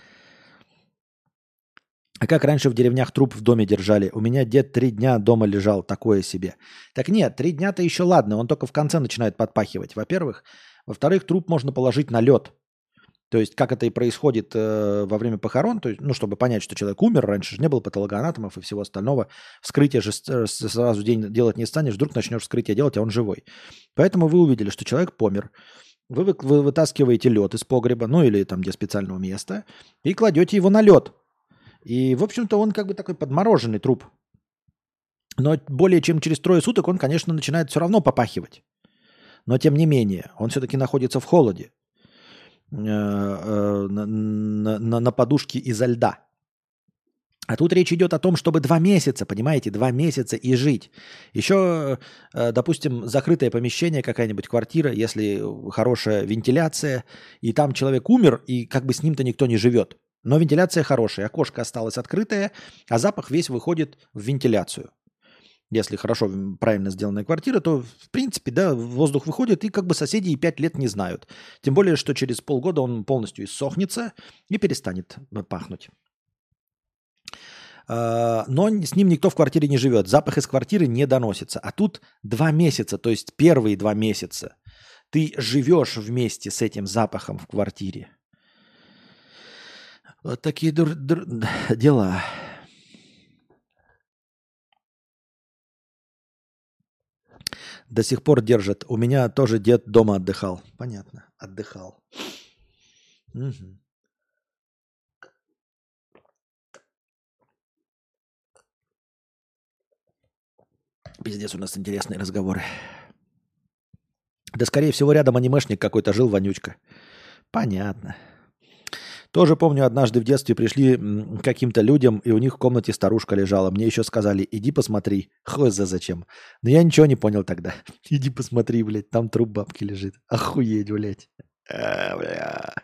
А как раньше в деревнях труп в доме держали? У меня дед три дня дома лежал, такое себе. Так нет, три дня-то еще ладно, он только в конце начинает подпахивать, во-первых. Во-вторых, труп можно положить на лед. То есть, как это и происходит э, во время похорон, то есть, ну, чтобы понять, что человек умер, раньше же не было патологоанатомов и всего остального, вскрытие же сразу день делать не станешь, вдруг начнешь вскрытие делать, а он живой. Поэтому вы увидели, что человек помер. Вы, вы, вы вытаскиваете лед из погреба, ну, или там, где специального места, и кладете его на лед. И, в общем-то, он как бы такой подмороженный труп. Но более чем через трое суток он, конечно, начинает все равно попахивать. Но, тем не менее, он все-таки находится в холоде. На, на, на подушке изо льда. А тут речь идет о том, чтобы два месяца, понимаете, два месяца и жить. Еще, допустим, закрытое помещение, какая-нибудь квартира, если хорошая вентиляция, и там человек умер, и как бы с ним-то никто не живет. Но вентиляция хорошая, окошко осталось открытое, а запах весь выходит в вентиляцию. Если хорошо, правильно сделанная квартира, то, в принципе, да, воздух выходит, и как бы соседи и пять лет не знают. Тем более, что через полгода он полностью иссохнется и перестанет пахнуть. Но с ним никто в квартире не живет. Запах из квартиры не доносится. А тут два месяца, то есть первые два месяца, ты живешь вместе с этим запахом в квартире. Вот такие дур- дур- дела. До сих пор держат. У меня тоже дед дома отдыхал. Понятно. Отдыхал. Угу. Пиздец, у нас интересные разговоры. Да, скорее всего, рядом анимешник какой-то жил, вонючка. Понятно. Тоже помню, однажды в детстве пришли к каким-то людям, и у них в комнате старушка лежала. Мне еще сказали, иди посмотри. Хуй за зачем. Но я ничего не понял тогда. Иди посмотри, блядь, там труп бабки лежит. Охуеть, блядь. А, бля.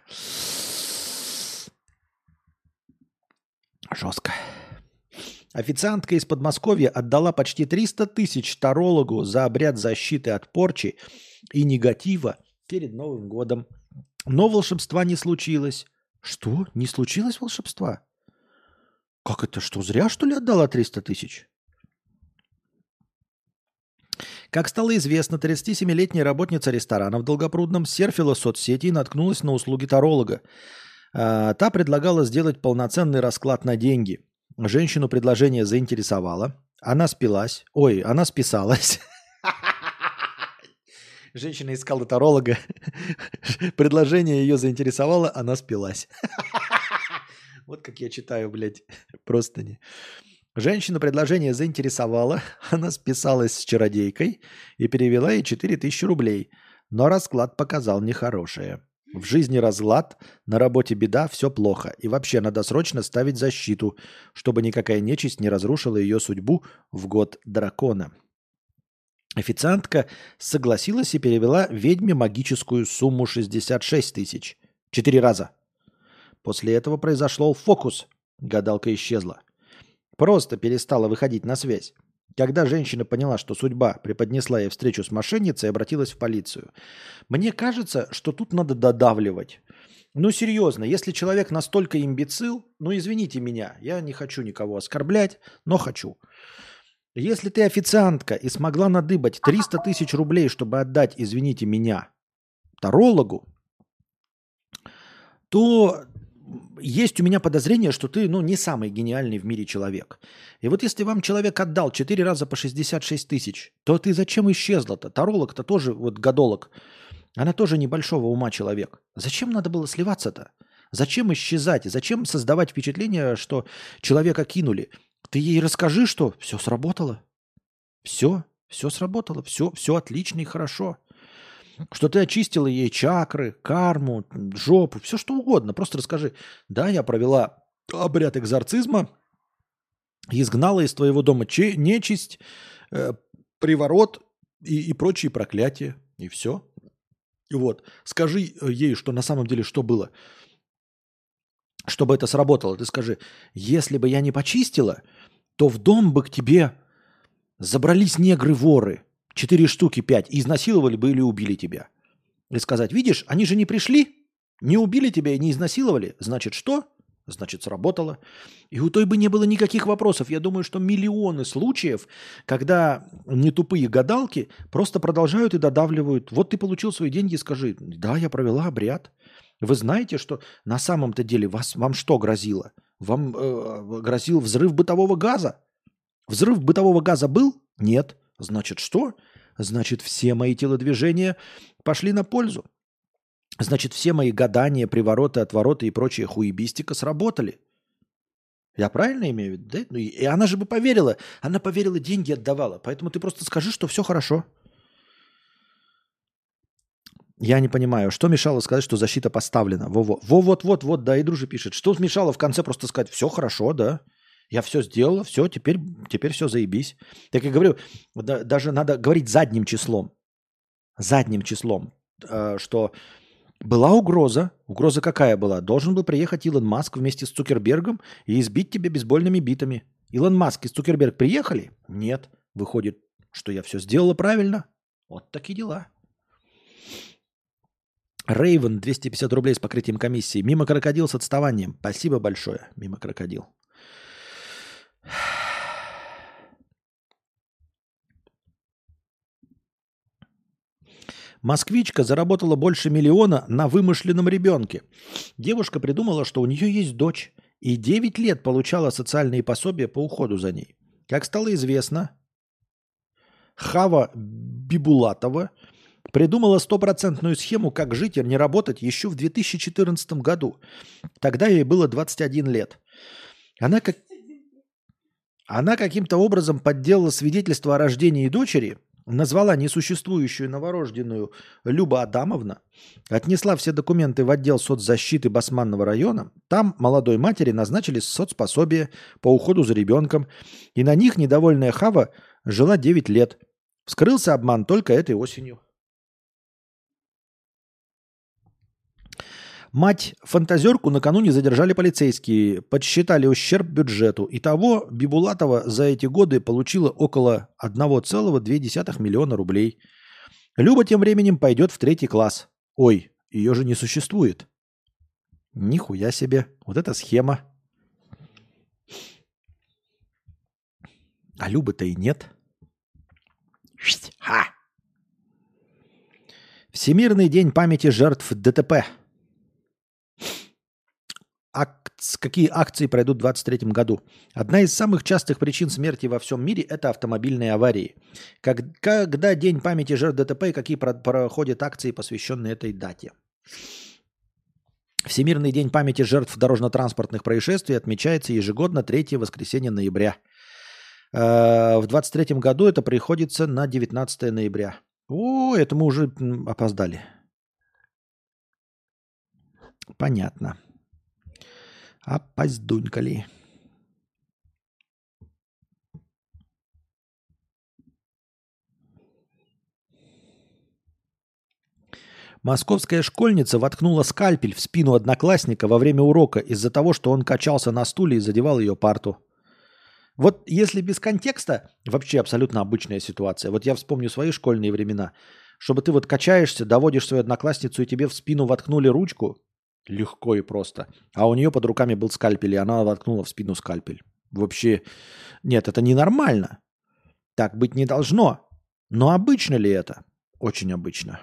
Жестко. Официантка из Подмосковья отдала почти триста тысяч тарологу за обряд защиты от порчи и негатива перед Новым годом. Но волшебства не случилось. Что? Не случилось волшебства? Как это? Что, зря, что ли, отдала триста тысяч? Как стало известно, тридцатисемилетняя работница ресторана в Долгопрудном серфила соцсети и наткнулась на услуги таролога. А, та предлагала сделать полноценный расклад на деньги. Женщину предложение заинтересовало. Она спилась. Ой, она списалась. Женщина искала таролога. Предложение ее заинтересовало, она спилась. Вот как я читаю, блядь, простыни. Женщина предложение заинтересовала, она списалась с чародейкой и перевела ей четыре тысячи рублей, но расклад показал нехорошее. В жизни разлад, на работе беда, все плохо. И вообще надо срочно ставить защиту, чтобы никакая нечисть не разрушила ее судьбу в год дракона. Официантка согласилась и перевела ведьме магическую сумму шестьдесят шесть тысяч. Четыре раза. После этого произошел фокус. Гадалка исчезла. Просто перестала выходить на связь. Когда женщина поняла, что судьба преподнесла ей встречу с мошенницей, обратилась в полицию. Мне кажется, что тут надо додавливать. Ну, серьезно, если человек настолько имбецил, ну, извините меня, я не хочу никого оскорблять, но хочу. Если ты официантка и смогла надыбать триста тысяч рублей, чтобы отдать, извините меня, тарологу, то есть у меня подозрение, что ты, ну, не самый гениальный в мире человек. И вот если вам человек отдал четыре раза по шестьдесят шесть тысяч, то ты зачем исчезла-то? Таролог-то тоже, вот гадолог, она тоже небольшого ума человек. Зачем надо было сливаться-то? Зачем исчезать? Зачем создавать впечатление, что человека кинули? Ты ей расскажи, что все сработало. Все, все сработало, все, все отлично и хорошо. Что ты очистила ей чакры, карму, жопу, все что угодно. Просто расскажи. Да, я провела обряд экзорцизма, изгнала из твоего дома че- нечисть, э, приворот и, и прочие проклятия. И все. И вот. Скажи ей, что на самом деле что было. Чтобы это сработало. Ты скажи, если бы я не почистила, то в дом бы к тебе забрались негры-воры. Четыре штуки, пять. И изнасиловали бы или убили тебя. И сказать, видишь, они же не пришли, не убили тебя и не изнасиловали. Значит, что? Значит, сработало. И у той бы не было никаких вопросов. Я думаю, что миллионы случаев, когда нетупые гадалки просто продолжают и додавливают. Вот ты получил свои деньги, скажи, да, я провела обряд. Вы знаете, что на самом-то деле вас, вам что грозило? Вам э, грозил взрыв бытового газа? Взрыв бытового газа был? Нет. Значит, что? Значит, все мои телодвижения пошли на пользу. Значит, все мои гадания, привороты, отвороты и прочая хуебистика сработали. Я правильно имею в виду? Да? Ну, и, и она же бы поверила. Она поверила, деньги отдавала. Поэтому ты просто скажи, что все хорошо. Я не понимаю, что мешало сказать, что защита поставлена. Во-во. Во-вот-вот-вот, да, и дружи пишет. Что мешало в конце просто сказать, все хорошо, да? Я все сделала, все, теперь, теперь все заебись. Так я говорю, да, даже надо говорить задним числом. Задним числом, э, что была угроза. Угроза какая была? Должен был приехать Илон Маск вместе с Цукербергом и избить тебя бейсбольными битами. Илон Маск и Цукерберг приехали? Нет. Выходит, что я все сделала правильно. Вот такие дела. Рейвен, двести пятьдесят рублей с покрытием комиссии. Мимо крокодил с отставанием. Спасибо большое. Мимо крокодил. Москвичка заработала больше миллиона на вымышленном ребенке. Девушка придумала, что у нее есть дочь, и девять лет получала социальные пособия по уходу за ней. Как стало известно, Хава Бибулатова придумала стопроцентную схему, как жить и не работать еще в две тысячи четырнадцатом году. Тогда ей было двадцать один лет. Она как... Она каким-то образом подделала свидетельство о рождении дочери, назвала несуществующую новорожденную Люба Адамовна, отнесла все документы в отдел соцзащиты Басманного района. Там молодой матери назначили соцпособие по уходу за ребенком, и на них недовольная Хава жила девять лет. Вскрылся обман только этой осенью. Мать-фантазерку накануне задержали полицейские, подсчитали ущерб бюджету. Итого Бибулатова за эти годы получила около один целых две десятых миллиона рублей. Люба тем временем пойдет в третий класс. Ой, ее же не существует. Нихуя себе. Вот эта схема. А Любы-то и нет. Ха! Всемирный день памяти жертв ДТП. Ак... Какие акции пройдут в двадцать третьем году? Одна из самых частых причин смерти во всем мире – это автомобильные аварии. Как... Когда день памяти жертв ДТП и какие про... проходят акции, посвященные этой дате? Всемирный день памяти жертв дорожно-транспортных происшествий отмечается ежегодно третьего воскресенья ноября. Э, в двадцать третьем году это приходится на девятнадцатое ноября. О, это мы уже м, опоздали. Понятно. Опоздунькали. Московская школьница воткнула скальпель в спину одноклассника во время урока из-за того, что он качался на стуле и задевал ее парту. Вот если без контекста, вообще абсолютно обычная ситуация. Вот я вспомню свои школьные времена. Чтобы ты вот качаешься, доводишь свою одноклассницу, и тебе в спину воткнули ручку, легко и просто. А у нее под руками был скальпель, и она воткнула в спину скальпель. Вообще, нет, это ненормально. Так быть не должно. Но обычно ли это? Очень обычно.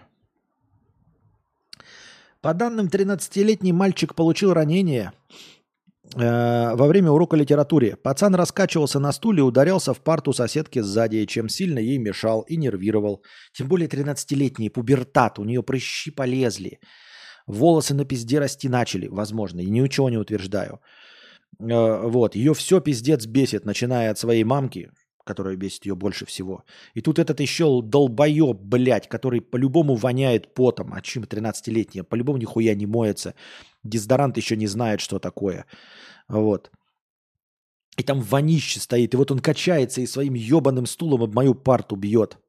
По данным, тринадцатилетний мальчик получил ранение э, во время урока литературы. Пацан раскачивался на стуле и ударялся в парту соседки сзади, чем сильно ей мешал и нервировал. Тем более тринадцатилетний, пубертат, у нее прыщи полезли. Волосы на пизде расти начали, возможно, и ничего не утверждаю. Э, вот, ее все пиздец бесит, начиная от своей мамки, которая бесит ее больше всего. И тут этот еще долбоеб, блядь, который по-любому воняет потом. А чем тринадцатилетний? По-любому нихуя не моется. Дезодорант еще не знает, что такое. Вот. И там вонище стоит. И вот он качается и своим ебаным стулом об мою парту бьет.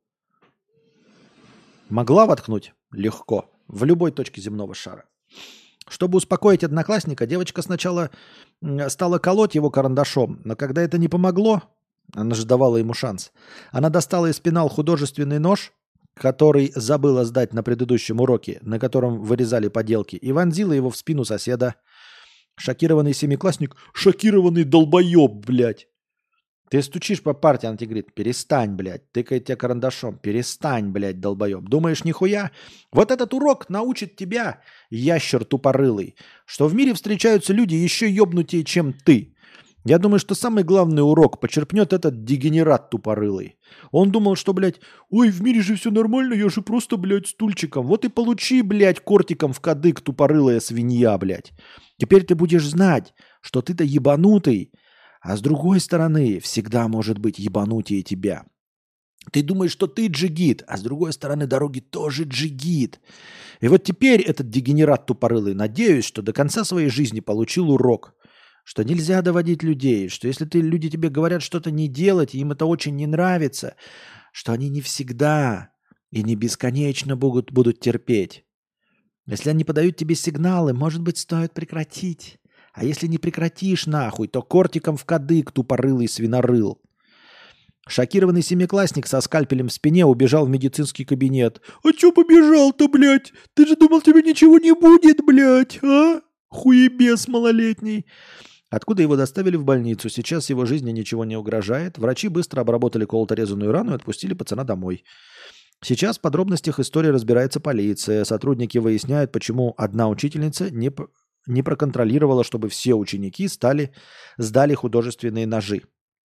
Могла воткнуть? Легко. В любой точке земного шара. Чтобы успокоить одноклассника, девочка сначала стала колоть его карандашом. Но когда это не помогло, она же давала ему шанс, она достала из пенал художественный нож, который забыла сдать на предыдущем уроке, на котором вырезали поделки, и вонзила его в спину соседа. Шокированный семиклассник, шокированный долбоеб, блядь. Ты стучишь по парте, она тебе говорит, перестань, блядь, тыкает тебя карандашом, перестань, блядь, долбоеб. Думаешь, нихуя? Вот этот урок научит тебя, ящер тупорылый, что в мире встречаются люди еще ебнутее, чем ты. Я думаю, что самый главный урок почерпнет этот дегенерат тупорылый. Он думал, что, блядь, ой, в мире же все нормально, я же просто, блядь, стульчиком. Вот и получи, блядь, кортиком в кадык, тупорылая свинья, блядь. Теперь ты будешь знать, что ты-то ебанутый, а с другой стороны всегда может быть ебанутее тебя. Ты думаешь, что ты джигит, а с другой стороны дороги тоже джигит. И вот теперь этот дегенерат тупорылый, надеюсь, что до конца своей жизни получил урок, что нельзя доводить людей, что если ты, люди тебе говорят что-то не делать, и им это очень не нравится, что они не всегда и не бесконечно будут, будут терпеть. Если они подают тебе сигналы, может быть, стоит прекратить. А если не прекратишь нахуй, то кортиком в кадык, тупорылый свинорыл. Шокированный семиклассник со скальпелем в спине убежал в медицинский кабинет. «А чё побежал-то, блядь? Ты же думал, тебе ничего не будет, блядь, а? Хуебес малолетний». Откуда его доставили в больницу? Сейчас его жизни ничего не угрожает. Врачи быстро обработали колото-резаную рану и отпустили пацана домой. Сейчас в подробностях истории разбирается полиция. Сотрудники выясняют, почему одна учительница не, не проконтролировала, чтобы все ученики стали, сдали художественные ножи.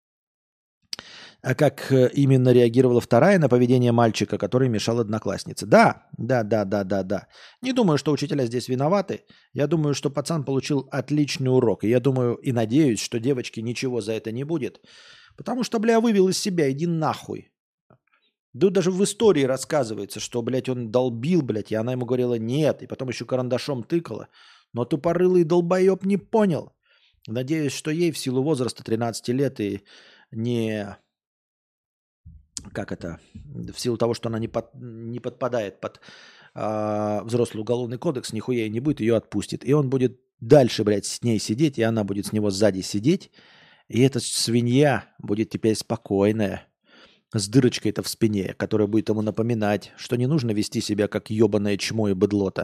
А как именно реагировала вторая на поведение мальчика, который мешал однокласснице? Да, да, да, да, да, да. Не думаю, что учителя здесь виноваты. Я думаю, что пацан получил отличный урок. И я думаю и надеюсь, что девочке ничего за это не будет. Потому что, бля, вывел из себя, иди нахуй. Да даже в истории рассказывается, что, блядь, он долбил, блядь, и она ему говорила нет, и потом еще карандашом тыкала. Но тупорылый долбоеб не понял. Надеюсь, что ей в силу возраста тринадцати лет и не... Как это? В силу того, что она не, под, не подпадает под э, взрослый уголовный кодекс, нихуя и не будет, ее отпустит. И он будет дальше, блядь, с ней сидеть, и она будет с него сзади сидеть. И эта свинья будет теперь спокойная, с дырочкой-то в спине, которая будет ему напоминать, что не нужно вести себя как ебаное чмо и быдлота.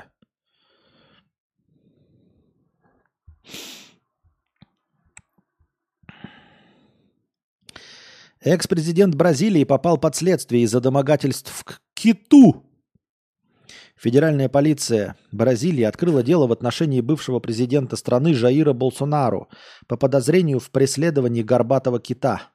Экс-президент Бразилии попал под следствие из-за домогательств к киту. Федеральная полиция Бразилии открыла дело в отношении бывшего президента страны Жаира Болсонару по подозрению в преследовании горбатого кита.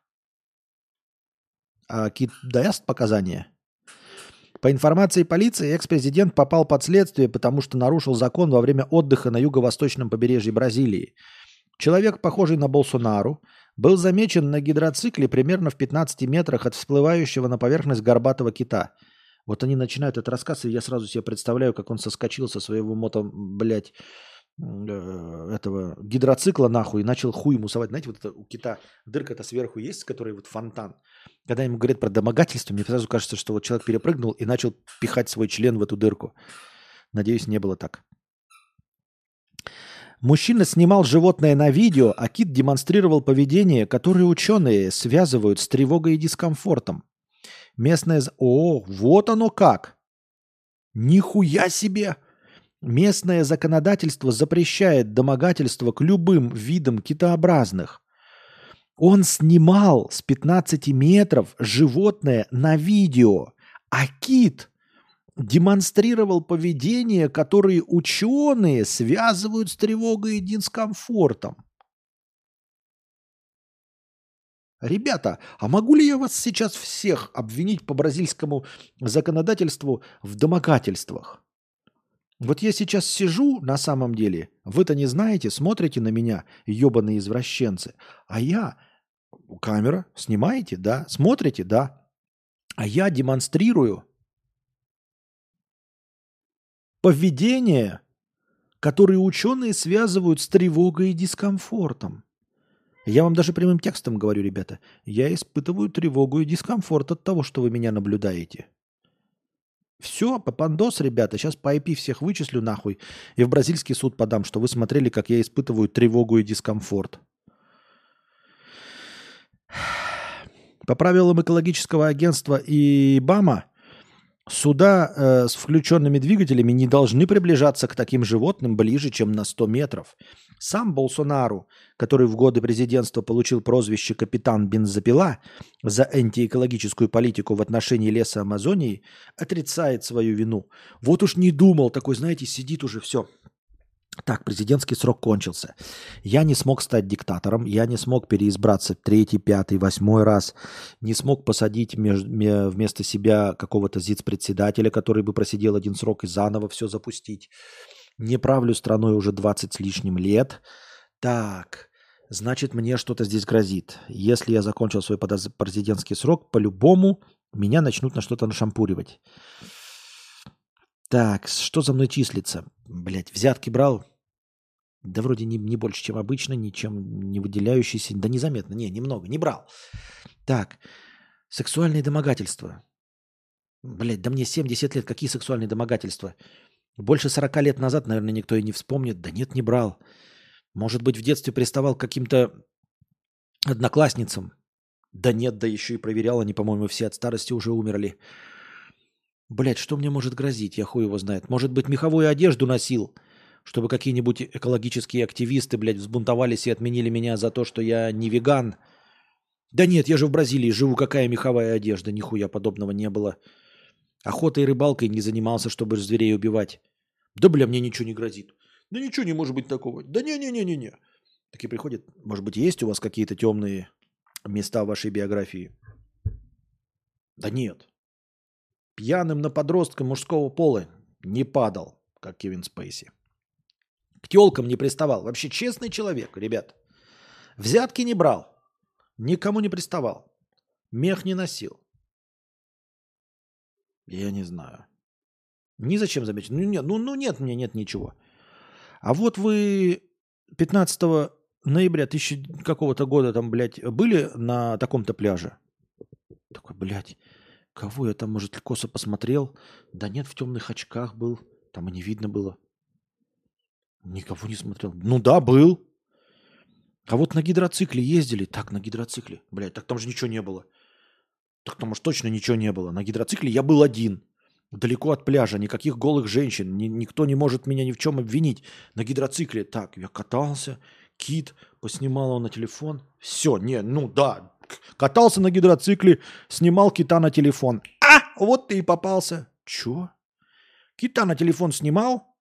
А кит даст показания? По информации полиции, экс-президент попал под следствие, потому что нарушил закон во время отдыха на юго-восточном побережье Бразилии. Человек, похожий на Болсонару, был замечен на гидроцикле примерно в пятнадцати метрах от всплывающего на поверхность горбатого кита. Вот они начинают этот рассказ, и я сразу себе представляю, как он соскочил со своего мото, блядь, этого гидроцикла нахуй и начал хуй мусовать. Знаете, вот это у кита дырка-то сверху есть, с которой вот фонтан. Когда ему говорят про домогательство, мне сразу кажется, что вот человек перепрыгнул и начал пихать свой член в эту дырку. Надеюсь, не было так. Мужчина снимал животное на видео, а кит демонстрировал поведение, которое ученые связывают с тревогой и дискомфортом. Местное... О, вот оно как! Нихуя себе! Местное законодательство запрещает домогательство к любым видам китообразных. Он снимал с пятнадцати метров животное на видео, а кит демонстрировал поведение, которое ученые связывают с тревогой и дискомфортом. Ребята, а могу ли я вас сейчас всех обвинить по бразильскому законодательству в домогательствах? Вот я сейчас сижу, на самом деле, вы-то не знаете, смотрите на меня, ебаные извращенцы, а я, камера, снимаете, да, смотрите, да, а я демонстрирую поведение, которое ученые связывают с тревогой и дискомфортом. Я вам даже прямым текстом говорю, ребята, я испытываю тревогу и дискомфорт от того, что вы меня наблюдаете. Все, попандос, ребята, сейчас по ай пи всех вычислю нахуй и в бразильский суд подам, что вы смотрели, как я испытываю тревогу и дискомфорт. По правилам экологического агентства и БАМа, суда э, с включенными двигателями не должны приближаться к таким животным ближе, чем на сто метров. Сам Болсонару, который в годы президентства получил прозвище «Капитан Бензопила» за антиэкологическую политику в отношении леса Амазонии, отрицает свою вину. Вот уж не думал, такой, знаете, сидит уже все. Так, президентский срок кончился. Я не смог стать диктатором, я не смог переизбраться третий, пятый, восьмой раз, не смог посадить меж, вместо себя какого-то зиц-председателя, который бы просидел один срок и заново все запустить. Не правлю страной уже двадцать с лишним лет. Так, значит, мне что-то здесь грозит. Если я закончил свой президентский срок, по-любому меня начнут на что-то нашампуривать. Так, что за мной числится? Блять, взятки брал? Да вроде не, не больше, чем обычно, ничем не выделяющийся. Да незаметно, не, немного, не брал. Так, сексуальные домогательства. Блять, да мне семьдесят лет, какие сексуальные домогательства? Больше сорока лет назад, наверное, никто и не вспомнит. Да нет, не брал. Может быть, в детстве приставал к каким-то одноклассницам. Да нет, да еще и проверял. Они, по-моему, все от старости уже умерли. Блять, что мне может грозить? Я хуй его знает. Может быть, меховую одежду носил, чтобы какие-нибудь экологические активисты, блядь, взбунтовались и отменили меня за то, что я не веган. Да нет, я же в Бразилии живу. Какая меховая одежда? Нихуя подобного не было. Охотой и рыбалкой не занимался, чтобы зверей убивать. Да, бля, мне ничего не грозит. Да ничего не может быть такого. Да не-не-не-не-не. Такие приходят. Может быть, есть у вас какие-то темные места в вашей биографии? Да нет. Пьяным на подростка мужского пола не падал, как Кевин Спейси. К тёлкам не приставал. Вообще честный человек, ребят. Взятки не брал. Никому не приставал. Мех не носил. Я не знаю. Ни зачем заметить. Ну нет, ну, ну нет, у меня нет ничего. А вот вы пятнадцатого ноября тысячи какого-то года там, блядь, были на таком-то пляже? Такой, блядь, кого я там, может, косо посмотрел? Да нет, в темных очках был. Там и не видно было. Никого не смотрел. Ну да, был. А вот на гидроцикле ездили. Так, на гидроцикле. Блядь, так там же ничего не было. Так там уж точно ничего не было. На гидроцикле я был один. Далеко от пляжа. Никаких голых женщин. Ни, никто не может меня ни в чем обвинить. На гидроцикле. Так, я катался. Кит. Поснимал его на телефон. Все, не, ну да. Катался на гидроцикле. Снимал кита на телефон. А, вот ты и попался. Че? Кита на телефон снимал?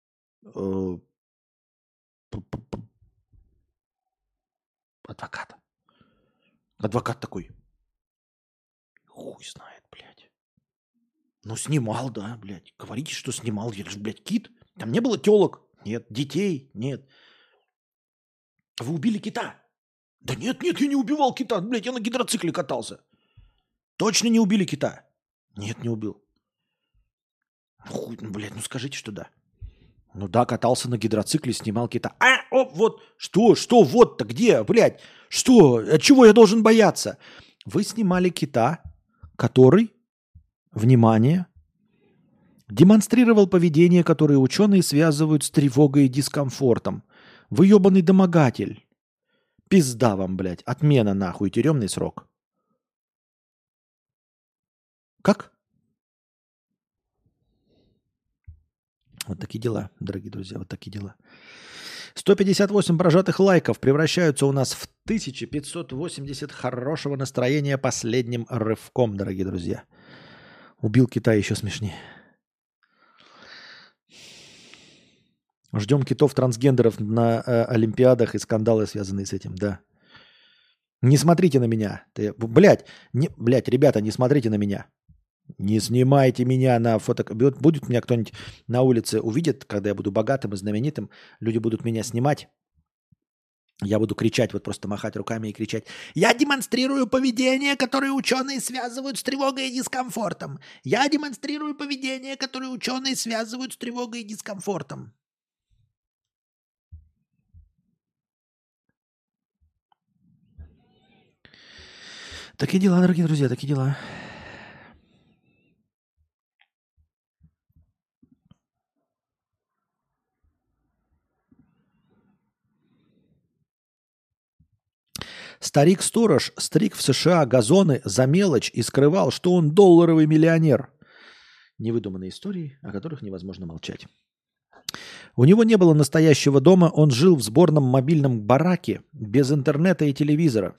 Адвокат. Адвокат такой. Хуй знает, блядь. Ну, снимал, да, блядь. Говорите, что снимал. Я же, блядь, кит. Там не было телок. Нет. Детей. Нет. Вы убили кита. Да нет, нет, я не убивал кита. Блядь, я на гидроцикле катался. Точно не убили кита? Нет, не убил. Хуй, ну, блядь, ну скажите, что да. Ну да, катался на гидроцикле, снимал кита. А, о, вот, что, что, вот-то, где, блядь, что, от чего я должен бояться? Вы снимали кита, который, внимание, демонстрировал поведение, которое ученые связывают с тревогой и дискомфортом. Вы ебаный домогатель. Пизда вам, блядь, отмена нахуй, тюремный срок. Как? Вот такие дела, дорогие друзья, вот такие дела. сто пятьдесят восемь прожатых лайков превращаются у нас в тысяча пятьсот восемьдесят хорошего настроения последним рывком, дорогие друзья. Убил кита еще смешнее. Ждем китов-трансгендеров на э, Олимпиадах и скандалы, связанные с этим, да. Не смотрите на меня. Ты, блядь, не, блядь, ребята, не смотрите на меня. Не снимайте меня на фото. Будет меня кто-нибудь на улице увидит, когда я буду богатым и знаменитым, люди будут меня снимать. Я буду кричать, вот просто махать руками и кричать. Я демонстрирую поведение, которое ученые связывают с тревогой и дискомфортом. Я демонстрирую поведение, которое ученые связывают с тревогой и дискомфортом. Такие дела, дорогие друзья, такие дела. Старик-сторож стриг в США газоны за мелочь и скрывал, что он долларовый миллионер. Невыдуманные истории, о которых невозможно молчать. У него не было настоящего дома, он жил в сборном мобильном бараке без интернета и телевизора.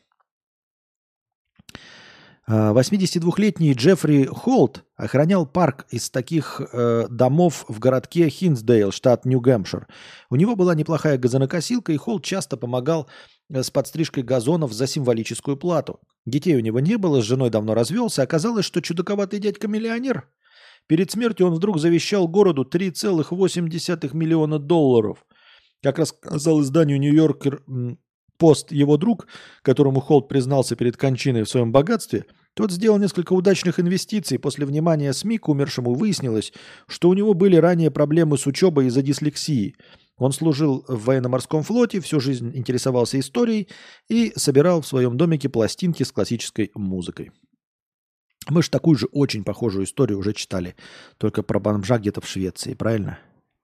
восьмидесятидвухлетний Джеффри Холт охранял парк из таких э, домов в городке Хинсдейл, штат Нью-Гэмпшир. У него была неплохая газонокосилка, и Холт часто помогал с подстрижкой газонов за символическую плату. Детей у него не было, с женой давно развелся. Оказалось, что чудаковатый дядька миллионер. Перед смертью он вдруг завещал городу три целых восемь десятых миллиона долларов. Как рассказал изданию «Нью-Йоркер» пост его друг, которому Холт признался перед кончиной в своем богатстве, тот сделал несколько удачных инвестиций. После внимания СМИ к умершему выяснилось, что у него были ранее проблемы с учебой из-за дислексии. Он служил в военно-морском флоте, всю жизнь интересовался историей и собирал в своем домике пластинки с классической музыкой. Мы же такую же очень похожую историю уже читали, только про бомжа где-то в Швеции, правильно?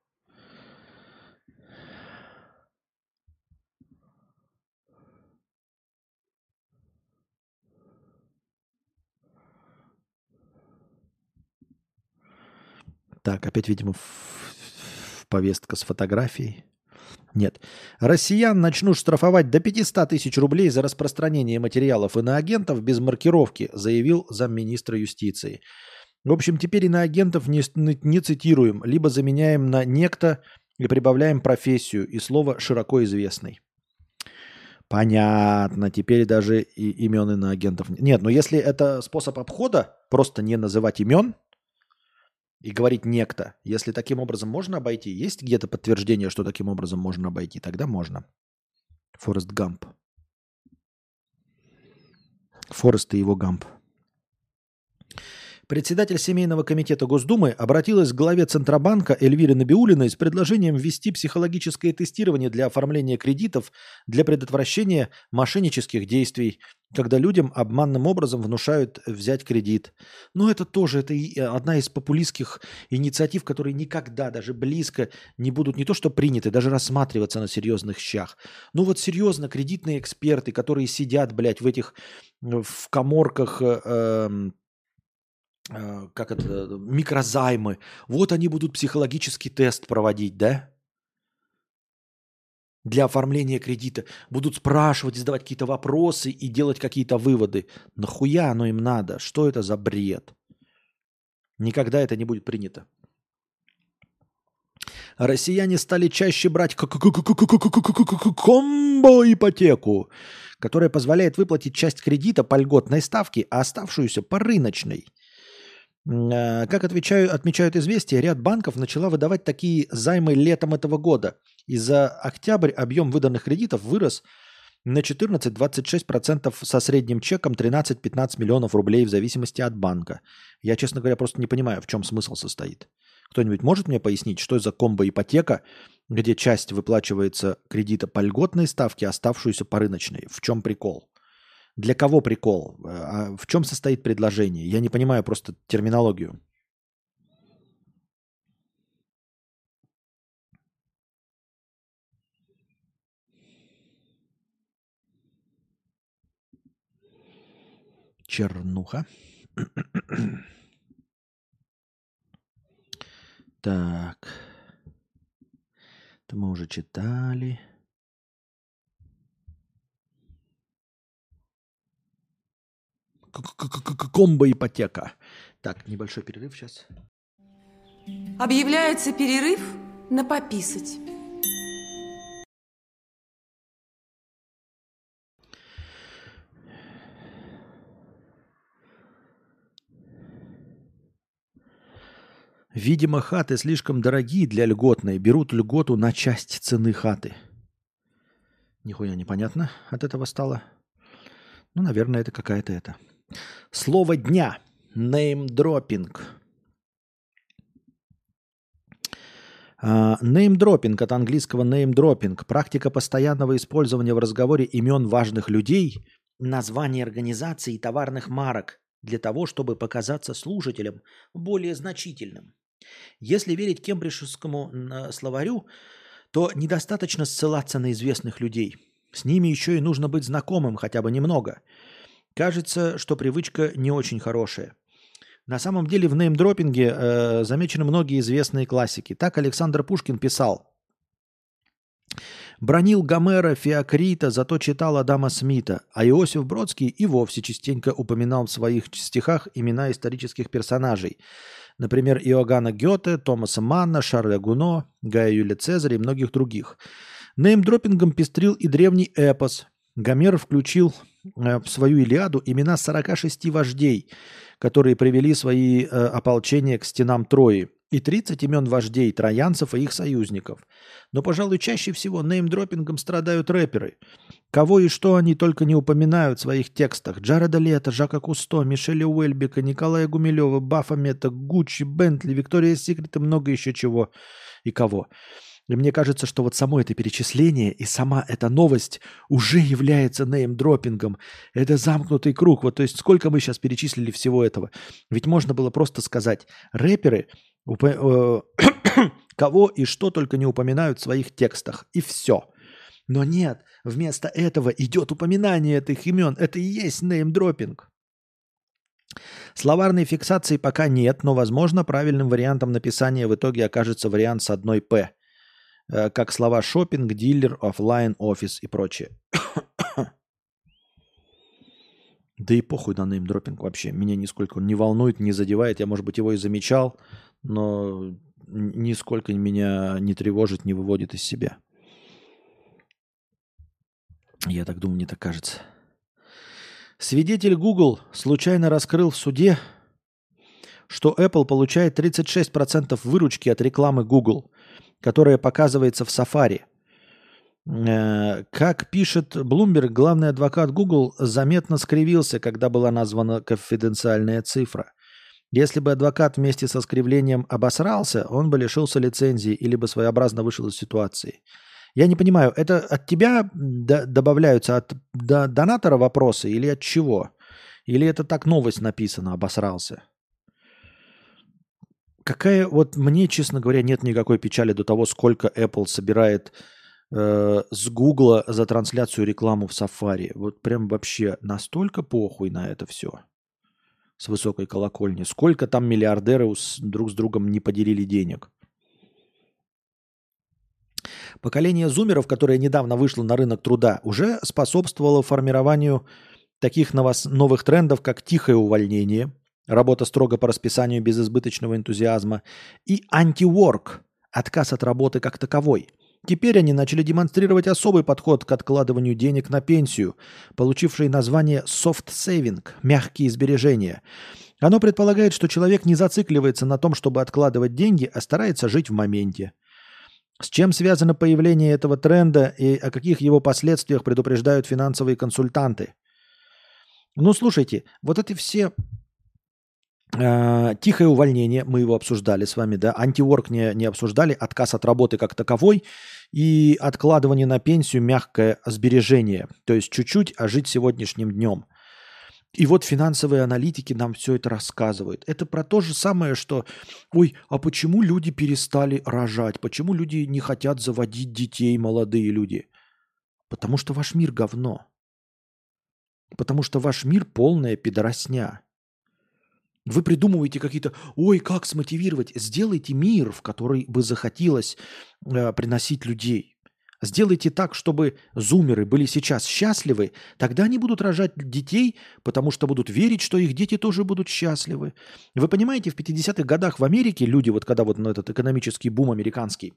Так, опять, видимо, в повестка с фотографией. Нет. Россиян начнут штрафовать до пятьсот тысяч рублей за распространение материалов иноагентов без маркировки, заявил замминистра юстиции. В общем, теперь иноагентов не, не цитируем, либо заменяем на «некто» и прибавляем профессию и слово «широко известный». Понятно. Теперь даже и имен иноагентов нет. Нет, но если это способ обхода, просто не называть имен и говорить «некто». Если таким образом можно обойти, есть где-то подтверждение, что таким образом можно обойти, тогда можно. Форест Гамп. Форест и его Гамп. Председатель Семейного комитета Госдумы обратилась к главе Центробанка Эльвире Набиуллиной с предложением ввести психологическое тестирование для оформления кредитов для предотвращения мошеннических действий, когда людям обманным образом внушают взять кредит. Но это тоже это одна из популистских инициатив, которые никогда даже близко не будут не то что приняты, даже рассматриваться на серьезных щах. Ну вот серьезно, кредитные эксперты, которые сидят, блядь, в этих в каморках, э, как это, микрозаймы. Вот они будут психологический тест проводить, да? Для оформления кредита. Будут спрашивать, задавать какие-то вопросы и делать какие-то выводы. Нахуя оно им надо? Что это за бред? Никогда это не будет принято. Россияне стали чаще брать комбо-ипотеку, которая позволяет выплатить часть кредита по льготной ставке, а оставшуюся по рыночной. Как отвечаю, отмечают «Известия», ряд банков начала выдавать такие займы летом этого года. И за октябрь объем выданных кредитов вырос на четырнадцать двадцать шесть процентов со средним чеком тринадцать пятнадцать миллионов рублей в зависимости от банка. Я, честно говоря, просто не понимаю, в чем смысл состоит. Кто-нибудь может мне пояснить, что это за комбо-ипотека, где часть выплачивается кредита по льготной ставке, оставшуюся по рыночной? В чем прикол? Для кого прикол? А в чем состоит предложение? Я не понимаю просто терминологию. Чернуха. Так. Это мы уже читали. Комбо-ипотека. Так, небольшой перерыв сейчас. Объявляется перерыв на пописать. Видимо, хаты слишком дорогие для льготной. Берут льготу на часть цены хаты. Нихуя непонятно от этого стало. Ну, наверное, это какая-то это. Слово дня. Неймдропинг. Неймдропинг от английского неймдропинг. Практика постоянного использования в разговоре имен важных людей, названий организаций и товарных марок для того, чтобы показаться слушателям более значительным. Если верить кембриджскому словарю, то недостаточно ссылаться на известных людей. С ними еще и нужно быть знакомым хотя бы немного. Кажется, что привычка не очень хорошая. На самом деле в неймдропинге э, замечены многие известные классики. Так Александр Пушкин писал: «Бранил Гомера, Феокрита, зато читал Адама Смита, а Иосиф Бродский и вовсе частенько упоминал в своих стихах имена исторических персонажей. Например, Иоганна Гёте, Томаса Манна, Шарля Гуно, Гая Юлия Цезаря и многих других. Неймдропингом пестрил и древний эпос. Гомер включил э, в свою Илиаду имена сорока шести вождей, которые привели свои э, ополчения к стенам Трои, и тридцать имен вождей, троянцев и их союзников. Но, пожалуй, чаще всего неймдропингом страдают рэперы. Кого и что они только не упоминают в своих текстах. Джареда Лето, Жака Кусто, Мишеля Уэльбека, Николая Гумилева, Бафомета, Гуччи, Бентли, Виктория Секрет и много еще чего и кого. И мне кажется, что вот само это перечисление и сама эта новость уже является неймдропингом. Это замкнутый круг. Вот, то есть сколько мы сейчас перечислили всего этого. Ведь можно было просто сказать: рэперы уп- кого и что только не упоминают в своих текстах. И все. Но нет, вместо этого идет упоминание этих имен. Это и есть неймдропинг. Словарной фиксации пока нет, но, возможно, правильным вариантом написания в итоге окажется вариант с одной «п», как слова шопинг, дилер, офлайн, офис и прочее. Да и похуй на неймдропинг вообще. Меня нисколько он не волнует, не задевает. Я, может быть, его и замечал, но нисколько меня не тревожит, не выводит из себя. Я так думаю, мне так кажется. Свидетель Google случайно раскрыл в суде, что Apple получает тридцать шесть процентов выручки от рекламы Google, которая показывается в Safari. Как пишет Bloomberg, главный адвокат Google заметно скривился, когда была названа конфиденциальная цифра. Если бы адвокат вместе со скривлением обосрался, он бы лишился лицензии или бы своеобразно вышел из ситуации. Я не понимаю, это от тебя д- добавляются от д- донатора вопросы или от чего? Или это так новость написана, обосрался? Какая, вот мне, честно говоря, нет никакой печали до того, сколько Apple собирает э, с Google за трансляцию рекламы в Safari. Вот прям вообще настолько похуй на это все с высокой колокольни. Сколько там миллиардеры с, друг с другом не поделили денег. Поколение зумеров, которое недавно вышло на рынок труда, уже способствовало формированию таких новос- новых трендов, как тихое увольнение, работа строго по расписанию без избыточного энтузиазма, и анти-ворк, отказ от работы как таковой. Теперь они начали демонстрировать особый подход к откладыванию денег на пенсию, получивший название soft saving, мягкие сбережения. Оно предполагает, что человек не зацикливается на том, чтобы откладывать деньги, а старается жить в моменте. С чем связано появление этого тренда и о каких его последствиях предупреждают финансовые консультанты? Ну, слушайте, вот эти все э, тихое увольнение, мы его обсуждали с вами, да, антиворк не, не обсуждали, отказ от работы как таковой и откладывание на пенсию, мягкое сбережение, то есть чуть-чуть, а жить сегодняшним днем. И вот финансовые аналитики нам все это рассказывают. Это про то же самое, что, ой, а почему люди перестали рожать? Почему люди не хотят заводить детей, молодые люди? Потому что ваш мир говно. Потому что ваш мир полная пидоросня. Вы придумываете какие-то, ой, как смотивировать? Сделайте мир, в который бы захотелось э, приносить людей. Сделайте так, чтобы зумеры были сейчас счастливы, тогда они будут рожать детей, потому что будут верить, что их дети тоже будут счастливы. Вы понимаете, в пятидесятых годах в Америке люди, вот когда вот на этот экономический бум американский,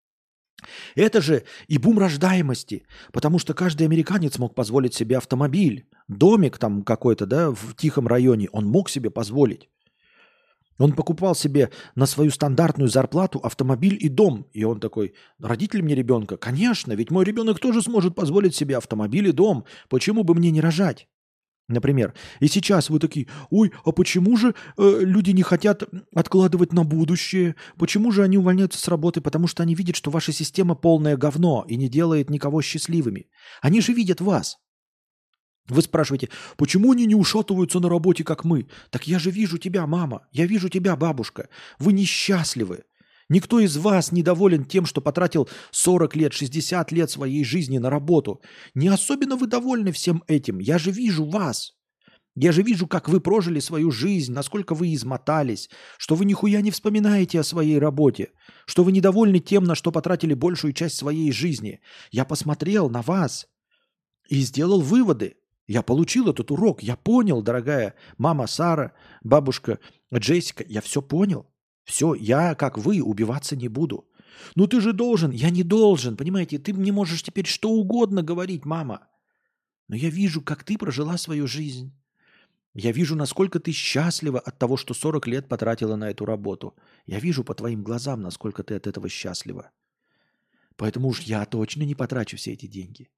это же и бум рождаемости, потому что каждый американец мог позволить себе автомобиль, домик там какой-то, да, в тихом районе, он мог себе позволить. Он покупал себе на свою стандартную зарплату автомобиль и дом. И он такой, родитель мне ребенка? Конечно, ведь мой ребенок тоже сможет позволить себе автомобиль и дом. Почему бы мне не рожать? Например. И сейчас вы такие, ой, а почему же э, люди не хотят откладывать на будущее? Почему же они увольняются с работы? Потому что они видят, что ваша система полное говно и не делает никого счастливыми. Они же видят вас. Вы спрашиваете, почему они не ушатываются на работе, как мы? Так я же вижу тебя, мама, я вижу тебя, бабушка. Вы несчастливы. Никто из вас не доволен тем, что потратил сорок лет, шестьдесят лет своей жизни на работу. Не особенно вы довольны всем этим. Я же вижу вас. Я же вижу, как вы прожили свою жизнь, насколько вы измотались, что вы нихуя не вспоминаете о своей работе, что вы недовольны тем, на что потратили большую часть своей жизни. Я посмотрел на вас и сделал выводы. Я получил этот урок, я понял, дорогая мама Сара, бабушка Джессика, я все понял. Все, я, как вы, убиваться не буду. Ну ты же должен, я не должен, понимаете, ты мне можешь теперь что угодно говорить, мама. Но я вижу, как ты прожила свою жизнь. Я вижу, насколько ты счастлива от того, что сорок лет потратила на эту работу. Я вижу по твоим глазам, насколько ты от этого счастлива. Поэтому уж я точно не потрачу все эти деньги.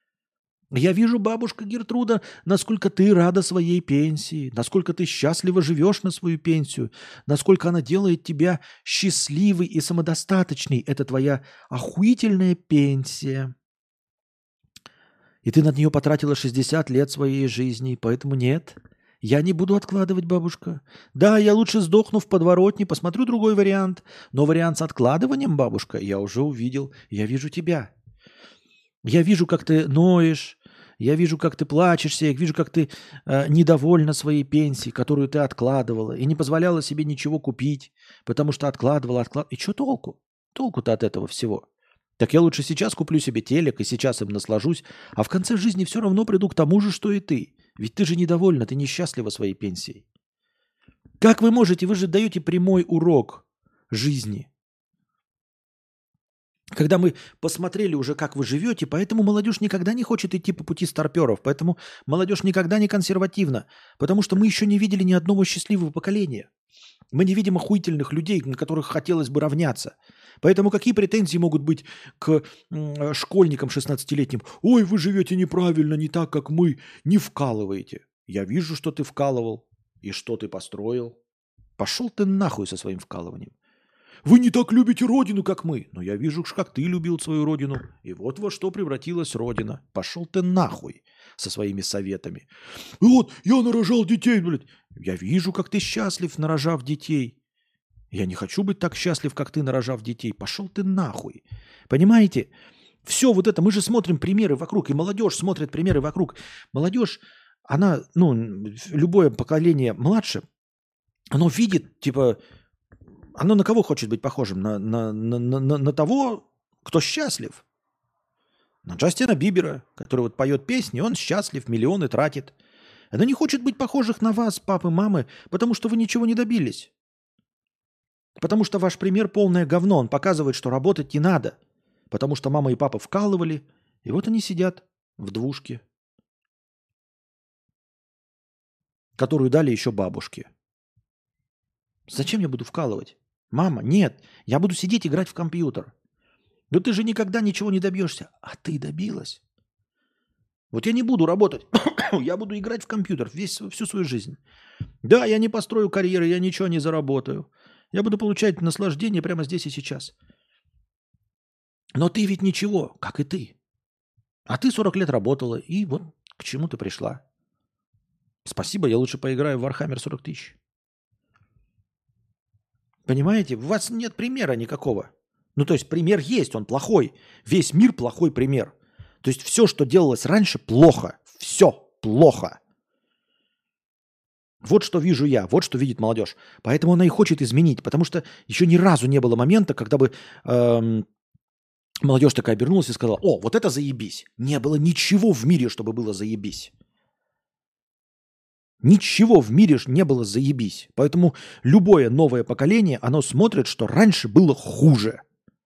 Я вижу, бабушка Гертруда, насколько ты рада своей пенсии, насколько ты счастливо живешь на свою пенсию, насколько она делает тебя счастливой и самодостаточной. Это твоя охуительная пенсия. И ты на нее потратила шестьдесят лет своей жизни, поэтому нет, я не буду откладывать, бабушка. Да, я лучше сдохну в подворотне, посмотрю другой вариант, но вариант с откладыванием, бабушка, я уже увидел, я вижу тебя. Я вижу, как ты ноешь, я вижу, как ты плачешься, я вижу, как ты э, недовольна своей пенсией, которую ты откладывала, и не позволяла себе ничего купить, потому что откладывала, откладывала. И что толку? Толку-то от этого всего. Так я лучше сейчас куплю себе телек и сейчас им наслажусь, а в конце жизни все равно приду к тому же, что и ты. Ведь ты же недовольна, ты несчастлива своей пенсией. Как вы можете? Вы же даете прямой урок жизни. Когда мы посмотрели уже, как вы живете, поэтому молодежь никогда не хочет идти по пути старперов, поэтому молодежь никогда не консервативна, потому что мы еще не видели ни одного счастливого поколения. Мы не видим охуительных людей, на которых хотелось бы равняться. Поэтому какие претензии могут быть к м, школьникам шестнадцатилетним? Ой, вы живете неправильно, не так, как мы, не вкалываете. Я вижу, что ты вкалывал и что ты построил. Пошел ты нахуй со своим вкалыванием. Вы не так любите родину, как мы. Но я вижу, как ты любил свою родину. И вот во что превратилась родина. Пошел ты нахуй со своими советами. И вот я нарожал детей, блядь. Я вижу, как ты счастлив, нарожав детей. Я не хочу быть так счастлив, как ты, нарожав детей. Пошел ты нахуй. Понимаете? Все вот это, мы же смотрим примеры вокруг. И молодежь смотрит примеры вокруг. Молодежь, она, ну, любое поколение младше, оно видит, типа... Оно на кого хочет быть похожим? На, на, на, на, на того, кто счастлив. На Джастина Бибера, который вот поет песни, он счастлив, миллионы тратит. Оно не хочет быть похожих на вас, папы, мамы, потому что вы ничего не добились. Потому что ваш пример полное говно. Он показывает, что работать не надо. Потому что мама и папа вкалывали, и вот они сидят в двушке, которую дали еще бабушке. Зачем я буду вкалывать? Мама, нет, я буду сидеть играть в компьютер. Но ты же никогда ничего не добьешься. А ты добилась. Вот я не буду работать. Я буду играть в компьютер весь, всю свою жизнь. Да, я не построю карьеры, я ничего не заработаю. Я буду получать наслаждение прямо здесь и сейчас. Но ты ведь ничего, как и ты. А ты сорок лет работала, и вот к чему ты пришла. Спасибо, я лучше поиграю в Warhammer сорок тысяч. Понимаете, у вас нет примера никакого. Ну, то есть пример есть, он плохой. Весь мир плохой пример. То есть все, что делалось раньше, плохо. Все плохо. Вот что вижу я, вот что видит молодежь. Поэтому она и хочет изменить, потому что еще ни разу не было момента, когда бы эм, молодежь такая обернулась и сказала: о, вот это заебись. Не было ничего в мире, чтобы было заебись. Ничего в мире не было заебись. Поэтому любое новое поколение, оно смотрит, что раньше было хуже.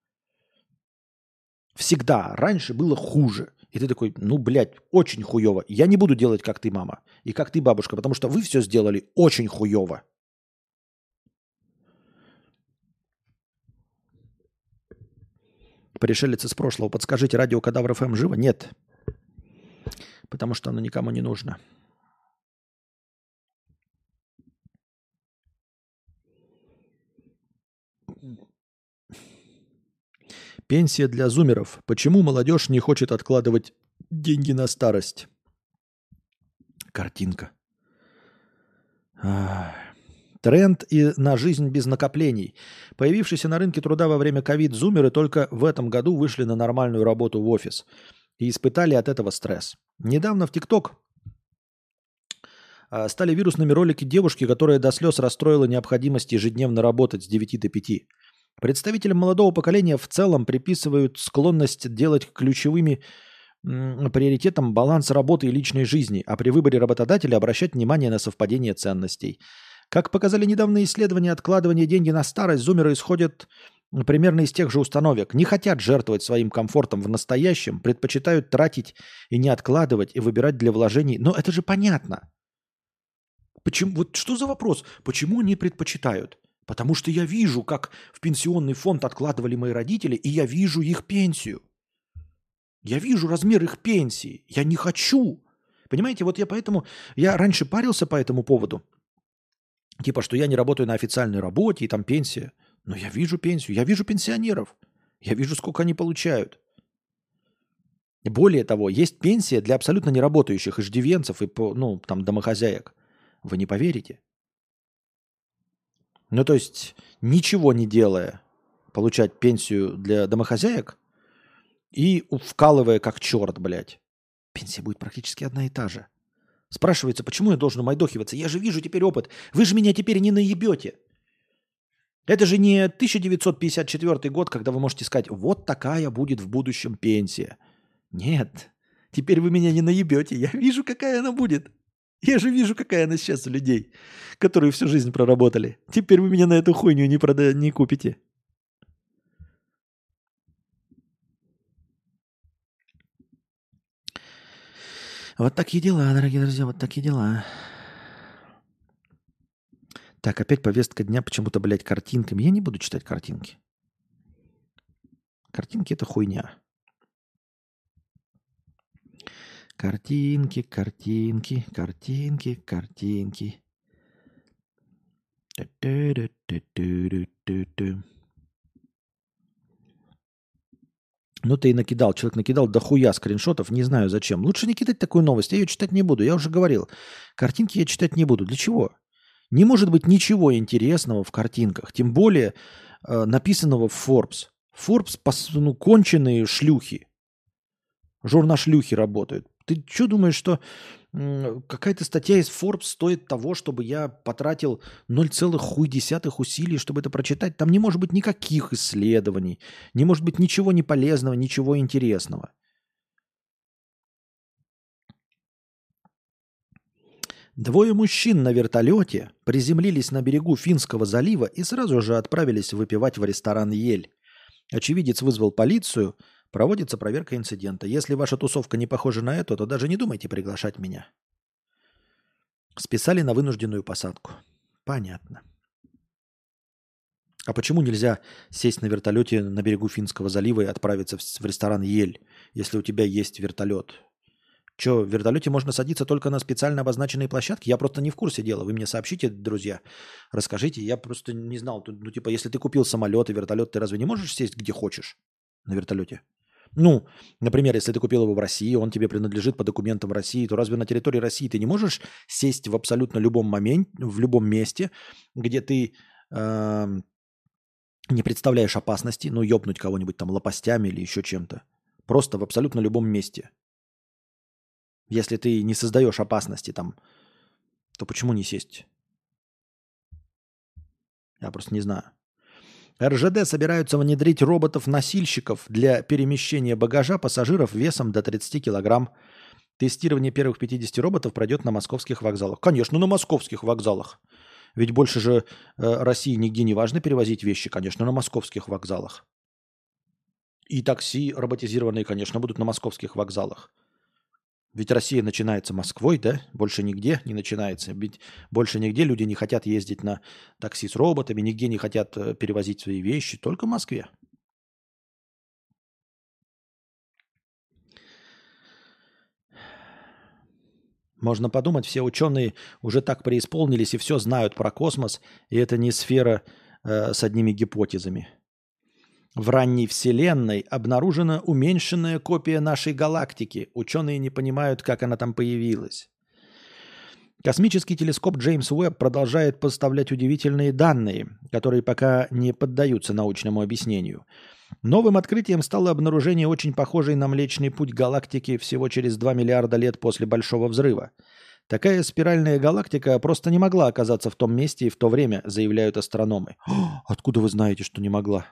Всегда раньше было хуже. И ты такой: ну, блядь, очень хуево. Я не буду делать, как ты, мама, и как ты, бабушка, потому что вы все сделали очень хуево. Пришелец из прошлого. Подскажите, радио Кадавр эф эм живо? Нет. Потому что оно никому не нужно. Пенсия для зумеров. Почему молодежь не хочет откладывать деньги на старость? Картинка. Ах. Тренд и на жизнь без накоплений. Появившиеся на рынке труда во время ковид зумеры только в этом году вышли на нормальную работу в офис и испытали от этого стресс. Недавно в ТикТок стали вирусными ролики девушки, которая до слез расстроила необходимость ежедневно работать с девяти до пяти. Представителям молодого поколения в целом приписывают склонность делать ключевыми м, приоритетом баланс работы и личной жизни, а при выборе работодателя обращать внимание на совпадение ценностей. Как показали недавние исследования, откладывание деньги на старость зумеры исходят примерно из тех же установок. Не хотят жертвовать своим комфортом в настоящем, предпочитают тратить и не откладывать, и выбирать для вложений. Но это же понятно. Почему? Вот что за вопрос? Почему они предпочитают? Потому что я вижу, как в пенсионный фонд откладывали мои родители, и я вижу их пенсию. Я вижу размер их пенсии. Я не хочу. Понимаете, вот я поэтому... Я раньше парился по этому поводу. Типа, что я не работаю на официальной работе, и там пенсия. Но я вижу пенсию. Я вижу пенсионеров. Я вижу, сколько они получают. Более того, есть пенсия для абсолютно неработающих иждивенцев и ну, там, домохозяек. Вы не поверите. Ну, то есть, ничего не делая, получать пенсию для домохозяек и вкалывая как черт, блядь. Пенсия будет практически одна и та же. Спрашивается, почему я должен умайдохиваться? Я же вижу теперь опыт. Вы же меня теперь не наебете. Это же не тысяча девятьсот пятьдесят четвёртый год, когда вы можете сказать: вот такая будет в будущем пенсия. Нет, теперь вы меня не наебете. Я вижу, какая она будет. Я же вижу, какая она сейчас у людей, которые всю жизнь проработали. Теперь вы меня на эту хуйню не, прода... не купите. Вот такие дела, дорогие друзья, вот такие дела. Так, опять повестка дня почему-то, блядь, картинками. Я не буду читать картинки. Картинки – это хуйня. Картинки, картинки, картинки, картинки. Ну ты и накидал. Человек накидал дохуя скриншотов. Не знаю зачем. Лучше не кидать такую новость. Я ее читать не буду. Я уже говорил. Картинки я читать не буду. Для чего? Не может быть ничего интересного в картинках. Тем более э, написанного в Forbes. Forbes пос, ну, конченые шлюхи. Журнашлюхи работают. Ты что думаешь, что м, какая-то статья из Forbes стоит того, чтобы я потратил ноль целых ноль десятых усилий, чтобы это прочитать? Там не может быть никаких исследований, не может быть ничего неполезного, ничего интересного. Двое мужчин на вертолете приземлились на берегу Финского залива и сразу же отправились выпивать в ресторан «Ель». Очевидец вызвал полицию. Проводится проверка инцидента. Если ваша тусовка не похожа на эту, то даже не думайте приглашать меня. Списали на вынужденную посадку. Понятно. А почему нельзя сесть на вертолете на берегу Финского залива и отправиться в, в ресторан Ель, если у тебя есть вертолет? Че, в вертолете можно садиться только на специально обозначенные площадки? Я просто не в курсе дела. Вы мне сообщите, друзья, расскажите. Я просто не знал. Ну, типа, если ты купил самолет и вертолет, ты разве не можешь сесть где хочешь на вертолете? Ну, например, если ты купил его в России, он тебе принадлежит по документам в России, то разве на территории России ты не можешь сесть в абсолютно любом моменте, в любом месте, где ты э, не представляешь опасности, ну, ёбнуть кого-нибудь там лопастями или еще чем-то. Просто в абсолютно любом месте. Если ты не создаешь опасности там, то почему не сесть? Я просто не знаю. эр жэ дэ собираются внедрить роботов-носильщиков для перемещения багажа пассажиров весом до тридцати килограмм. Тестирование первых пятидесяти роботов пройдет на московских вокзалах. Конечно, на московских вокзалах. Ведь больше же э, России нигде не важно перевозить вещи, конечно, на московских вокзалах. И такси роботизированные, конечно, будут на московских вокзалах. Ведь Россия начинается Москвой, да? Больше нигде не начинается. Ведь больше нигде люди не хотят ездить на такси с роботами, нигде не хотят перевозить свои вещи, только в Москве. Можно подумать, все ученые уже так преисполнились и все знают про космос, и это не сфера э, с одними гипотезами. В ранней Вселенной обнаружена уменьшенная копия нашей галактики. Ученые не понимают, как она там появилась. Космический телескоп Джеймс Уэбб продолжает поставлять удивительные данные, которые пока не поддаются научному объяснению. Новым открытием стало обнаружение очень похожей на Млечный Путь галактики всего через два миллиарда лет после Большого взрыва. Такая спиральная галактика просто не могла оказаться в том месте и в то время, заявляют астрономы. Откуда вы знаете, что не могла?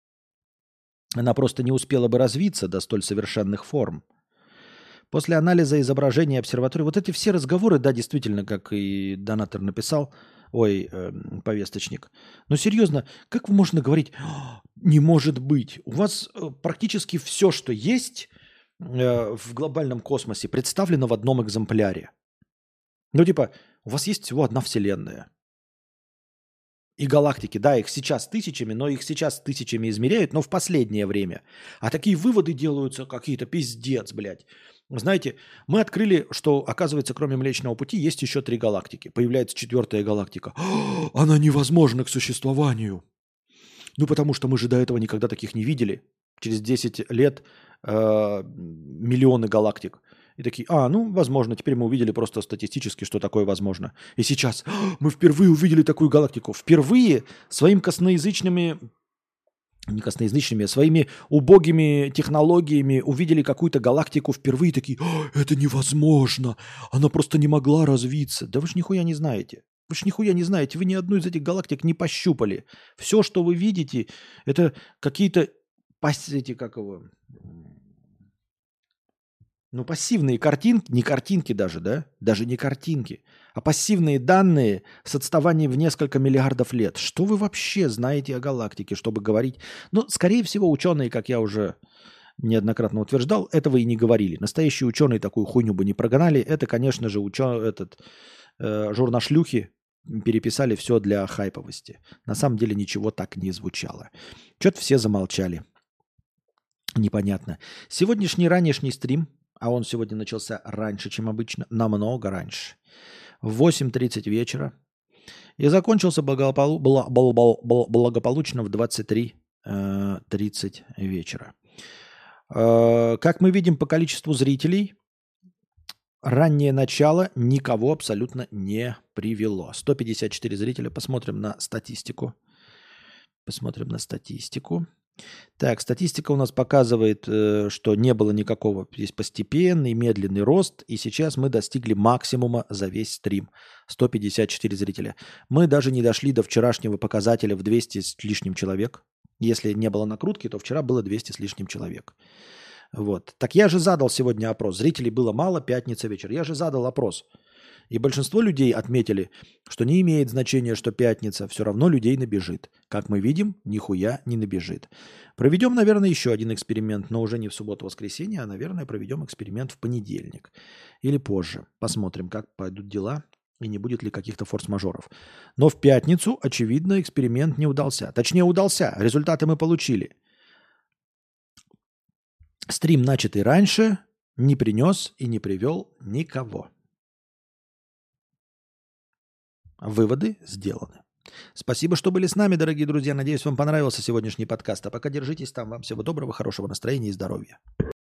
Она просто не успела бы развиться до столь совершенных форм. После анализа изображений обсерватории, вот эти все разговоры, да, действительно, как и донатор написал, ой, э, повесточник. Но серьезно, как можно говорить, не может быть? У вас практически все, что есть э, в глобальном космосе, представлено в одном экземпляре. Ну, типа, у вас есть всего одна вселенная. И галактики, да, их сейчас тысячами, но их сейчас тысячами измеряют, но в последнее время. А такие выводы делаются какие-то пиздец, блядь. Знаете, мы открыли, что, оказывается, кроме Млечного Пути есть еще три галактики. Появляется четвертая галактика. Она невозможна к существованию. Ну, потому что мы же до этого никогда таких не видели. Через десять лет э, миллионы галактик. И такие, а, ну, возможно, теперь мы увидели просто статистически, что такое возможно. И сейчас мы впервые увидели такую галактику. Впервые своим косноязычными, не косноязычными, а своими убогими технологиями увидели какую-то галактику впервые. Такие, это невозможно, она просто не могла развиться. Да вы ж нихуя не знаете. Вы ж нихуя не знаете, вы ни одну из этих галактик не пощупали. Все, что вы видите, это какие-то, эти, как его... Ну, пассивные картинки, не картинки даже, да? Даже не картинки, а пассивные данные с отставанием в несколько миллиардов лет. Что вы вообще знаете о галактике, чтобы говорить? Ну, скорее всего, ученые, как я уже неоднократно утверждал, этого и не говорили. Настоящие ученые такую хуйню бы не прогнали. Это, конечно же, учё... этот, э, журнашлюхи переписали все для хайповости. На самом деле ничего так не звучало. Что-то все замолчали. Непонятно. Сегодняшний ранешний стрим, а он сегодня начался раньше, чем обычно, намного раньше, в восемь тридцать вечера, и закончился благополу- бла- бла- бла- бла- благополучно в двадцать три тридцать вечера. Э, Как мы видим по количеству зрителей, раннее начало никого абсолютно не привело. сто пятьдесят четыре зрителя. Посмотрим на статистику. Посмотрим на статистику. Так, статистика у нас показывает, э, что не было никакого, есть постепенный, медленный рост, и сейчас мы достигли максимума за весь стрим. сто пятьдесят четыре зрителя. Мы даже не дошли до вчерашнего показателя в двести с лишним человек. Если не было накрутки, то вчера было двести с лишним человек. Вот. Так я же задал сегодня опрос. Зрителей было мало, пятница вечер. Я же задал опрос. И большинство людей отметили, что не имеет значения, что пятница, все равно людей набежит. Как мы видим, нихуя не набежит. Проведем, наверное, еще один эксперимент, но уже не в субботу-воскресенье, а, наверное, проведем эксперимент в понедельник или позже. Посмотрим, как пойдут дела. и не будет ли каких-то форс-мажоров. Но в пятницу, очевидно, эксперимент не удался. Точнее, удался. Результаты мы получили. Стрим, начатый раньше, не принес и не привел никого. Выводы сделаны. Спасибо, что были с нами, дорогие друзья. Надеюсь, вам понравился сегодняшний подкаст. А пока держитесь там. Вам всего доброго, хорошего настроения и здоровья.